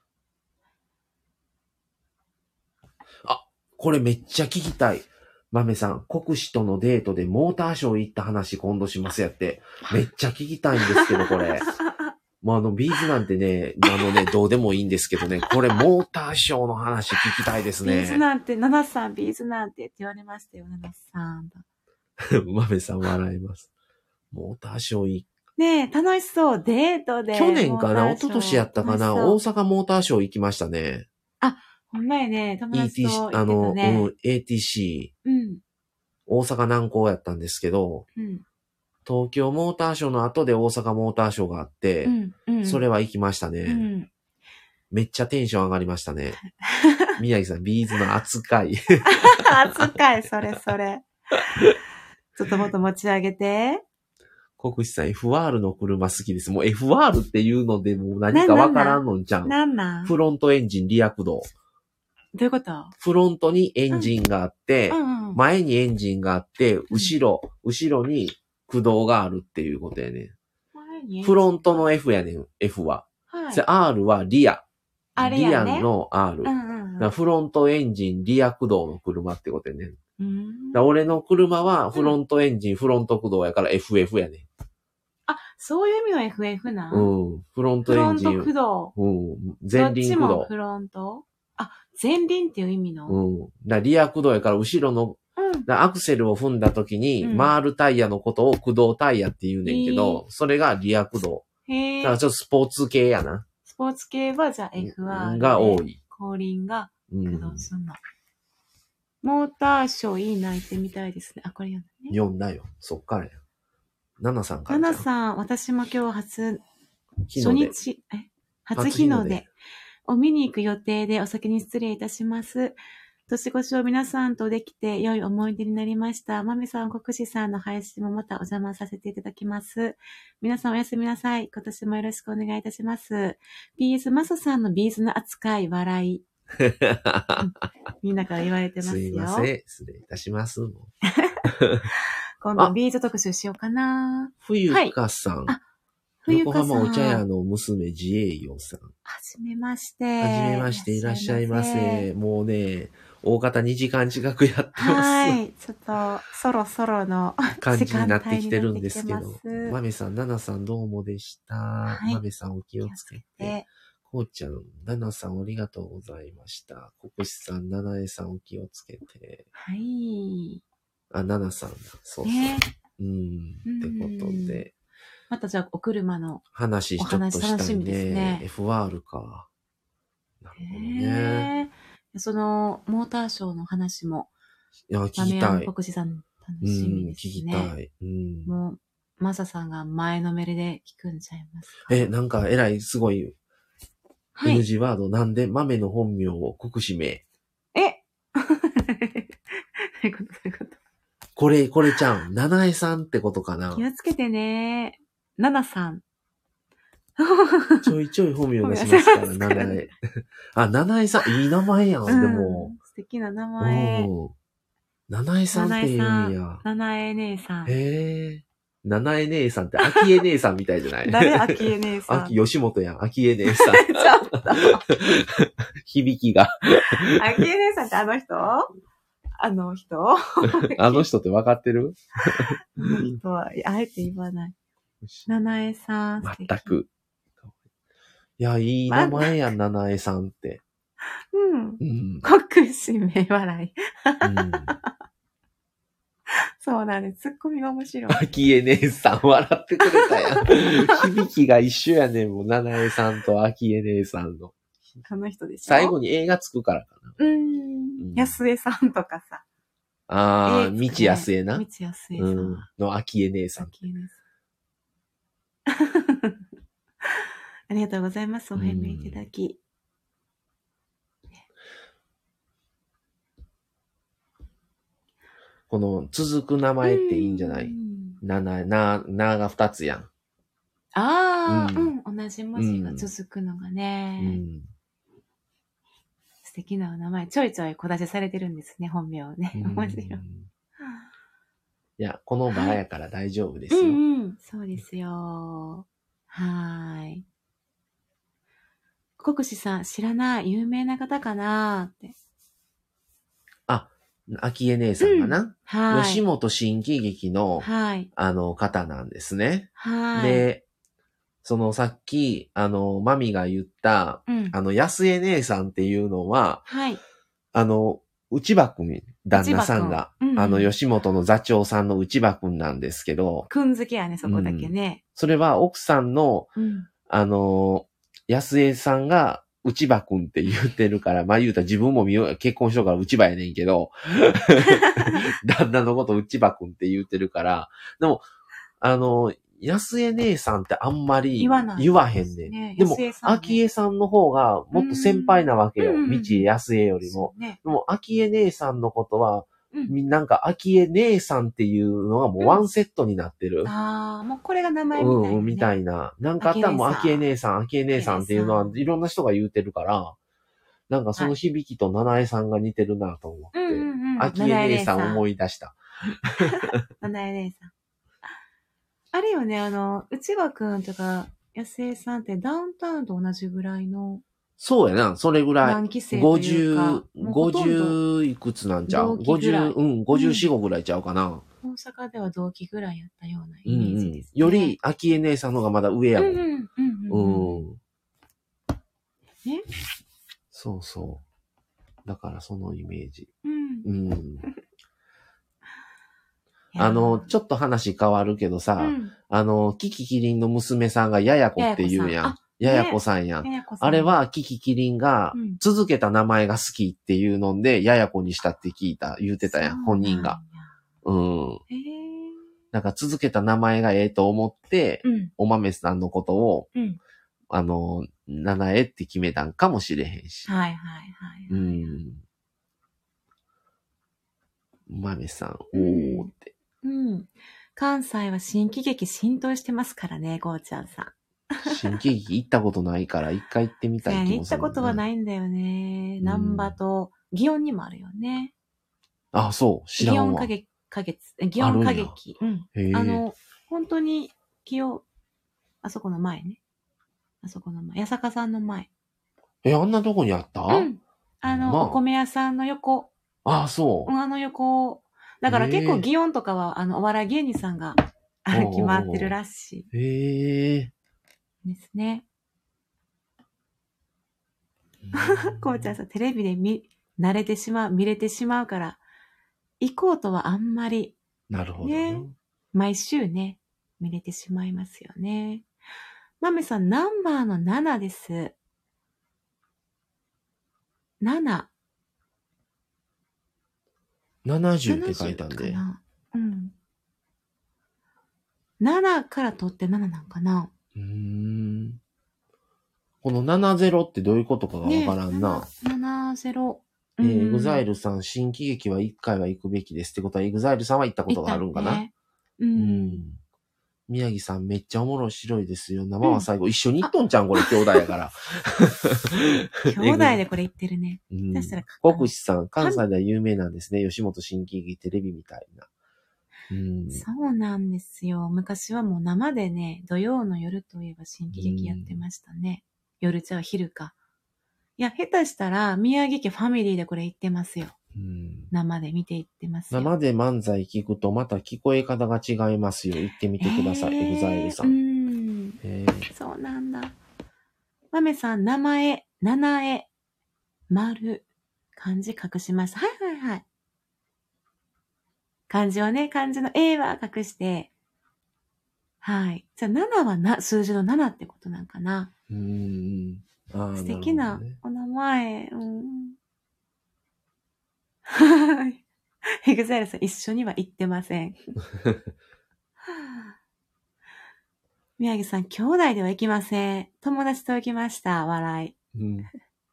あ、これめっちゃ聞きたい。豆さん、国士とのデートでモーターショー行った話今度しますやって。めっちゃ聞きたいんですけど、これ。もうあの、ビーズなんてね、あのね、どうでもいいんですけどね、これモーターショーの話聞きたいですビーズね。 なんて、ナナさん、ビーズなんてって言われましたよ、ナナさん。 豆さん笑います。モーターショー行ねえ、楽しそう。デートで。 去年かな、 モーターショー一昨年やったかな、大阪モーターショー行きましたね。 ほんまやね、友達イーティーシー、 と行ってたあの、 ね。 うん、エーティーシー、 うん。 大阪南港やったんですけど、 うん。 東京モーターショーの後で大阪モーターショーがあって、 うん。うん。 それは行きましたね。 うん。 めっちゃテンション上がりましたね。宮城さん、ビーズの扱い。 扱い、それそれ。ちょっともっと持ち上げて。 国士さん、エフアール の車好きです。もう エフアール っていうのでもう何かわからんのんちゃう。 なんなんフロントエンジンリア駆動。 どういうことフロントにエンジンがあって、 うんうん、 前にエンジンがあって、後ろ、後ろに駆動があるっていうことやね。フロントの F やねん、F は。はい、R はリア。 あれやね、 リアの R。 うんうんうん、 だフロントエンジン、リア駆動の車ってことやね。 うんだ俺の車はフロントエンジン、うん、フロント駆動やから エフエフ やね。 あ、そういう意味の エフエフ な。 うん。フロントエンジン。 フロント駆動。 うん。前輪駆動。どっちもフロントあ、前輪っていう意味の。 うん。だリア駆動やから後ろの、うん、だアクセルを踏んだ時に回るタイヤのことを駆動タイヤって言うねんけど、うん、それがリア駆動。へだからちょっとスポーツ系やな。 スポーツ系はじゃあ エフアールが多い。 後輪が駆動すんの。うん、モーターショーいいな、行ってみたいですね。あ、これ読んだね。 読んだよ。そっからや。ナナさんからじゃん。 ナナさん、私も今日初、初日、え初日の出を見に行く予定でお先に失礼いたします。年越しを皆さんとできて良い思い出になりました。まみさん、国士さんの配信もまたお邪魔させていただきます。皆さんおやすみなさい。今年もよろしくお願いいたします。ビーズ、マサさんのビーズの扱い、笑い。みんなから言われてますよ。 すいません。失礼いたします。 今度ビーズ特集しようかな。 冬香さん。はい、冬香さん。横浜お茶屋の娘、自営業さん。 はじめまして。 はじめまして、いらっしゃいませ。もうね、大方にじかん近くやってます。 はい。ちょっと、そろそろの感じになってきてるんですけど。まめさん、ななさんどうもでした。はい、まめさんお気をつけて。こうちゃん、ななさんありがとうございました。ここしさん、ななえさんお気をつけて。 はい。 あ、ななさんだ。そうそう。ね、うん。ってことで。 またじゃあ、お車の話ちょっとしたいね。ですね エフアール か。なるほどね。 その、モーターショーの話も。 いや、聞きたい。 国士さん楽しみですね。 うん、聞きたい。うん。 もう、 マサさんが前のめりで聞くんちゃいますか？ え、なんか偉い、すごい、 はい。 エヌジー ワード、なんで豆の本名を国士名。 えどういうことどういうことこれ、これちゃん、七重さんってことかな。 気をつけてね。ナナさん。 ちょいちょい本名出しますから、七重。あ、七重さん、いい名前やん、 うんでも。 素敵な名前。 うん。七重さんって言うんや。 七重姉さん。 へえ。七重姉さんって、秋江姉さんみたいじゃない？ 誰秋江姉さん。 秋、吉本やん、秋江姉さん。 ちょっと。 響きが。 秋江姉さんってあの人あの人あの人って分かってる？ あの人は、あえて言わない。七重さん。 全く。いや、いい名前やん、七重さんって。 うん。 うん。 国士名笑い。 うんそうなんです。ツッコミが面白い。 秋江姉さん笑ってくれたやん。響きが一緒やねん、もう、七重さんと秋江姉さんの。 あの人でしょ最後に映画つくからかな。 うーん。安江さんとかさ。 ああ、 ね道安江な。 道安江さん。 うん。の秋江姉さん。 秋江姉さん。ありがとうございます。お返事いただき。 この続く名前っていいんじゃない？な、な、な、なが二つやん。 ああ、 ううん、同じ文字が続くのがね。 うん。 素敵なお名前。ちょいちょい小出しされてるんですね、本名をね。面白い。いや、この場やから大丈夫ですよ。 うんうん、そうですよ。はーい。国士さん、知らない、有名な方かなって。 あ、秋江姉さんがな、うん、 はい。 吉本新喜劇の、 はい。 あの方なんですね。 はい。 で、そのさっき、あの、マミが言った、うん、あの、安江姉さんっていうのは、はい。あの、内場くん、旦那さんが、うんうん、あの、吉本の座長さんの内場くんなんですけど。 くん付けやね、そこだけね。 うん、それは奥さんの、うん、あの、安江さんが、内場くんって言ってるから、まあ言うたら自分も結婚しとから内場やねんけど、旦那のこと内場くんって言ってるから、でも、あの、安江姉さんってあんまり言わへんねん。ね、でも、秋江さんの方がもっと先輩なわけよ。道安江よりも。ね、でも、秋江姉さんのことは、うん、なんか、秋江姉さんっていうのがもうワンセットになってる。 うん、ああ、もうこれが名前みたいな、ね。 うん、みたいな。なんかあったらもう秋江姉さん、秋江姉さんっていうのはいろんな人が言うてるから、なんかその響きと七重さんが似てるなと思って、はい、うんうんうん、秋江姉さん思い出した。 七重姉さん。あれよね、あの、内場くんとか安江さんってダウンタウンと同じぐらいの。 そうやな、それぐらい。 何期生というか。 ごじゅう、ごじゅういくつなんちゃう ?ごじゅう、うん、ごじゅうよん、ごぐらいちゃうかな。 大阪では同期ぐらいやったようなイメージです、ね、 うんうん。より、秋江姉さんの方がまだ上やもん。うん、うん、 うん。うん。ねそうそう。だからそのイメージ。 うん。 うんあの、ちょっと話変わるけどさ、うん、あの、キキキリンの娘さんがややこって言うやん。ややこさんやん。ね、あれはキキキリンが続けた名前が好きっていうので、ややこにしたって聞いた、言うてたやん、本人が。うん。なんか続けた名前がええと思って、うん、お豆さんのことを、うん、あの、七重って決めたんかもしれへんし。 はいはいはい、はい。 うん。豆さん、おーって。 うん。関西は新喜劇浸透してますからね、ゴーちゃんさん。 新喜劇行ったことないから一回行ってみたい気もする、ね。 行ったことはないんだよね。難波と、祇園にもあるよね。 あ、そう。知らんわ。 祇園歌劇、歌劇、祇園歌劇。うん。あの、本当に、祇園、あそこの前ね。あそこの前。八坂さんの前。 え、あんなとこにあった？ うん。あの、まあ、お米屋さんの横。 あ、そう。 あの横。だから結構祇園とかは、あの、お笑い芸人さんが歩き回ってるらしい。 へえ。 ですね。こうちゃんさ、テレビで見、慣れてしまう、見れてしまうから、行こうとはあんまり。 なるほどね。 ね毎週ね、見れてしまいますよね。まめさん、ナンバーのななです。なな。 ななじゅうって書いたんで。 うん。 ななから取ってなななんかな。 うーん。このななじゅうってどういうことかがわからんな。 ね、ななじゅう。 えー、エグザイルさん、新喜劇はいっかいは行くべきですってことは、エグザイルさんは行ったことがあるんかな、 ね、うん、 うん。宮城さん、めっちゃおもろ白いですよ。生は最後、うん、一緒に行っとんちゃんこれ、兄弟やから。 兄弟でこれ言ってるね。 うん。国士さん、関西では有名なんですね。吉本新喜劇テレビみたいな。うん、 そうなんですよ。昔はもう生でね、土曜の夜といえば新喜劇やってましたね。うん、夜じゃあ昼か。いや、下手したら宮城家ファミリーでこれ言ってますよ。うん、生で見ていってますよ。 生で漫才聞くとまた聞こえ方が違いますよ。行ってみてください。エグザイルさん。うん。 そうなんだ。まめさん、名前、七重、丸、漢字隠します。はいはいはい。漢字をね、漢字の A は隠して、はい。じゃあななはな、数字のななってことなんかな。 うーん。あ、 素敵なお名前。うん。はい。エグザイルさん、一緒には行ってません。宮城さん、兄弟では行きません。友達と行きました。笑い。うん、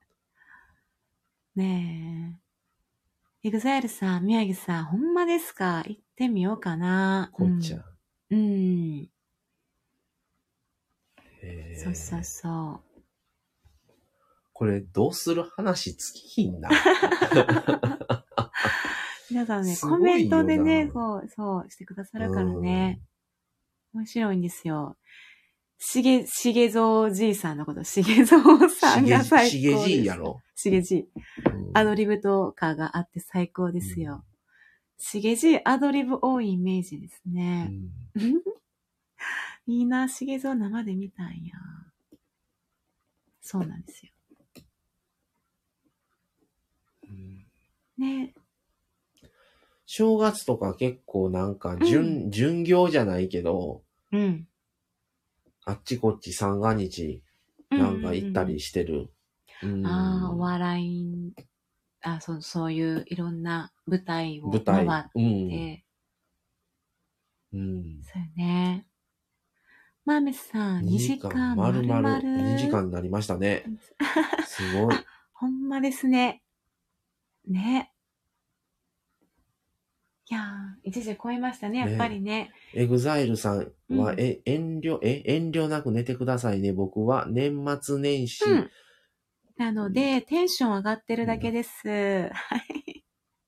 ねえ。エグザイルさん、宮城さん、ほんまですか？行ってみようかな。 こっちゃ。 うん。うん。そうそうそう。 これ、どうする話つきひんな。 皆さんね、コメントでね、こう、そう、してくださるからね。面白いんですよ。しげ、しげぞうじいさんのこと、しげぞうさんが最高です。しげじいやろ。しげじい。アドリブとかがあって最高ですよ。しげじい、アドリブ多いイメージですね。うん、いいな、しげぞう生で見たんや。そうなんですよ。うん、ね。 正月とか結構なんか、巡、うん、巡業じゃないけど、うん。あっちこっち三が日、なんか行ったりしてる。 うんうんうん、ああ、お笑い、あ、そう、そういういろんな舞台を回って。舞台。うん。うん、そうよね。マーメスさん、にじかん丸々。 にじかんになりましたね。すごい。 ほんまですね。ね。いやー、一時超えましたね、やっぱりね。 エグザイルさんは、うん、え、遠慮、え、遠慮なく寝てくださいね。僕は年末年始。うん、 なので、テンション上がってるだけです。はい。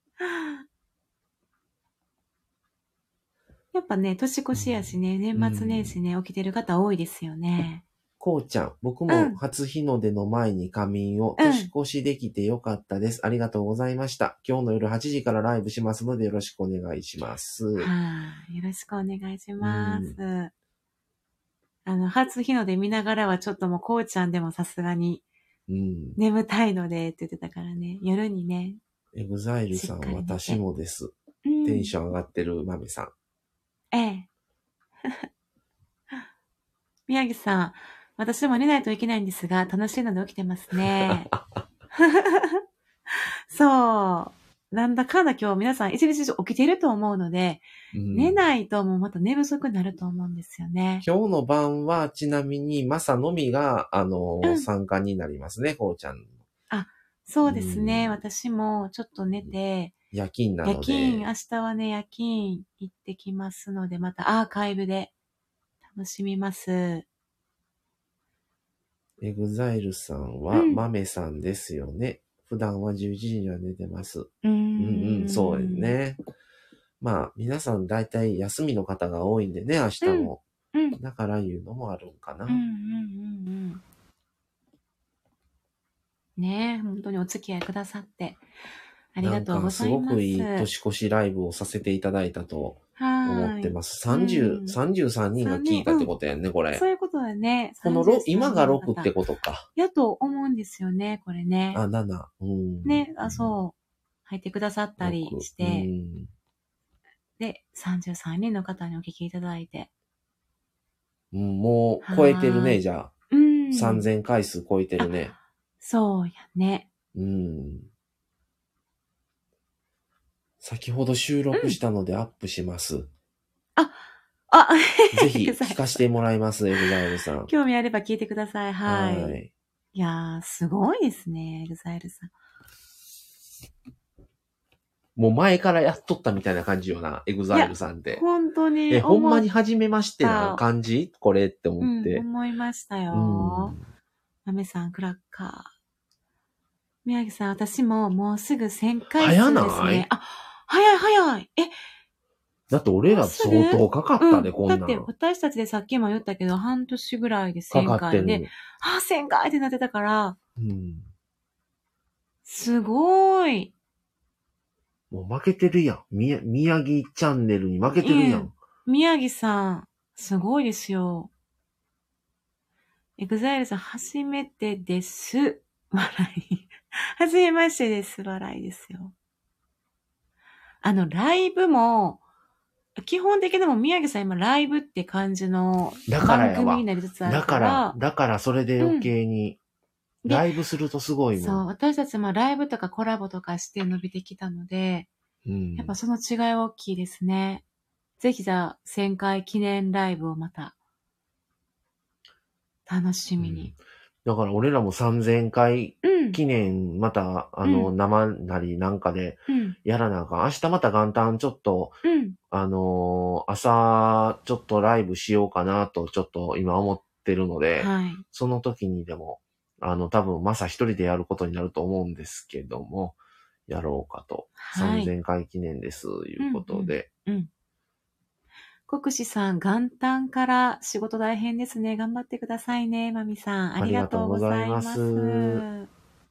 やっぱね、年越しやしね、年末年始ね、起きてる方多いですよね。 こうちゃん、僕も初日の出の前に仮眠を、年越しできてよかったです。ありがとうございました。今日の夜はちじからライブしますのでよろしくお願いします。 はい、よろしくお願いします。あの、初日の出見ながらはちょっともうこうちゃんでもさすがに、眠たいのでって言ってたからね、夜にね。 エグザイルさん、私もです。テンション上がってるまめさん。 ええ。宮城さん、私も寝ないといけないんですが、楽しいので起きてますね。そう。なんだかんだ今日皆さん一日中起きてると思うので、うん、寝ないともうまた寝不足になると思うんですよね。 今日の晩はちなみにマサのみが、あの、うん、参加になりますね、こうちゃん。 あ、そうですね。うん、私もちょっと寝て、 夜勤なので。 夜勤、明日はね、夜勤行ってきますので、またアーカイブで楽しみます。 エグザイルさんは、マメさんですよね。うん、普段はじゅういちじには寝てます。うん、うんうん、そうですね。まあ、皆さん大体休みの方が多いんでね、明日も。うん、だから言うのもあるんかな。うんうんうんうん、 ねえ、本当にお付き合いくださって、ありがとうございます。 すごくいい年越しライブをさせていただいたと思ってます。さんじゅう、うん、さんじゅうさんにんが聞いたってことやんね、うん、これ。 そういうことだね。 このろ今がろくってことか。 やと思うんですよね、これね。 あ、なな。うん、 ね、あ、そう。入ってくださったりして。うん、で、さんじゅうさんにんの方にお聞きいただいて。 うん、もう超えてるね、じゃあ。うん、さんぜんかいすう超えてるね。 そうやね。 うん。先ほど収録したのでアップします。うん、 あ、 あ、 ぜひ聞かせてもらいます、エグザイルさん。 興味あれば聞いてください。はい。 はい。 いやー、すごいですね、エグザイルさん。 もう前からやっとったみたいな感じよな、エグザイルさんって。 本当に。 え、ほんまに初めましてな感じこれって思って。 うん、思いましたよ。マメさん、クラッカー。宮城さん、私ももうすぐせんかい数ですね。早ない？あ、早い早い。え、 だって俺ら相当かかったで、うん、こんなん。 だって私たちでさっきも言ったけど、半年ぐらいでせんかいで、あ、せんかいってなってたから、うん、すごい。 もう負けてるやん。みや、宮城チャンネルに負けてるやん。 宮城さん、すごいですよ。エグザイルさん、初めてです。笑い。初めましてです。笑いですよ。あの、ライブも、基本的にも宮城さん今ライブって感じの番組になりつつあるから。だから、 だからそれで余計に、うん、ライブするとすごいもん。 そう、私たちもライブとかコラボとかして伸びてきたので、うん、やっぱその違いは大きいですね。ぜひじゃあ、せんかい記念ライブをまた、楽しみに。 うん、だから俺らもさんぜんかい記念、また、あの、うん、生なりなんかでやらなあかん。明日また元旦ちょっと、うん、あのー、朝ちょっとライブしようかなとちょっと今思ってるので、はい、その時にでも、あの、多分マサ一人でやることになると思うんですけども、やろうかと。はい、さんぜんかい記念です、いうことで。うんうんうん、 国士さん、元旦から仕事大変ですね。頑張ってくださいね、まみさん。ありがとうございます。ありがとうございます。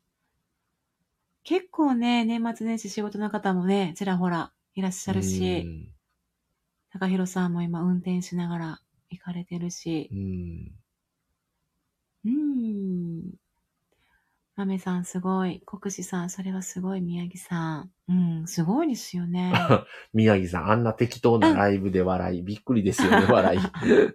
結構ね、年末年始仕事の方もね、ちらほらいらっしゃるし、高弘さんも今運転しながら行かれてるし。うん。うーん。まめさんすごい。国士さん、それはすごい。宮城さん。うん、すごいですよね。 宮城さん、あんな適当なライブで笑い。びっくりですよね、笑い。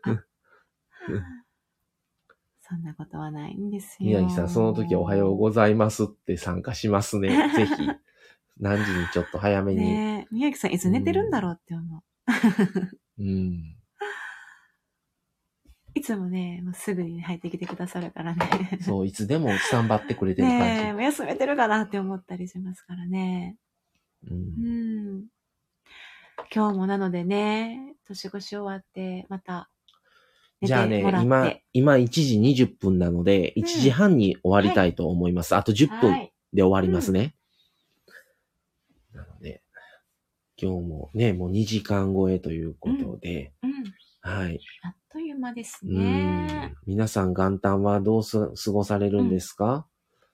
そんなことはないんですよ。 宮城さん、その時はおはようございますって参加しますね。ぜひ。何時にちょっと早めに。 ねえ、宮城さん、いつ寝てるんだろうって思う。うん。いつもね、もうすぐに入ってきてくださるからね。 そう、いつでもスタンバってくれてる感じ。 ねえ、休めてるかなって思ったりしますからね。うん。うん、今日もなのでね、年越し終わって、また寝てもらって。 じゃあね、今、今いちじにじゅっぷんなので、いちじはんに終わりたいと思います。うん、はい、あとじゅっぷんで終わりますね。はい、なので、今日もね、もうにじかん超えということで、うんうん、はい。 あっという間ですね。 うん、皆さん元旦はどうす過ごされるんですか？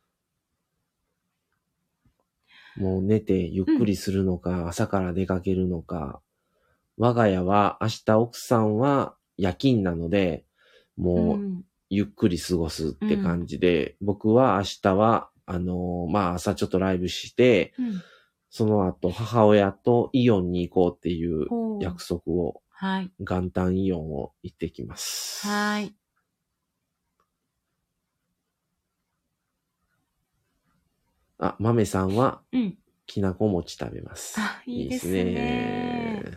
うん、もう寝てゆっくりするのか、うん、朝から出かけるのか。我が家は明日奥さんは夜勤なので、もうゆっくり過ごすって感じで、うん、僕は明日は、あのー、まあ朝ちょっとライブして、うん、その後母親とイオンに行こうっていう約束を、はい、元旦イオンを行ってきます。はい。あ、豆さんは、きなこ餅食べます。 うん、あ、いいですね。いいですね。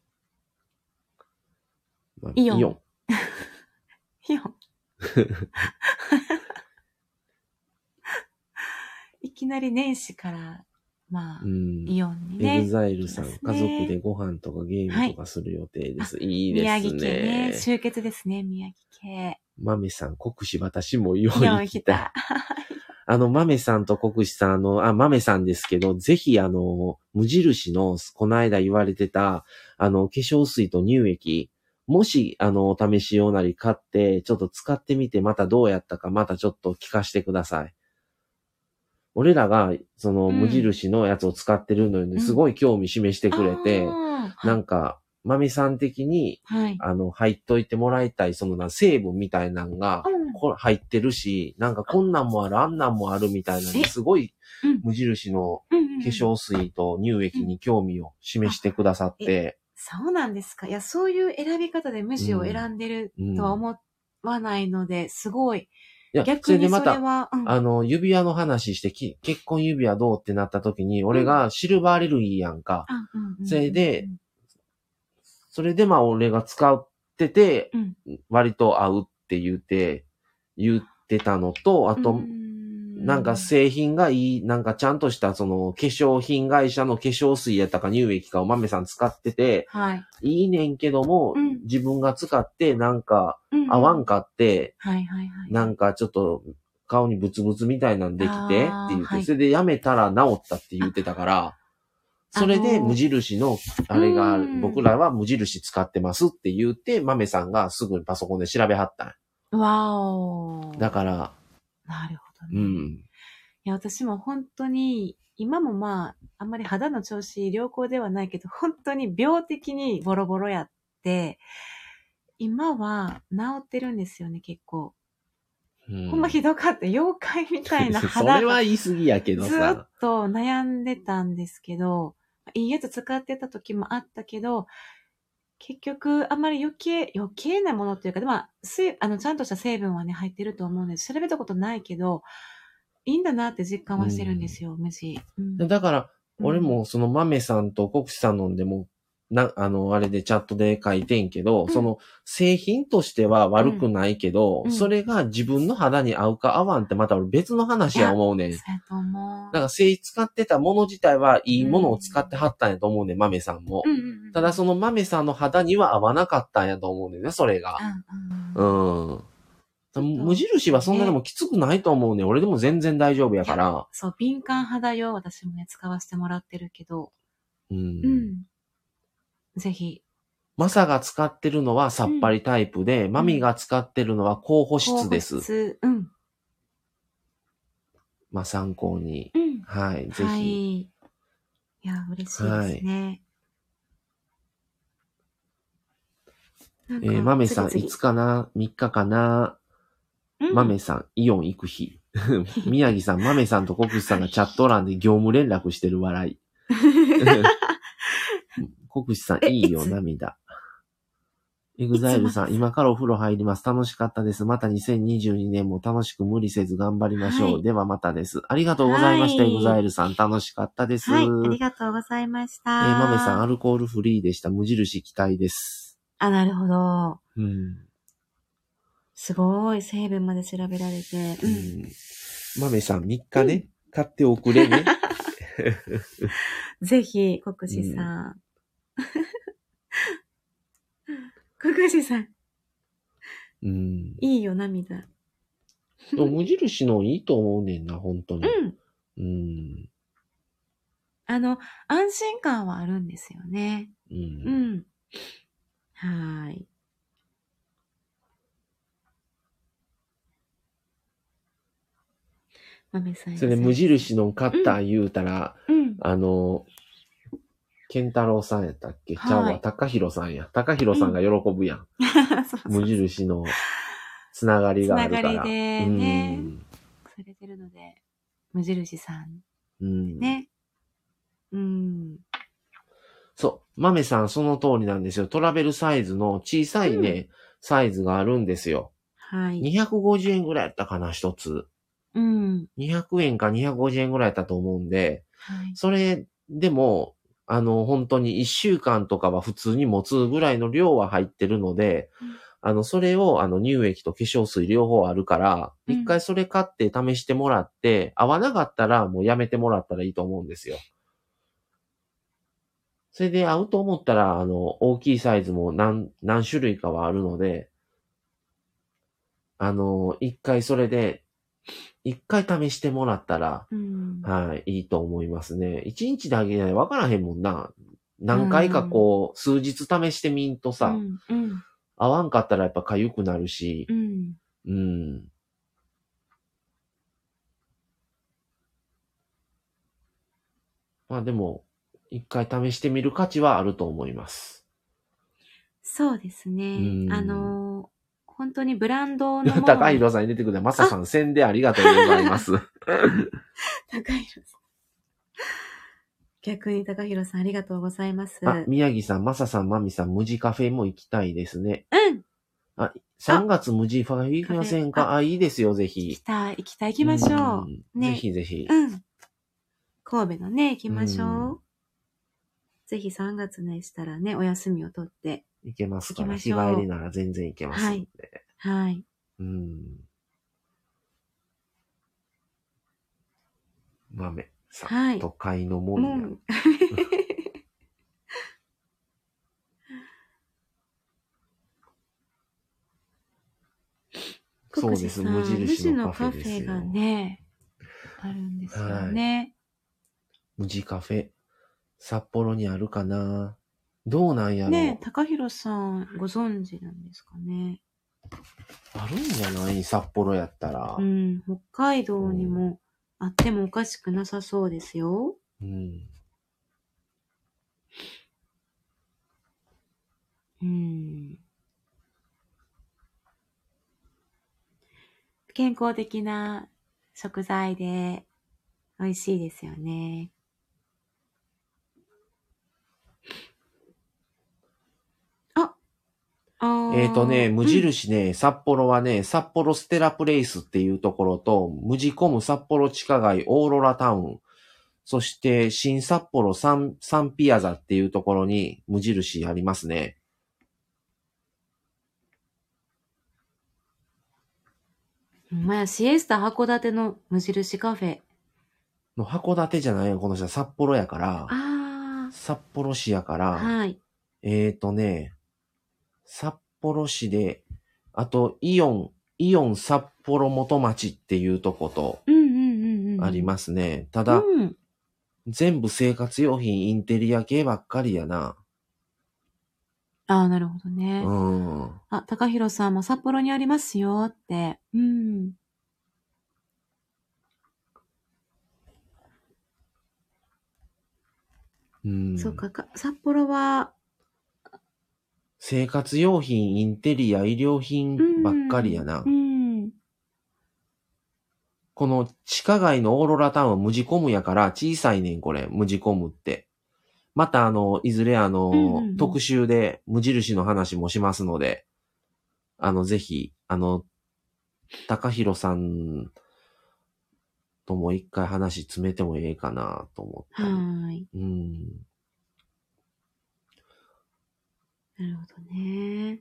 まあ、イオン。イオン。イオン。いきなり年始から、まあ、うん、イオンにね。 エグザイルさん、ね、家族でご飯とかゲームとかする予定です。はい、いいですね。 宮城家ね。集結ですね、宮城家。 豆さん、国士、私もイオン行きたい。あの、豆さんと国士さん、あの、あ、豆さんですけど、ぜひ、あの、無印の、この間言われてた、あの、化粧水と乳液、もし、あの、お試し用なり買って、ちょっと使ってみて、またどうやったか、またちょっと聞かせてください。俺らが、その、無印のやつを使ってるのに、すごい興味示してくれて、うん、なんか、まみさん的に、はい、あの、入っといてもらいたい、そのな、成分みたいなのが、こ入ってるし、なんかこんなんもある、あんなんもあるみたいなのすごい、無印の化粧水と乳液に興味を示してくださって、 そうなんですか。いや、そういう選び方で無地を選んでるとは思わないので、すごい。 いや、逆にそれでまた、うん、あの、指輪の話してき、結婚指輪どうってなった時に、俺がシルバーアレルギーやんか。うん、それで、 それでまあ俺が使ってて、 うん。 割と合うって言って、言ってたのと、あと、 うーんなんか製品がいい、なんかちゃんとしたその化粧品会社の化粧水やったか乳液かを豆さん使ってて、 はい。 いいねんけども、 うん自分が使ってなんかうん合わんかって、 はいはいはい。 なんかちょっと顔にブツブツみたいなんできてって言って、 あーはいそれでやめたら治ったって言ってたから、それであのー無印の、あれが、 うん僕らは無印使ってますって言って、豆さんがすぐにパソコンで調べはったん。 わお。 だから、 なるほどね。 うん。 いや、私も本当に、今もまあ、あんまり肌の調子良好ではないけど、本当に病的にボロボロやって、今は治ってるんですよね、結構。 うん、 ほんまひどかった。妖怪みたいなそ肌がれは言い過ぎやけどずっさ。 と悩んでたんですけど、いいやつ使ってた時もあったけど、結局、あんまり余計、余計なものっていうか、まあ、水、あの、ちゃんとした成分はね、入ってると思うんです。調べたことないけど、いいんだなって実感はしてるんですよ、無地。うんだから、俺もその豆さんと国士さんのんでも、な、あの、あれでチャットで書いてんけど、 うんその製品としては悪くないけど、 うんそれが自分の肌に合うか合わんってまた俺別の話や思うねん。 そうやと思う。 だから、製使ってたもの自体はいいものを使ってはったんやと思うねん、豆さんも。 うんうんうん、 ただ、その豆さんの肌には合わなかったんやと思うねんね、それが。 うんうんうん。無印はそんなでもきつくないと思うねん。俺でも全然大丈夫やから。 そう、敏感肌用、私もね、使わせてもらってるけど、 うん。 うん。ぜひ。 マサが使ってるのはさっぱりタイプで、マミが使ってるのは高保湿です。 高保湿。うん。 まあ、参考に。 うん。 はい、ぜひ。 はい。いや、嬉しいですね。 えー、マメさん、いつかな ?みっかかな、 うん、 マメさん、イオン行く日。宮城さん、マメさんと国士さんがチャット欄で業務連絡してる笑い。国士さん、いいよ、涙。エグザイルさん、今からお風呂入ります。楽しかったです。またにせんにじゅうにねんも楽しく無理せず頑張りましょう。はい、ではまたです。ありがとうございました、はい、エグザイルさん。楽しかったです。 はい、ありがとうございました。 えー、マメさん、アルコールフリーでした。無印期待です。 あ、なるほど。 うん。 すごい、成分まで調べられて。 うん。マメさん、みっかね、うん、買っておくれね。 ぜひ、国士さん。うん、国士さん。 うん。 いいよ、涙。 無印のいいと思うねんな、本当に。 うん。 うん。 あの、安心感はあるんですよね。 うん。 うん。はーい。豆さん。 それで無印の買った言うたら、 うん、 あの、健太郎さんやったっけ、はい、ちゃうわ、高弘さんや。高弘さんが喜ぶやん。うん、そうそう無印のつながりがあるから。 つながりでね、うん、されてるので、無印さん。 うん。 ね。うん。 そう。豆さんその通りなんですよ。トラベルサイズの小さいね、うん、サイズがあるんですよ。 はい。 にひゃくごじゅうえんぐらいやったかな、一つ。 うん。 にひゃくえんかにひゃくごじゅうえんぐらいやったと思うんで、 はい。 それでも、あの、本当にいっしゅうかんとかは普通に持つぐらいの量は入ってるので、うん、あの、それを、あの、乳液と化粧水両方あるから、一、うん、回それ買って試してもらって、合わなかったらもうやめてもらったらいいと思うんですよ。それで合うと思ったら、あの、大きいサイズも何、何種類かはあるので、あの、一回それで、一回試してもらったら、 うん、 はい、いいと思いますね。一日だけでわからへんもんな。何回かこう、数日試してみんとさ、 うんうん、 合わんかったらやっぱ痒くなるし、 うん。 うん。まあでも、一回試してみる価値はあると思います。 そうですね。あの、本当にブランドのもの。 高弘さんに出てくるマサさん宣伝ありがとうございます。 高弘さん。逆に高弘さんありがとうございます。 あ、宮城さん、マサさん、マミさん、無地カフェも行きたいですね。 うん。 あ、さんがつ無地カフェ行きませんか？ あ, あ、いいですよ、ぜひ。 行きたい、行きたい、行きましょう。 ね。ぜひぜひ。 うん。神戸のね、行きましょう。 ぜひさんがつねしたらね、お休みを取って。 行けますから、 行きま日しょう帰りなら全然行けますので。 はい。はい。 うん。豆さん、はい、都会のもんや。うん、そうです、無印のカフェですよ。無地のカフェがね、 あるんですよね。はい、 無地カフェ。札幌にあるかな。どうなんやろう。 ねえ、高弘さんご存知なんですかね。 あるんじゃない札幌やったら。 うん、北海道にもあってもおかしくなさそうですよ。うん。うん。健康的な食材で美味しいですよね。 えっとね、無印ね、うん、札幌はね、札幌ステラプレイスっていうところと、無地コム札幌地下街オーロラタウン、そして新札幌サン、サンピアザっていうところに無印ありますね。 まあ、シエスタ函館の無印カフェ。 の函館じゃないよ、この人は札幌やから。あ札幌市やから。はい。えっとね、札幌市で、あと、イオン、イオン札幌元町っていうとこと、ありますね。ただ、うん、全部生活用品、インテリア系ばっかりやな。 ああ、なるほどね。うん。あ、高弘さんも札幌にありますよって。うん。うん。そうか、か、札幌は、 生活用品、インテリア、医療品ばっかりやな。うん。うん、この地下街のオーロラタウンは無地コムやから小さいねん、これ。無地コムって。またあの、いずれあの、うんうんうん、特集で無印の話もしますので、あの、ぜひ、あの、高弘さんとも一回話詰めてもええかなと思ったり。はい。うん。 なるほどね。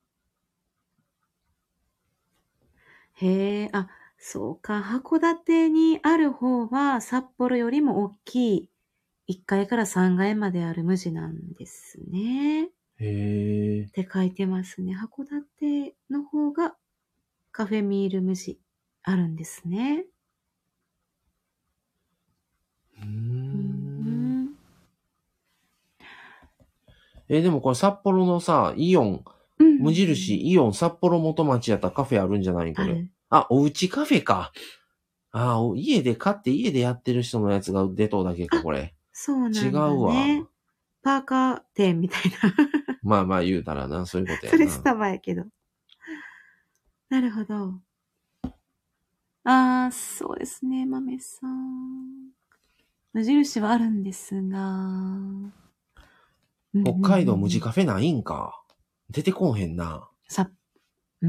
へえ、あ、そうか。函館にある方は札幌よりも大きいいっかいからさんがいまである無地なんですね。へえ。って書いてますね。函館の方がカフェミール無地あるんですね。うーん。 え、でもこれ札幌のさ、イオン、うん、無印、イオン札幌元町やったらカフェあるんじゃないこれ。あ、おうちカフェか。ああ、家で買って家でやってる人のやつが出とうだけか、これ。 そうなんだ、ね。違うわ。パーカー店みたいな。 まあまあ言うたらな、そういうことやな。 それスタバやけど。なるほど。ああ、そうですね、豆さん。無印はあるんですが。 北海道無地カフェないんか。出てこうへんな。 さ、うん。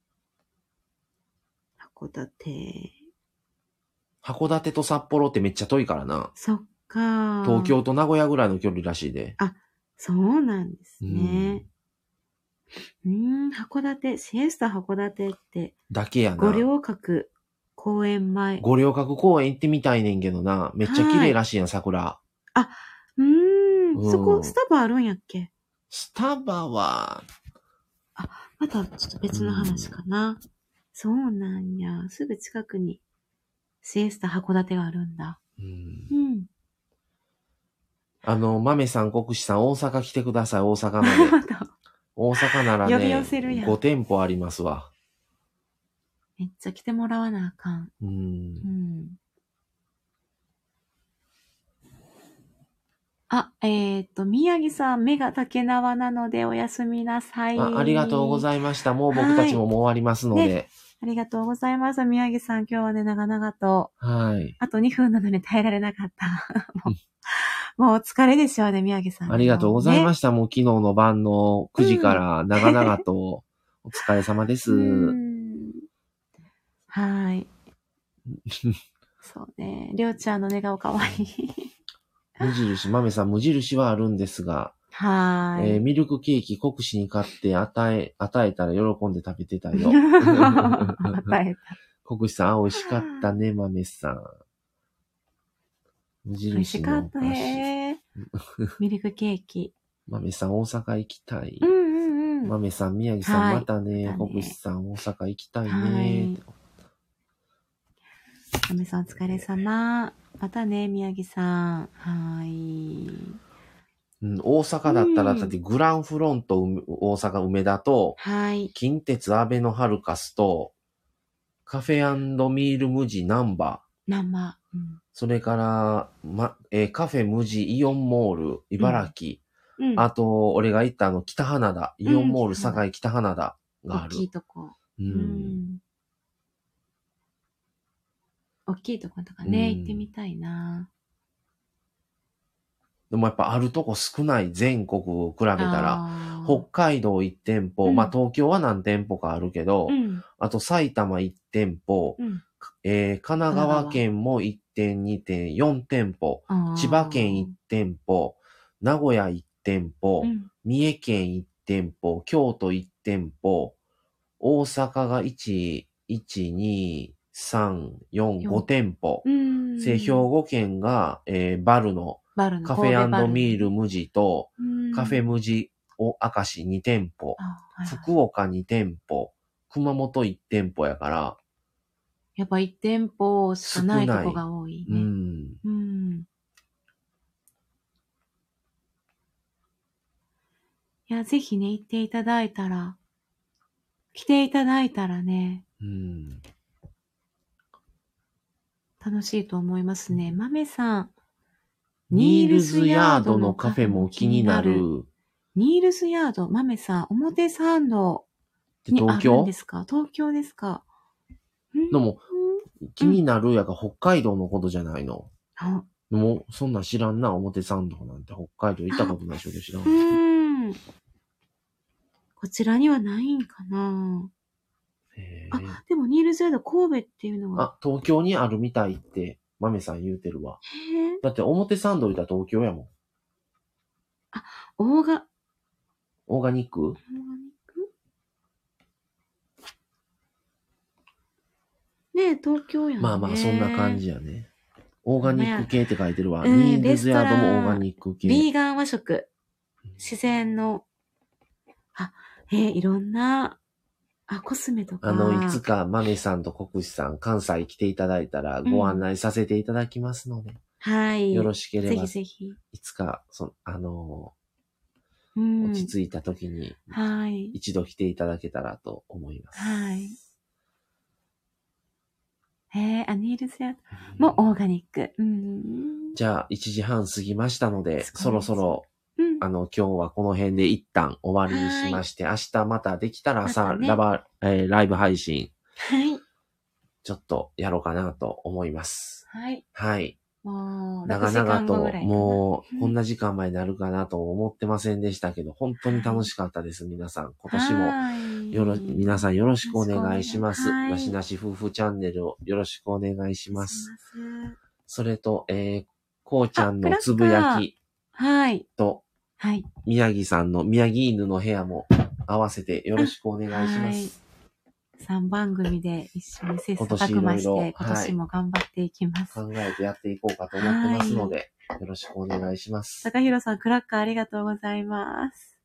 函館。 函館と札幌ってめっちゃ遠いからな。 そっか。 東京と名古屋ぐらいの距離らしいで。 あ、そうなんですね。うん、函館、シエスタ函館って。 だけやな。 五稜郭公園前。 五稜郭公園行ってみたいねんけどな。めっちゃ綺麗らしいやん、桜。 あ、うーん、うん、そこ、スタバあるんやっけ？ スタバは、 あ、またちょっと別の話かな。うん、そうなんや。すぐ近くに、シエスタ函館があるんだ。うん。うん、 あの、豆さん、国士さん、大阪来てください、大阪まで。大阪ならね、呼び寄せるやんご店舗ありますわ。 めっちゃ来てもらわなあかん。うん。うん、あ、えっ、ー、と、宮城さん、目が竹縄なのでおやすみなさい。 あ、ありがとうございました。もう僕たちももう終わりますので。ね、 ありがとうございます。宮城さん、今日はね、長々と。はい。あとにふんなのに耐えられなかった。もう、もうお疲れでしょうね、宮城さん、ね。 ありがとうございました。もう昨日の晩のくじから長々とお疲れ様です。うん、 はい。そうね。りょうちゃんの寝顔かわいい。 無印、豆さん、無印はあるんですが、 はーい。 えーミルクケーキ国士に買って与え、与えたら喜んで食べてたよ。 与えた。 国士さん、あ、美味しかったね、豆さん。無美味し印かったのお菓子。 ね。ミルクケーキ。 豆さん、大阪行きたい。 うんうんうん。 豆さん、宮城さん、 はいまたね。 またね国士さん、大阪行きたいはねい。豆さんお疲れ様。またね、宮城さん。はーい。 うん、大阪だったら、 うんだってグランフロントう大阪梅田と、 はい。 近鉄アベノハルカスと、カフェ&ミール無地ナンバー、 生。うん。 それから、ま、えーカフェ無地イオンモール、茨城、 うん。 あと、俺が行ったあの、北花田、イオンモール、 うん北花田堺北花田があ大る。 きいとこ。 う。 うんん。大きいとことかね、 うん行ってみたいな。 でもやっぱあるとこ少ない、全国を比べたら。 あー北海道いち店舗、 うんまあ東京は何店舗かあるけど、 うん。 あと埼玉いち店舗、 うん。 えー神奈川県もいち店、に店、よん店舗、 あー千葉県いち店舗、名古屋いち店舗、 うん。 三重県いち店舗、京都いち店舗、大阪がいち、いち、に、さん、よん、ご店舗、 うん。 で兵庫県が、えーバルのバルのカフェ&ミールム無地と、カフェム無地を明石に店舗、 はいはい、 福岡に店舗、熊本いち店舗やから、 やっぱいち店舗しかない少ないとこが多いね。 うん。 うん。いや、ぜひね、行っていただいたら、来ていただいたらね、 うん。 楽しいと思いますね。豆さん。 ニールズヤードのカフェも気になる。 ニールズヤード、豆さん、表参道でにあるん東京ですか？東京ですか？うんでも、気になるやが北海道のことじゃないの。 あでも、そんなん知らんな、表参道なんて北海道行ったことないし、俺知らんう。ーん。こちらにはないんかな？ へあー、 でもニールズヤード神戸っていうのは。 あ、東京にあるみたいって、豆さん言うてるわ。 へぇだって表参道いたら東京やもん。 オーガ、 オーガニックオーガニックねえ、東京やんね。 まあまあ、そんな感じやね。オーガニック系って書いてるわ。 うんニールズヤードもオーガニック系。 ビーガン和食。自然の、あ、えーいろんな、あ、コスメとか。 あの、いつか、マメさんと国士さん、関西来ていただいたら、ご案内させていただきますので、 はい。 よろしければ、 ぜひぜひ。 いつか、そあのーうん。 落ち着いた時に、 はい。 一度来ていただけたらと思います。 はい。えー、アニールズヤードもオーガニック。うん。 じゃあ、いちじはん過ぎましたので、 すごいそろそろ、 うん。 あの、今日はこの辺で一旦終わりにしまして、明日またできたらさ、 またねラバ、えーライブ配信、 はい。 ちょっとやろうかなと思います。 はい。 はい。 もう、 長ろくじか 々とんごぐらいかな。 もうこんなな時間までなるかなと思ってませんでしたけど、本当に楽しかったです、皆さん。今年もよろ、皆さんよろしくお願いします。 はいなしなし夫婦チャンネルをよろしくお願いしま。 しますす。 それと、えー、こうちゃんのあクラッカーつぶやきはい。 と、 はい。 宮城さんの宮城犬の部屋も合わせてよろしくお願いしまはいす。 三番組で一緒に切磋今年琢磨して、 いろいろ今年も頑張っていきます。 考えてやっていこうかと思ってますので、よろしくお願いします。 高弘さん、クラッカーありがとうございます。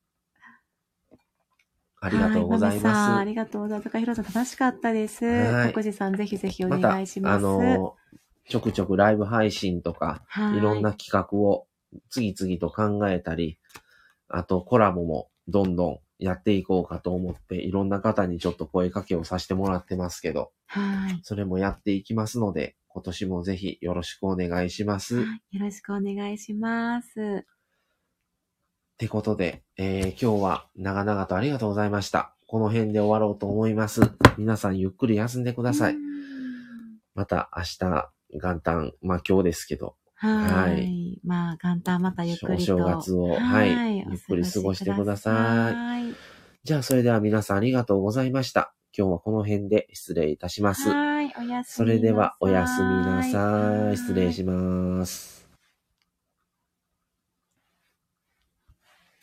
ありがとうございは豆さんあます。 りがとうございます。高弘さん、楽しかったです。 はい徳次さん、ぜひぜひおまた、 願いします。 あの、ちょくちょくライブ配信とか、 はいいろんな企画を次々と考えたり、あとコラボもどんどんやっていこうかと思って、いろんな方にちょっと声かけをさせてもらってますけど、 はい。 それもやっていきますので、今年もぜひよろしくお願いします。っはいよろしくお願いします。 てことで、えー今日は長々とありがとうございました。この辺で終わろうと思います。皆さんゆっくり休んでください。 うんまた明日、元旦、まあ今日ですけど、 はい。 はいまあ、元旦またゆっくりと。 お正月をはいゆっくり過ごしてくださいお過ごしください。 じゃあそれでは皆さんありがとうございました。今日はこの辺で失礼いたします。 はい。おやすみなさい。 それではおやすみなさい。失礼しまます。